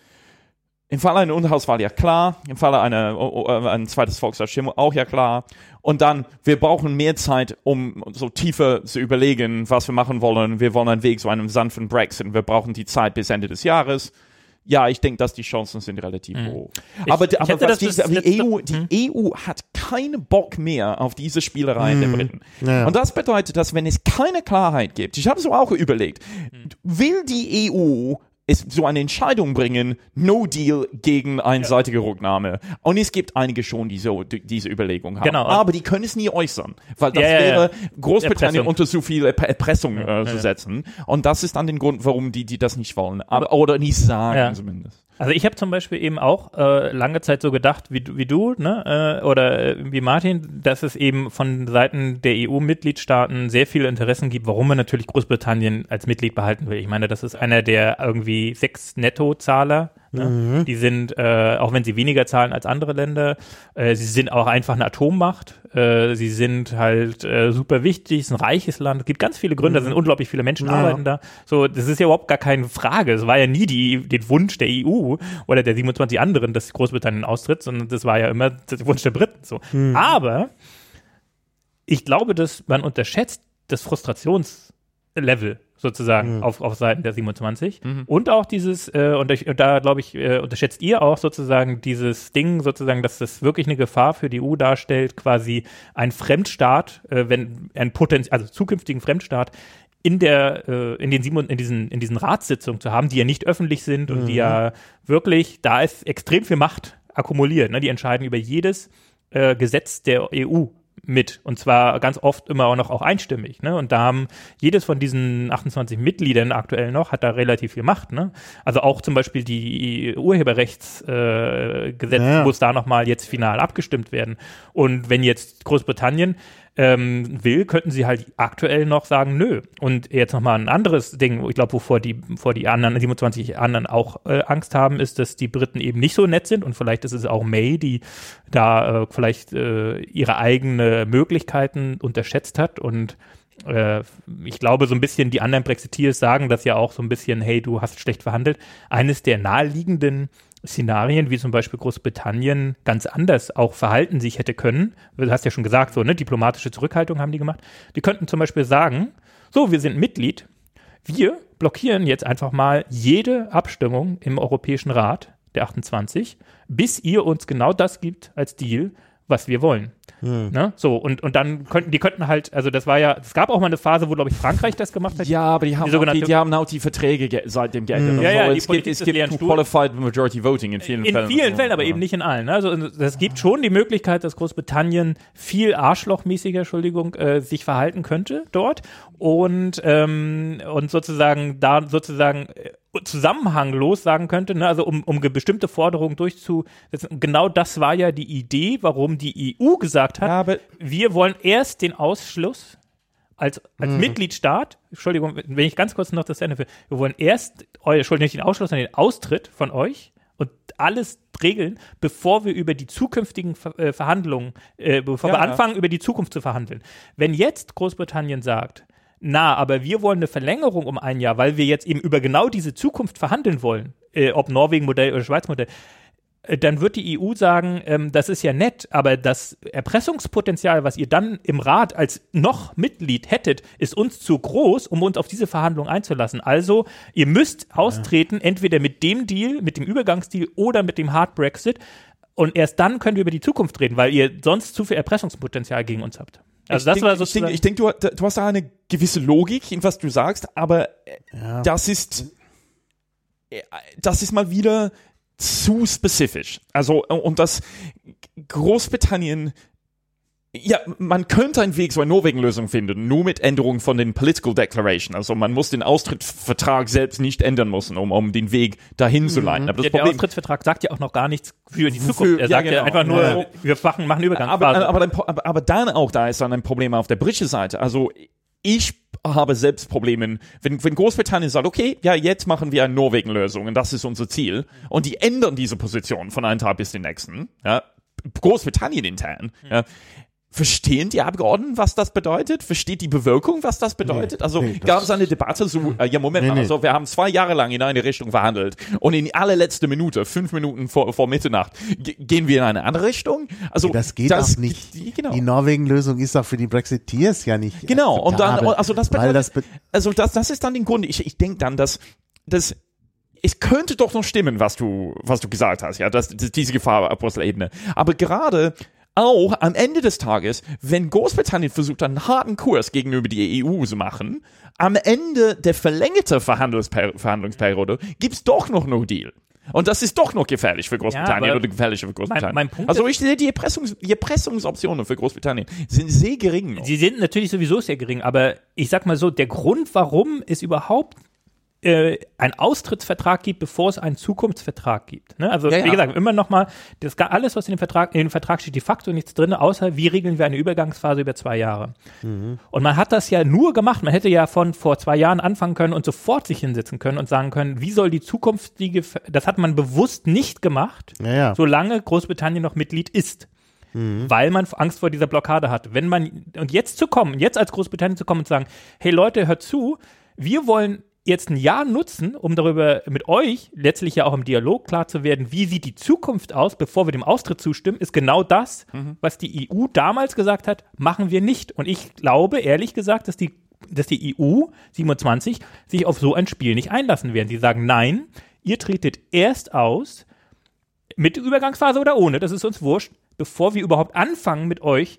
Im Fall einer Unterhauswahl ja klar, im Fall einer oh, oh, ein zweites Volksabstimmung auch ja klar. Und dann, wir brauchen mehr Zeit, um so tiefer zu überlegen, was wir machen wollen. Wir wollen einen Weg zu einem sanften Brexit. Wir brauchen die Zeit bis Ende des Jahres. Ja, ich denke, dass die Chancen sind relativ mhm. hoch. Ich, aber ich aber das, die, das, die, das, E U, das, die hm? E U hat keinen Bock mehr auf diese Spielereien mhm. der Briten. Ja. Und das bedeutet, dass wenn es keine Klarheit gibt, ich habe so auch überlegt, mhm. will die E U es so eine Entscheidung bringen, No Deal gegen einseitige ja. Rücknahme. Und es gibt einige schon, die so die, diese Überlegung haben. Genau. Aber die können es nie äußern, weil das ja, ja, wäre ja. Großbritannien Erpressung. unter so viel Erpressung äh, zu ja. setzen. Und das ist dann der Grund, warum die, die das nicht wollen. Aber, oder nicht sagen ja. zumindest. Also ich habe zum Beispiel eben auch äh, lange Zeit so gedacht, wie, wie du, ne, äh, oder äh, wie Martin, dass es eben von Seiten der E U-Mitgliedstaaten sehr viele Interessen gibt, warum man natürlich Großbritannien als Mitglied behalten will. Ich meine, das ist einer der irgendwie sechs Nettozahler. Ne? Mhm. Die sind, äh, auch wenn sie weniger zahlen als andere Länder, äh, sie sind auch einfach eine Atommacht. Äh, sie sind halt äh, super wichtig, es ist ein reiches Land. Es gibt ganz viele Gründe, mhm. da sind unglaublich viele Menschen ja. arbeiten da. So, das ist ja überhaupt gar keine Frage. Es war ja nie die, den Wunsch der E U oder der siebenundzwanzig anderen, dass Großbritannien austritt, sondern das war ja immer der Wunsch der Briten. So. Mhm. Aber ich glaube, dass man unterschätzt das Frustrationslevel sozusagen mhm. auf, auf Seiten der siebenundzwanzig mhm. und auch dieses, äh, und, ich, und da glaube ich, äh, unterschätzt ihr auch sozusagen dieses Ding sozusagen, dass das wirklich eine Gefahr für die E U darstellt, quasi ein Fremdstaat, äh, wenn ein Potenzial, also zukünftigen Fremdstaat in der äh, in den sieben, in diesen in diesen Ratssitzungen zu haben, die ja nicht öffentlich sind und mhm. die ja wirklich, da ist extrem viel Macht akkumuliert. Ne? Die entscheiden über jedes äh, Gesetz der E U mit, und zwar ganz oft immer auch noch auch einstimmig, ne? Und da haben jedes von diesen achtundzwanzig Mitgliedern aktuell noch, hat da relativ viel Macht, ne? Also auch zum Beispiel die Urheberrechtsgesetze äh, ja. muss da nochmal jetzt final abgestimmt werden. Und wenn jetzt Großbritannien ähm, will, könnten sie halt aktuell noch sagen, nö. Und jetzt nochmal ein anderes Ding, ich glaube, wovor die, vor die anderen, siebenundzwanzig anderen auch äh, Angst haben, ist, dass die Briten eben nicht so nett sind, und vielleicht ist es auch May, die da äh, vielleicht äh, ihre eigenen Möglichkeiten unterschätzt hat. Und äh, ich glaube, so ein bisschen die anderen Brexiteers sagen das ja auch so ein bisschen, hey, du hast schlecht verhandelt. Eines der naheliegenden Szenarien, wie zum Beispiel Großbritannien ganz anders auch verhalten sich hätte können. Du hast ja schon gesagt, so, ne, diplomatische Zurückhaltung haben die gemacht. Die könnten zum Beispiel sagen, so, wir sind Mitglied, wir blockieren jetzt einfach mal jede Abstimmung im Europäischen Rat der achtundzwanzig, bis ihr uns genau das gibt als Deal, was wir wollen. Hm. Ne? So, und, und dann könnten, die könnten halt, also das war ja, es gab auch mal eine Phase, wo, glaube ich, Frankreich das gemacht hat. Ja, aber die haben, die, auch, die, die haben auch die Verträge ge- seitdem geändert. Hm. Ja, ja, so. die Es Politik gibt, es des gibt leeren Qualified Majority Voting in vielen in Fällen. In vielen so. Fällen, aber ja. eben nicht in allen. Ne? Also es gibt schon die Möglichkeit, dass Großbritannien viel arschlochmäßiger, Entschuldigung, äh, sich verhalten könnte dort und, ähm, und sozusagen da sozusagen äh, zusammenhanglos sagen könnte, ne, also um, um bestimmte Forderungen durchzusetzen. Genau das war ja die Idee, warum die E U gesagt hat, Ja, aber wir wollen erst den Ausschluss als, als Mhm. Mitgliedstaat, Entschuldigung, wenn ich ganz kurz noch das Ende will, wir wollen erst, eu, Entschuldigung, nicht den Ausschluss, sondern den Austritt von euch und alles regeln, bevor wir über die zukünftigen Ver- äh, Verhandlungen, äh, bevor Ja, wir anfangen, über die Zukunft zu verhandeln. Wenn jetzt Großbritannien sagt, na, aber wir wollen eine Verlängerung um ein Jahr, weil wir jetzt eben über genau diese Zukunft verhandeln wollen, äh, ob Norwegen-Modell oder Schweiz-Modell, äh, dann wird die E U sagen, ähm, das ist ja nett, aber das Erpressungspotenzial, was ihr dann im Rat als noch Mitglied hättet, ist uns zu groß, um uns auf diese Verhandlung einzulassen. Also, ihr müsst austreten, ja. entweder mit dem Deal, mit dem Übergangsdeal oder mit dem Hard Brexit, und erst dann können wir über die Zukunft reden, weil ihr sonst zu viel Erpressungspotenzial gegen uns habt. Also ich das denk, war ich sozusagen denke, ich denk, du, du hast da eine gewisse Logik in was du sagst, aber Ja. das ist das ist mal wieder zu spezifisch. Also, und das Großbritannien, ja, man könnte einen Weg, so eine Norwegen-Lösung finden, nur mit Änderungen von den Political Declaration. Also man muss den Austrittsvertrag selbst nicht ändern müssen, um, um den Weg dahin zu leiten. Aber das ja, der Problem, Austrittsvertrag sagt ja auch noch gar nichts für die Für- Zukunft. Er ja, sagt ja genau. einfach nur, Ja. wir machen, machen Übergangsphase. aber, aber, dann, aber, aber dann auch, da ist dann ein Problem auf der britischen Seite. Also ich habe selbst Probleme, wenn, wenn Großbritannien sagt, okay, ja, jetzt machen wir eine Norwegen-Lösung und das ist unser Ziel, und die ändern diese Position von einem Tag bis den nächsten, ja, Großbritannien intern, ja, verstehen die Abgeordneten, was das bedeutet? Versteht die Bevölkerung, was das bedeutet? Nee, also nee, das gab es eine Debatte, so, äh, ja, Moment Nee, mal, nee. also wir haben zwei Jahre lang in eine Richtung verhandelt und in allerletzte Minute, fünf Minuten vor, vor Mitternacht, g- gehen wir in eine andere Richtung? Also Das geht das, auch nicht. Die, genau. Die Norwegen-Lösung ist auch für die Brexiteers ja nicht Genau, und dann, akzeptabel, also das weil bedeutet, das be- also das, das ist dann den Grund, ich, ich denke dann, dass, dass es könnte doch noch stimmen, was du, was du gesagt hast, ja, dass, dass diese Gefahr auf Brüssel-Ebene. Aber gerade auch am Ende des Tages, wenn Großbritannien versucht, einen harten Kurs gegenüber die E U zu machen, am Ende der verlängerten Verhandlungsper- Verhandlungsperiode gibt's doch noch No Deal. Und das ist doch noch gefährlich für Großbritannien Ja, aber oder gefährlicher für Großbritannien. mein- mein Punkt also ist- ich sehe, die, Erpressungs- die Erpressungsoptionen für Großbritannien sind sehr gering noch. Sie sind natürlich sowieso sehr gering, aber ich sag mal so, der Grund, warum es überhaupt äh, einen Austrittsvertrag gibt, bevor es einen Zukunftsvertrag gibt. Ne? Also Ja, wie ja. gesagt, immer nochmal, das alles, was in dem Vertrag, in dem Vertrag steht, de facto nichts drin, außer wie regeln wir eine Übergangsphase über zwei Jahre. Mhm. Und man hat das ja nur gemacht, man hätte ja von vor zwei Jahren anfangen können und sofort sich hinsetzen können und sagen können, wie soll die zukünftige, das hat man bewusst nicht gemacht, Ja, ja. solange Großbritannien noch Mitglied ist. Weil man Angst vor dieser Blockade hat. Wenn man, und jetzt zu kommen, jetzt als Großbritannien zu kommen und zu sagen, hey Leute, hört zu, wir wollen jetzt ein Jahr nutzen, um darüber mit euch letztlich ja auch im Dialog klar zu werden, wie sieht die Zukunft aus, bevor wir dem Austritt zustimmen, ist genau das, Mhm. was die E U damals gesagt hat, machen wir nicht. Und ich glaube, ehrlich gesagt, dass die, dass die E U siebenundzwanzig sich auf so ein Spiel nicht einlassen werden. Die sagen, nein, ihr tretet erst aus, mit Übergangsphase oder ohne, das ist uns wurscht, bevor wir überhaupt anfangen, mit euch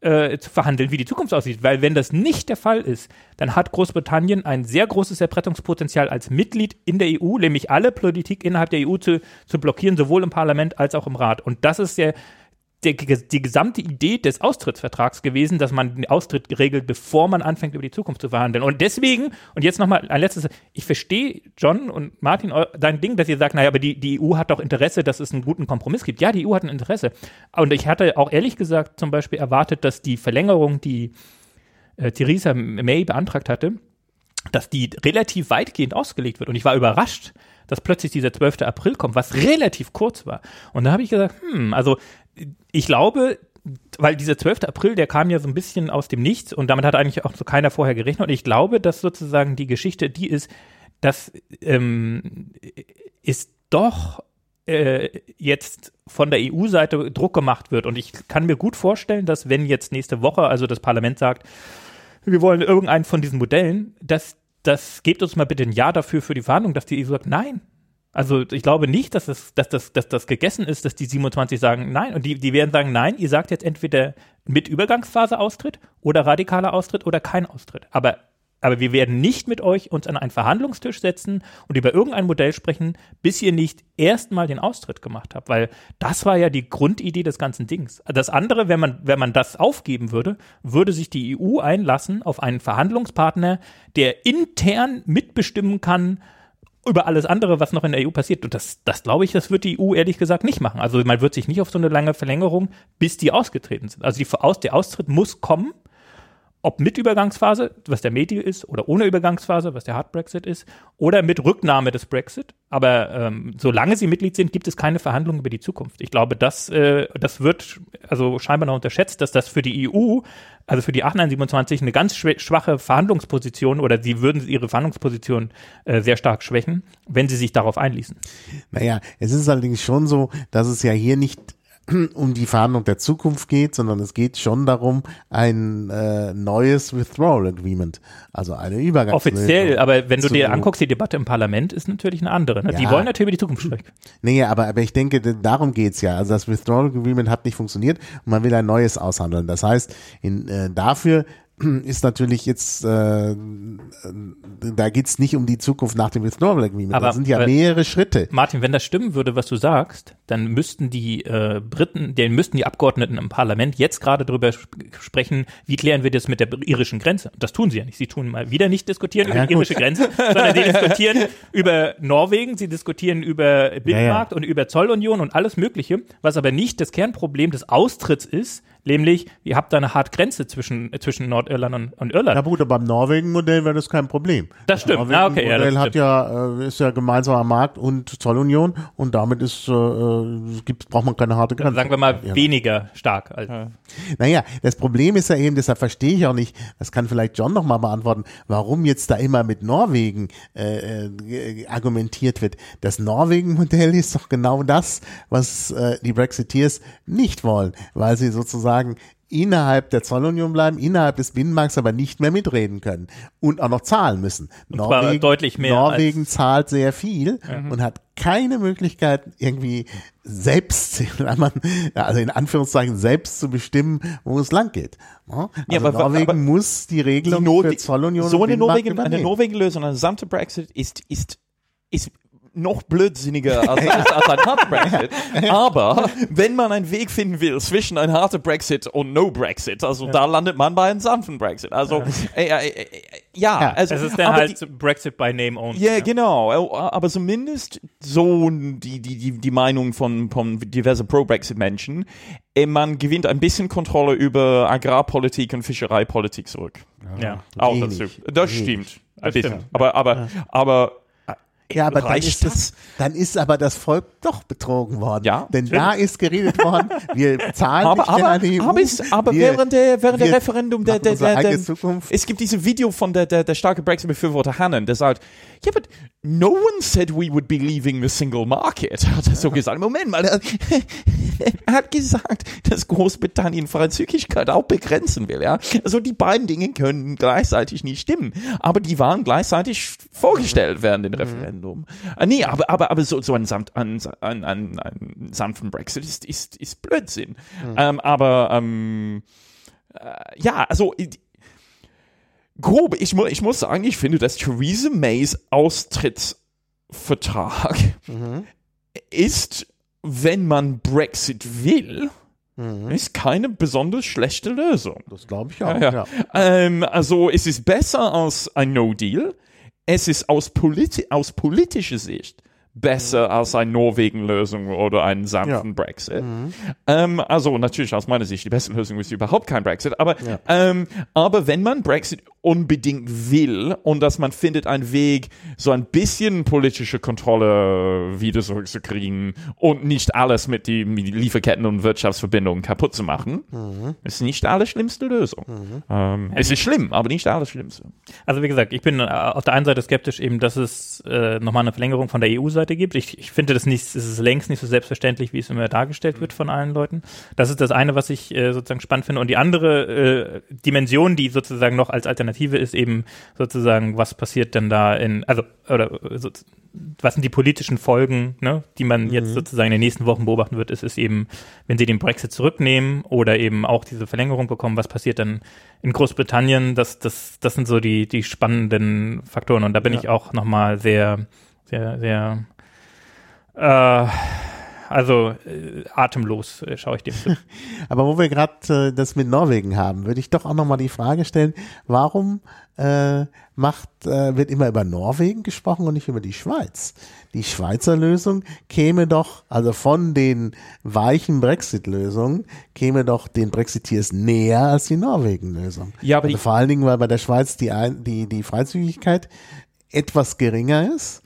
äh, zu verhandeln, wie die Zukunft aussieht. Weil wenn das nicht der Fall ist, dann hat Großbritannien ein sehr großes Erpressungspotenzial als Mitglied in der E U, nämlich alle Politik innerhalb der E U zu, zu blockieren, sowohl im Parlament als auch im Rat. Und das ist der Der, die gesamte Idee des Austrittsvertrags gewesen, dass man den Austritt regelt, bevor man anfängt, über die Zukunft zu verhandeln. Und deswegen, und jetzt nochmal ein letztes, ich verstehe, John und Martin, dein Ding, dass ihr sagt, naja, aber die, die E U hat doch Interesse, dass es einen guten Kompromiss gibt. Ja, die E U hat ein Interesse. Und ich hatte auch ehrlich gesagt zum Beispiel erwartet, dass die Verlängerung, die äh, Theresa May beantragt hatte, dass die relativ weitgehend ausgelegt wird. Und ich war überrascht, dass plötzlich dieser zwölfter April kommt, was relativ kurz war. Und da habe ich gesagt, hm, also ich glaube, weil dieser zwölfter April, der kam ja so ein bisschen aus dem Nichts und damit hat eigentlich auch so keiner vorher gerechnet. Und ich glaube, dass sozusagen die Geschichte die ist, dass ähm, ist doch äh, jetzt von der E U-Seite Druck gemacht wird. Und ich kann mir gut vorstellen, dass wenn jetzt nächste Woche, also das Parlament sagt, wir wollen irgendeinen von diesen Modellen, dass das gebt uns mal bitte ein Ja dafür für die Verhandlung, dass die E U sagt, nein. Also ich glaube nicht, dass das, dass das, dass das gegessen ist, dass die siebenundzwanzig sagen nein. Und die, die werden sagen, nein, ihr sagt jetzt entweder mit Übergangsphase Austritt oder radikaler Austritt oder kein Austritt. Aber, aber wir werden nicht mit euch uns an einen Verhandlungstisch setzen und über irgendein Modell sprechen, bis ihr nicht erstmal den Austritt gemacht habt. Weil das war ja die Grundidee des ganzen Dings. Das andere, wenn man, wenn man das aufgeben würde, würde sich die E U einlassen auf einen Verhandlungspartner, der intern mitbestimmen kann, über alles andere, was noch in der E U passiert. Und das, das glaube ich, das wird die E U ehrlich gesagt nicht machen. Also man wird sich nicht auf so eine lange Verlängerung, bis die ausgetreten sind. Also die, der Austritt muss kommen, ob mit Übergangsphase, was der May-Deal ist, oder ohne Übergangsphase, was der Hard Brexit ist, oder mit Rücknahme des Brexit. Aber ähm, solange sie Mitglied sind, gibt es keine Verhandlungen über die Zukunft. Ich glaube, das, äh, das wird also scheinbar noch unterschätzt, dass das für die E U, also für die achthundertsiebenundzwanzig, eine ganz schwache Verhandlungsposition oder sie würden ihre Verhandlungsposition äh, sehr stark schwächen, wenn sie sich darauf einließen. Naja, es ist allerdings schon so, dass es ja hier nicht um die Verhandlung der Zukunft geht, sondern es geht schon darum, ein äh, neues Withdrawal Agreement, also eine Übergangslösung. Offiziell, aber wenn du dir anguckst, die Debatte im Parlament ist natürlich eine andere. Ne? Ja. Die wollen natürlich über die Zukunft sprechen. Nee, aber, aber ich denke, darum geht's ja. Also das Withdrawal Agreement hat nicht funktioniert und man will ein neues aushandeln. Das heißt, in, äh, dafür ist natürlich jetzt, äh, da geht's nicht um die Zukunft nach dem Withdrawal Agreement. Aber, das sind ja mehrere Schritte. Martin, wenn das stimmen würde, was du sagst, dann müssten die äh, Briten, dann müssten die Abgeordneten im Parlament jetzt gerade darüber sp- sprechen, wie klären wir das mit der irischen Grenze. Das tun sie ja nicht. Sie tun mal wieder nicht diskutieren ja, über die irische Grenze, sondern sie diskutieren über Norwegen, sie diskutieren über Binnenmarkt ja, ja. und über Zollunion und alles Mögliche, was aber nicht das Kernproblem des Austritts ist, nämlich, ihr habt da eine harte Grenze zwischen, zwischen Nordirland und, und Irland. Na gut, aber beim Norwegen-Modell wäre das kein Problem. Das stimmt. Das ah, okay, ja, Modell das hat stimmt. ja, äh, ist ja gemeinsamer Markt und Zollunion und damit ist, äh, gibt, braucht man keine harte Grenze. Sagen wir mal ja. weniger stark. Also. Ja. Naja, das Problem ist ja eben, deshalb verstehe ich auch nicht, das kann vielleicht John nochmal beantworten, warum jetzt da immer mit Norwegen äh, äh, argumentiert wird. Das Norwegen-Modell ist doch genau das, was äh, die Brexiteers nicht wollen, weil sie sozusagen innerhalb der Zollunion bleiben, innerhalb des Binnenmarkts aber nicht mehr mitreden können und auch noch zahlen müssen. Und zwar Norwegen, deutlich mehr. Norwegen zahlt sehr viel mhm. und hat keine Möglichkeit, irgendwie selbst, also in Anführungszeichen, selbst zu bestimmen, wo es lang geht. Also ja, aber, Norwegen aber muss die Regelung die für Zollunion so und eine Binnenmarkt Norwegen, übernehmen. eine Norwegen-Lösung, eine gesamte Brexit ist, ist, ist noch blödsinniger als, als, als ein harter Brexit. Aber wenn man einen Weg finden will zwischen ein harter Brexit und No Brexit, also ja. da landet man bei einem sanften Brexit. Also äh, äh, äh, ja, ja, also es ist dann halt die, Brexit by name only. Yeah, ja, genau. Aber zumindest so die die die die Meinung von von diversen Pro-Brexit-Menschen. Man gewinnt ein bisschen Kontrolle über Agrarpolitik und Fischereipolitik zurück. Ja, auch dazu. Das stimmt. Ein bisschen. Stimmt. Aber aber ja. aber Ja, aber dann ist, das? das, dann ist aber das Volk doch betrogen worden. Ja, denn schön. da ist geredet worden, wir zahlen aber, nicht mehr aber, an die E U. Aber, es, aber wir, während der, während der Referendum, der, der, der, der, Zukunft. es gibt dieses Video von der, der, der starke Brexit-Befürworter Hannon, der sagt, ja, yeah, but no one said we would be leaving the single market. Hat er so gesagt. Moment mal, er, er hat gesagt, dass Großbritannien Freizügigkeit auch begrenzen will. Ja? Also die beiden Dinge können gleichzeitig nicht stimmen, aber die waren gleichzeitig vorgestellt während dem Referendum. Mhm. Nee, aber, aber, aber so, so ein, samt, ein, ein, ein, ein sanften Brexit ist, ist, ist Blödsinn. Mhm. Ähm, aber ähm, äh, ja, also grob, ich, mu- ich muss sagen, ich finde, dass Theresa Mays Austrittsvertrag mhm. ist, wenn man Brexit will, mhm. ist keine besonders schlechte Lösung. Das glaube ich auch, ja, ja. ja. Ähm, also es ist besser als ein No-Deal. Es ist aus, politi- aus politischer Sicht besser als eine Norwegen-Lösung oder einen sanften ja. Brexit. Mhm. Ähm, also natürlich aus meiner Sicht die beste Lösung ist überhaupt kein Brexit, aber, ja. ähm, aber wenn man Brexit unbedingt will und dass man findet einen Weg, so ein bisschen politische Kontrolle wieder zurückzukriegen und nicht alles mit den Lieferketten und Wirtschaftsverbindungen kaputt zu machen, mhm. ist nicht die allerschlimmste Lösung. Mhm. Ähm, es ist schlimm, aber nicht die allerschlimmste. Also wie gesagt, ich bin auf der einen Seite skeptisch eben, dass es äh, nochmal eine Verlängerung von der E U-Seite gibt. Ich, ich finde das nicht, es ist längst nicht so selbstverständlich, wie es immer dargestellt wird von allen Leuten. Das ist das eine, was ich äh, sozusagen spannend finde. Und die andere äh, Dimension, die sozusagen noch als Alternative ist, eben sozusagen, was passiert denn da in, also, oder so, was sind die politischen Folgen, ne, die man jetzt mhm. sozusagen in den nächsten Wochen beobachten wird, ist, ist eben, wenn sie den Brexit zurücknehmen oder eben auch diese Verlängerung bekommen, was passiert dann in Großbritannien? Das, das, das sind so die, die spannenden Faktoren. Und da bin ja. ich auch nochmal sehr, sehr, sehr Äh, also äh, atemlos äh, schaue ich dem zu. Aber wo wir gerade äh, das mit Norwegen haben, würde ich doch auch nochmal die Frage stellen, warum äh, macht, äh, wird immer über Norwegen gesprochen und nicht über die Schweiz? Die Schweizer Lösung käme doch, also von den weichen Brexit-Lösungen, käme doch den Brexiteers näher als die Norwegen-Lösung. Ja, aber also vor allen Dingen, weil bei der Schweiz die, die, die Freizügigkeit etwas geringer ist.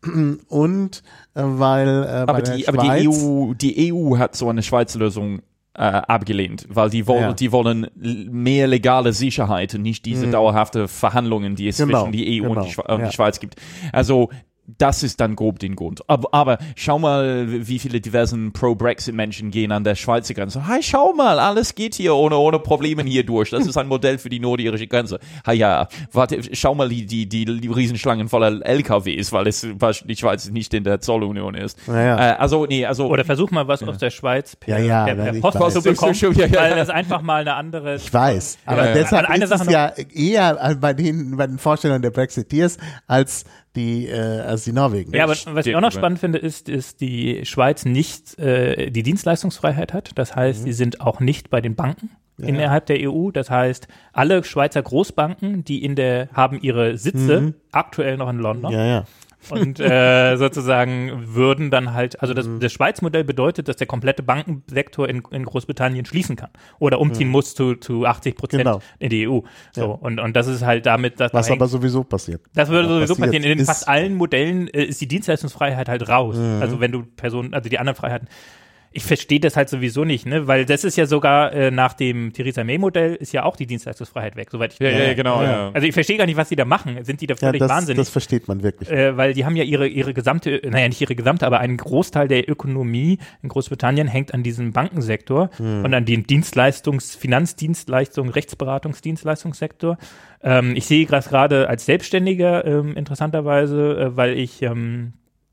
Und äh, weil äh, aber, bei die, der aber Schweiz, die E U, die E U hat so eine Schweizer Lösung äh, abgelehnt, weil die wollen, ja. die wollen mehr legale Sicherheit und nicht diese mhm. dauerhafte Verhandlungen, die es genau, zwischen die E U genau, und, die Schwe- und ja. die Schweiz gibt. Also das ist dann grob den Grund. Aber, aber schau mal, wie viele diversen Pro-Brexit-Menschen gehen an der Schweizer Grenze. Hey, schau mal, alles geht hier ohne, ohne Probleme hier durch. Das ist ein Modell für die nordirische Grenze. Ha ja, warte, schau mal die, die, die, die Riesenschlangen voller L K Ws, weil es, weil die Schweiz nicht in der Zollunion ist. Ja, ja. Äh, also, nee, also. Oder versuch mal was ja. aus der Schweiz per, ja, ja, per, per ich Post weiß. zu bekommen, ja, ja, ja. weil das einfach mal eine andere. Ich weiß, aber ja, ja. deshalb eine ist Sache es ja eher bei den, bei den Vorstellungen der Brexiteers als die, äh, als die Norwegen. Ja, aber was ich auch noch spannend finde, ist, ist die Schweiz nicht äh, die Dienstleistungsfreiheit hat. Das heißt, mhm. sie sind auch nicht bei den Banken ja. innerhalb der E U. Das heißt, alle Schweizer Großbanken, die in der haben ihre Sitze mhm. aktuell noch in London. Ja, ja. Und äh, sozusagen würden dann halt, also das, das Schweiz-Modell bedeutet, dass der komplette Bankensektor in, in Großbritannien schließen kann oder umziehen mhm. muss zu, zu achtzig Prozent genau. in die E U. So, ja. und, und das ist halt damit, dass was da aber sowieso passiert. Das würde sowieso passiert. passieren. In den ist fast allen Modellen äh, ist die Dienstleistungsfreiheit halt raus. Mhm. Also wenn du Personen, also die anderen Freiheiten. Ich verstehe das halt sowieso nicht, ne, weil das ist ja sogar äh, nach dem Theresa May-Modell ist ja auch die Dienstleistungsfreiheit weg, soweit ich ja, ja, genau. Ja. Also ich verstehe gar nicht, was die da machen. Sind die da völlig ja, das, wahnsinnig? Das versteht man wirklich. Äh, weil die haben ja ihre ihre gesamte, naja nicht ihre gesamte, aber einen Großteil der Ökonomie in Großbritannien hängt an diesem Bankensektor hm. und an dem Dienstleistungs-, Finanzdienstleistung, Rechtsberatungsdienstleistungssektor. Ähm, ich sehe das gerade als Selbstständiger ähm, interessanterweise, äh, weil ich ähm,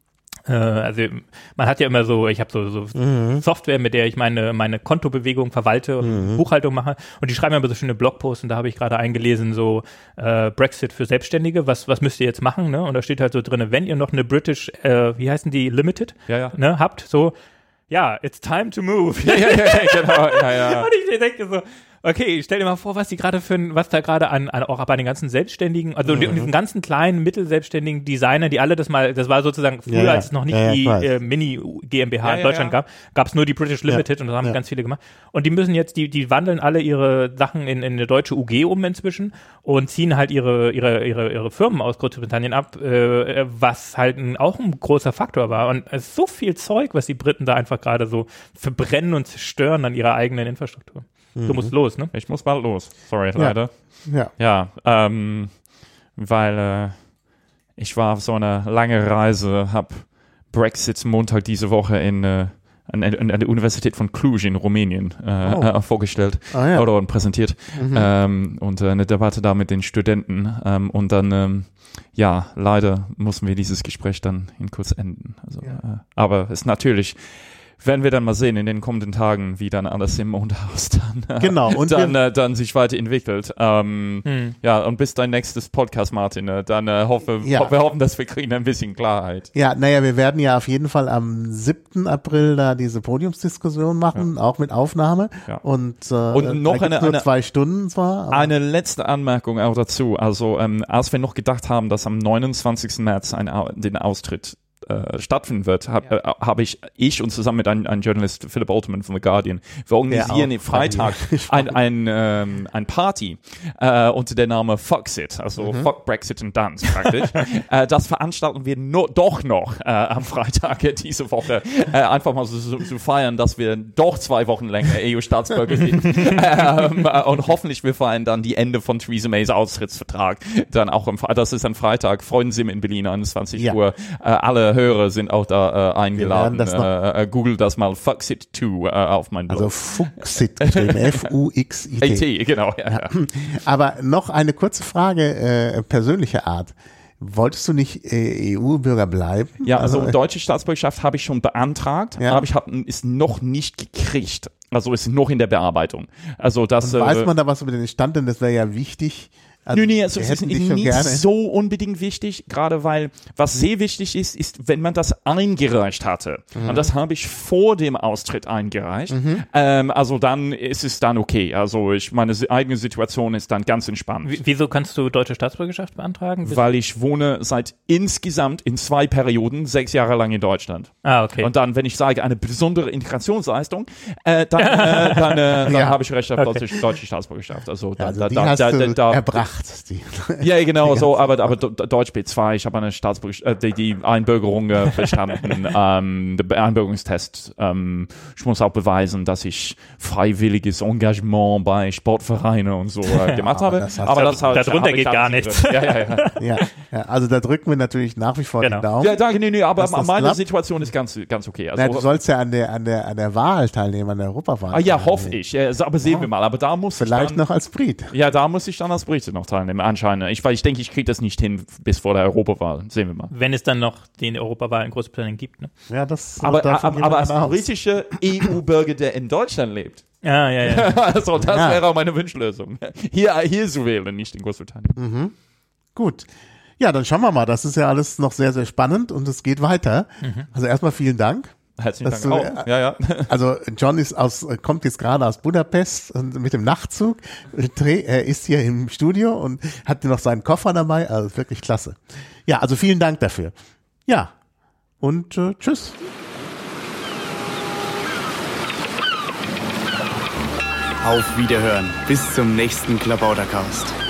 also man hat ja immer so, ich habe so, so mhm. Software, mit der ich meine meine Kontobewegung verwalte und mhm. Buchhaltung mache und die schreiben immer so schöne Blogposts und da habe ich gerade eingelesen, so äh, Brexit für Selbstständige, was was müsst ihr jetzt machen, ne? Und da steht halt so drin, wenn ihr noch eine British, äh, wie heißen die, Limited, ja, ja. ne, habt, so, ja, it's time to move. Ja, ja, ja, genau, ja, ja. Und ich denke so, okay, stell dir mal vor, was die gerade für ein, was da gerade an, an, auch bei den ganzen Selbstständigen, also mhm. diesen ganzen kleinen, mittelselbstständigen Designern, die alle das mal, das war sozusagen früher, ja, ja. als es noch nicht ja, ja, die äh, Mini-GmbH ja, in Deutschland ja, ja. gab, gab es nur die British Limited ja. und das haben ja. ganz viele gemacht. Und die müssen jetzt, die, die wandeln alle ihre Sachen in, in eine deutsche U G um inzwischen und ziehen halt ihre, ihre, ihre, ihre Firmen aus Großbritannien ab, äh, was halt ein, auch ein großer Faktor war. Und es ist so viel Zeug, was die Briten da einfach gerade so verbrennen und zerstören an ihrer eigenen Infrastruktur. Du musst los, ne? Ich muss bald los. Sorry, ja. leider. Ja. Ja, ähm, weil äh, ich war auf so einer lange Reise, hab Brexit Montag diese Woche in, äh, an, an der Universität von Cluj in Rumänien äh, oh. äh, vorgestellt ah, ja. oder präsentiert mhm. ähm, und äh, eine Debatte da mit den Studenten ähm, und dann ähm, ja, leider mussten wir dieses Gespräch dann in kurz enden. Also, ja. äh, aber es ist natürlich werden wir dann mal sehen in den kommenden Tagen, wie dann alles im Mondhaus dann, genau. und dann, wir, äh, dann sich weiterentwickelt. Ähm, hm. Ja, und bis dein nächstes Podcast, Martin, äh, dann äh, hoffe, ja. ho- wir hoffen, dass wir kriegen ein bisschen Klarheit. Ja, naja, wir werden ja auf jeden Fall am siebten April da diese Podiumsdiskussion machen, ja. auch mit Aufnahme. Ja. Und, äh, und noch eine, nur eine, zwei Stunden zwar. Aber eine letzte Anmerkung auch dazu. Also, ähm, als wir noch gedacht haben, dass am neunundzwanzigsten März ein, den Austritt Äh, stattfinden wird, habe ja. äh, hab ich, ich und zusammen mit einem, einem Journalist, Philip Altman von The Guardian, wir organisieren ja, Freitag ein, ein, ähm, ein Party äh, unter der Name Fucksit, also mhm. Fuck Brexit and Dance praktisch. äh, das veranstalten wir no, doch noch äh, am Freitag äh, diese Woche, äh, einfach mal so zu so, so feiern, dass wir doch zwei Wochen länger E U-Staatsbürger sind. ähm, äh, und hoffentlich wir feiern dann die Ende von Theresa Mays Austrittsvertrag. Dann auch am Freitag, das ist ein Freitag, Freundensim in Berlin, einundzwanzig ja. Uhr. Äh, alle Hörer sind auch da äh, eingeladen. Das äh, äh, Google das mal, Fuxit zwei äh, auf mein Blog. Also Fuxit geschrieben, F U X I T. Genau, ja, ja. Aber noch eine kurze Frage äh, persönlicher Art. Wolltest du nicht äh, E U-Bürger bleiben? Ja, also, also deutsche Staatsbürgerschaft habe ich schon beantragt, ja. aber ich habe es noch nicht gekriegt. Also ist noch in der Bearbeitung. Also das. Und weiß äh, man da was über den Stand, denn das wäre ja wichtig. Also, nö, nee, also es ist nicht so unbedingt wichtig, gerade weil, was sehr wichtig ist, ist, wenn man das eingereicht hatte. Mhm. Und das habe ich vor dem Austritt eingereicht. Mhm. Ähm, also dann ist es dann okay. Also ich, meine eigene Situation ist dann ganz entspannt. W- wieso kannst du deutsche Staatsbürgerschaft beantragen? Weil ich wohne seit insgesamt in zwei Perioden sechs Jahre lang in Deutschland. Ah, okay. Und dann, wenn ich sage, eine besondere Integrationsleistung, äh, dann, äh, dann, äh, dann ja. habe ich Recht auf okay. deutsche, deutsche Staatsbürgerschaft. Also, ja, also da, die da, hast da, du da, da, erbracht. Die, ja, genau, die so, aber, aber Deutsch B zwei, ich habe eine Staatsbürgerschaft, äh, die, die Einbürgerung äh, bestanden, ähm, der Einbürgerungstest. Ähm, ich muss auch beweisen, dass ich freiwilliges Engagement bei Sportvereinen und so äh, gemacht ja, habe. Das aber das halt, darunter geht gar nichts. Ja, ja, ja. ja, ja, also da drücken wir natürlich nach wie vor genau. den Daumen. Ja, danke, nee, nee, aber meine klappt. Situation ist ganz, ganz okay. Also, Na, du sollst ja an der, an der, an der Wahl teilnehmen, an der Europawahl. Ah, ja, hoffe ich. Ja, aber sehen ja. wir mal. Aber da muss Vielleicht ich dann, noch als Brit. Ja, da muss ich dann als Brite noch teilnehmen, anscheinend. Ich, weil ich denke, ich kriege das nicht hin bis vor der Europawahl. Sehen wir mal. Wenn es dann noch die Europawahl in Großbritannien gibt, ne? Ja, das aber, aber, aber als britische E U-Bürger, der in Deutschland lebt. Ja, ja, ja. Also, das ja. wäre auch meine Wunschlösung. Hier, hier zu wählen, nicht in Großbritannien. Mhm. Gut. Ja, dann schauen wir mal. Das ist ja alles noch sehr, sehr spannend und es geht weiter. Mhm. Also erstmal vielen Dank. Herzlichen Dank du, auch. Ja, ja. Also John ist aus, kommt jetzt gerade aus Budapest mit dem Nachtzug. Er ist hier im Studio und hat noch seinen Koffer dabei. Also wirklich klasse. Ja, also vielen Dank dafür. Ja, und äh, tschüss. Auf Wiederhören. Bis zum nächsten Klabautercast.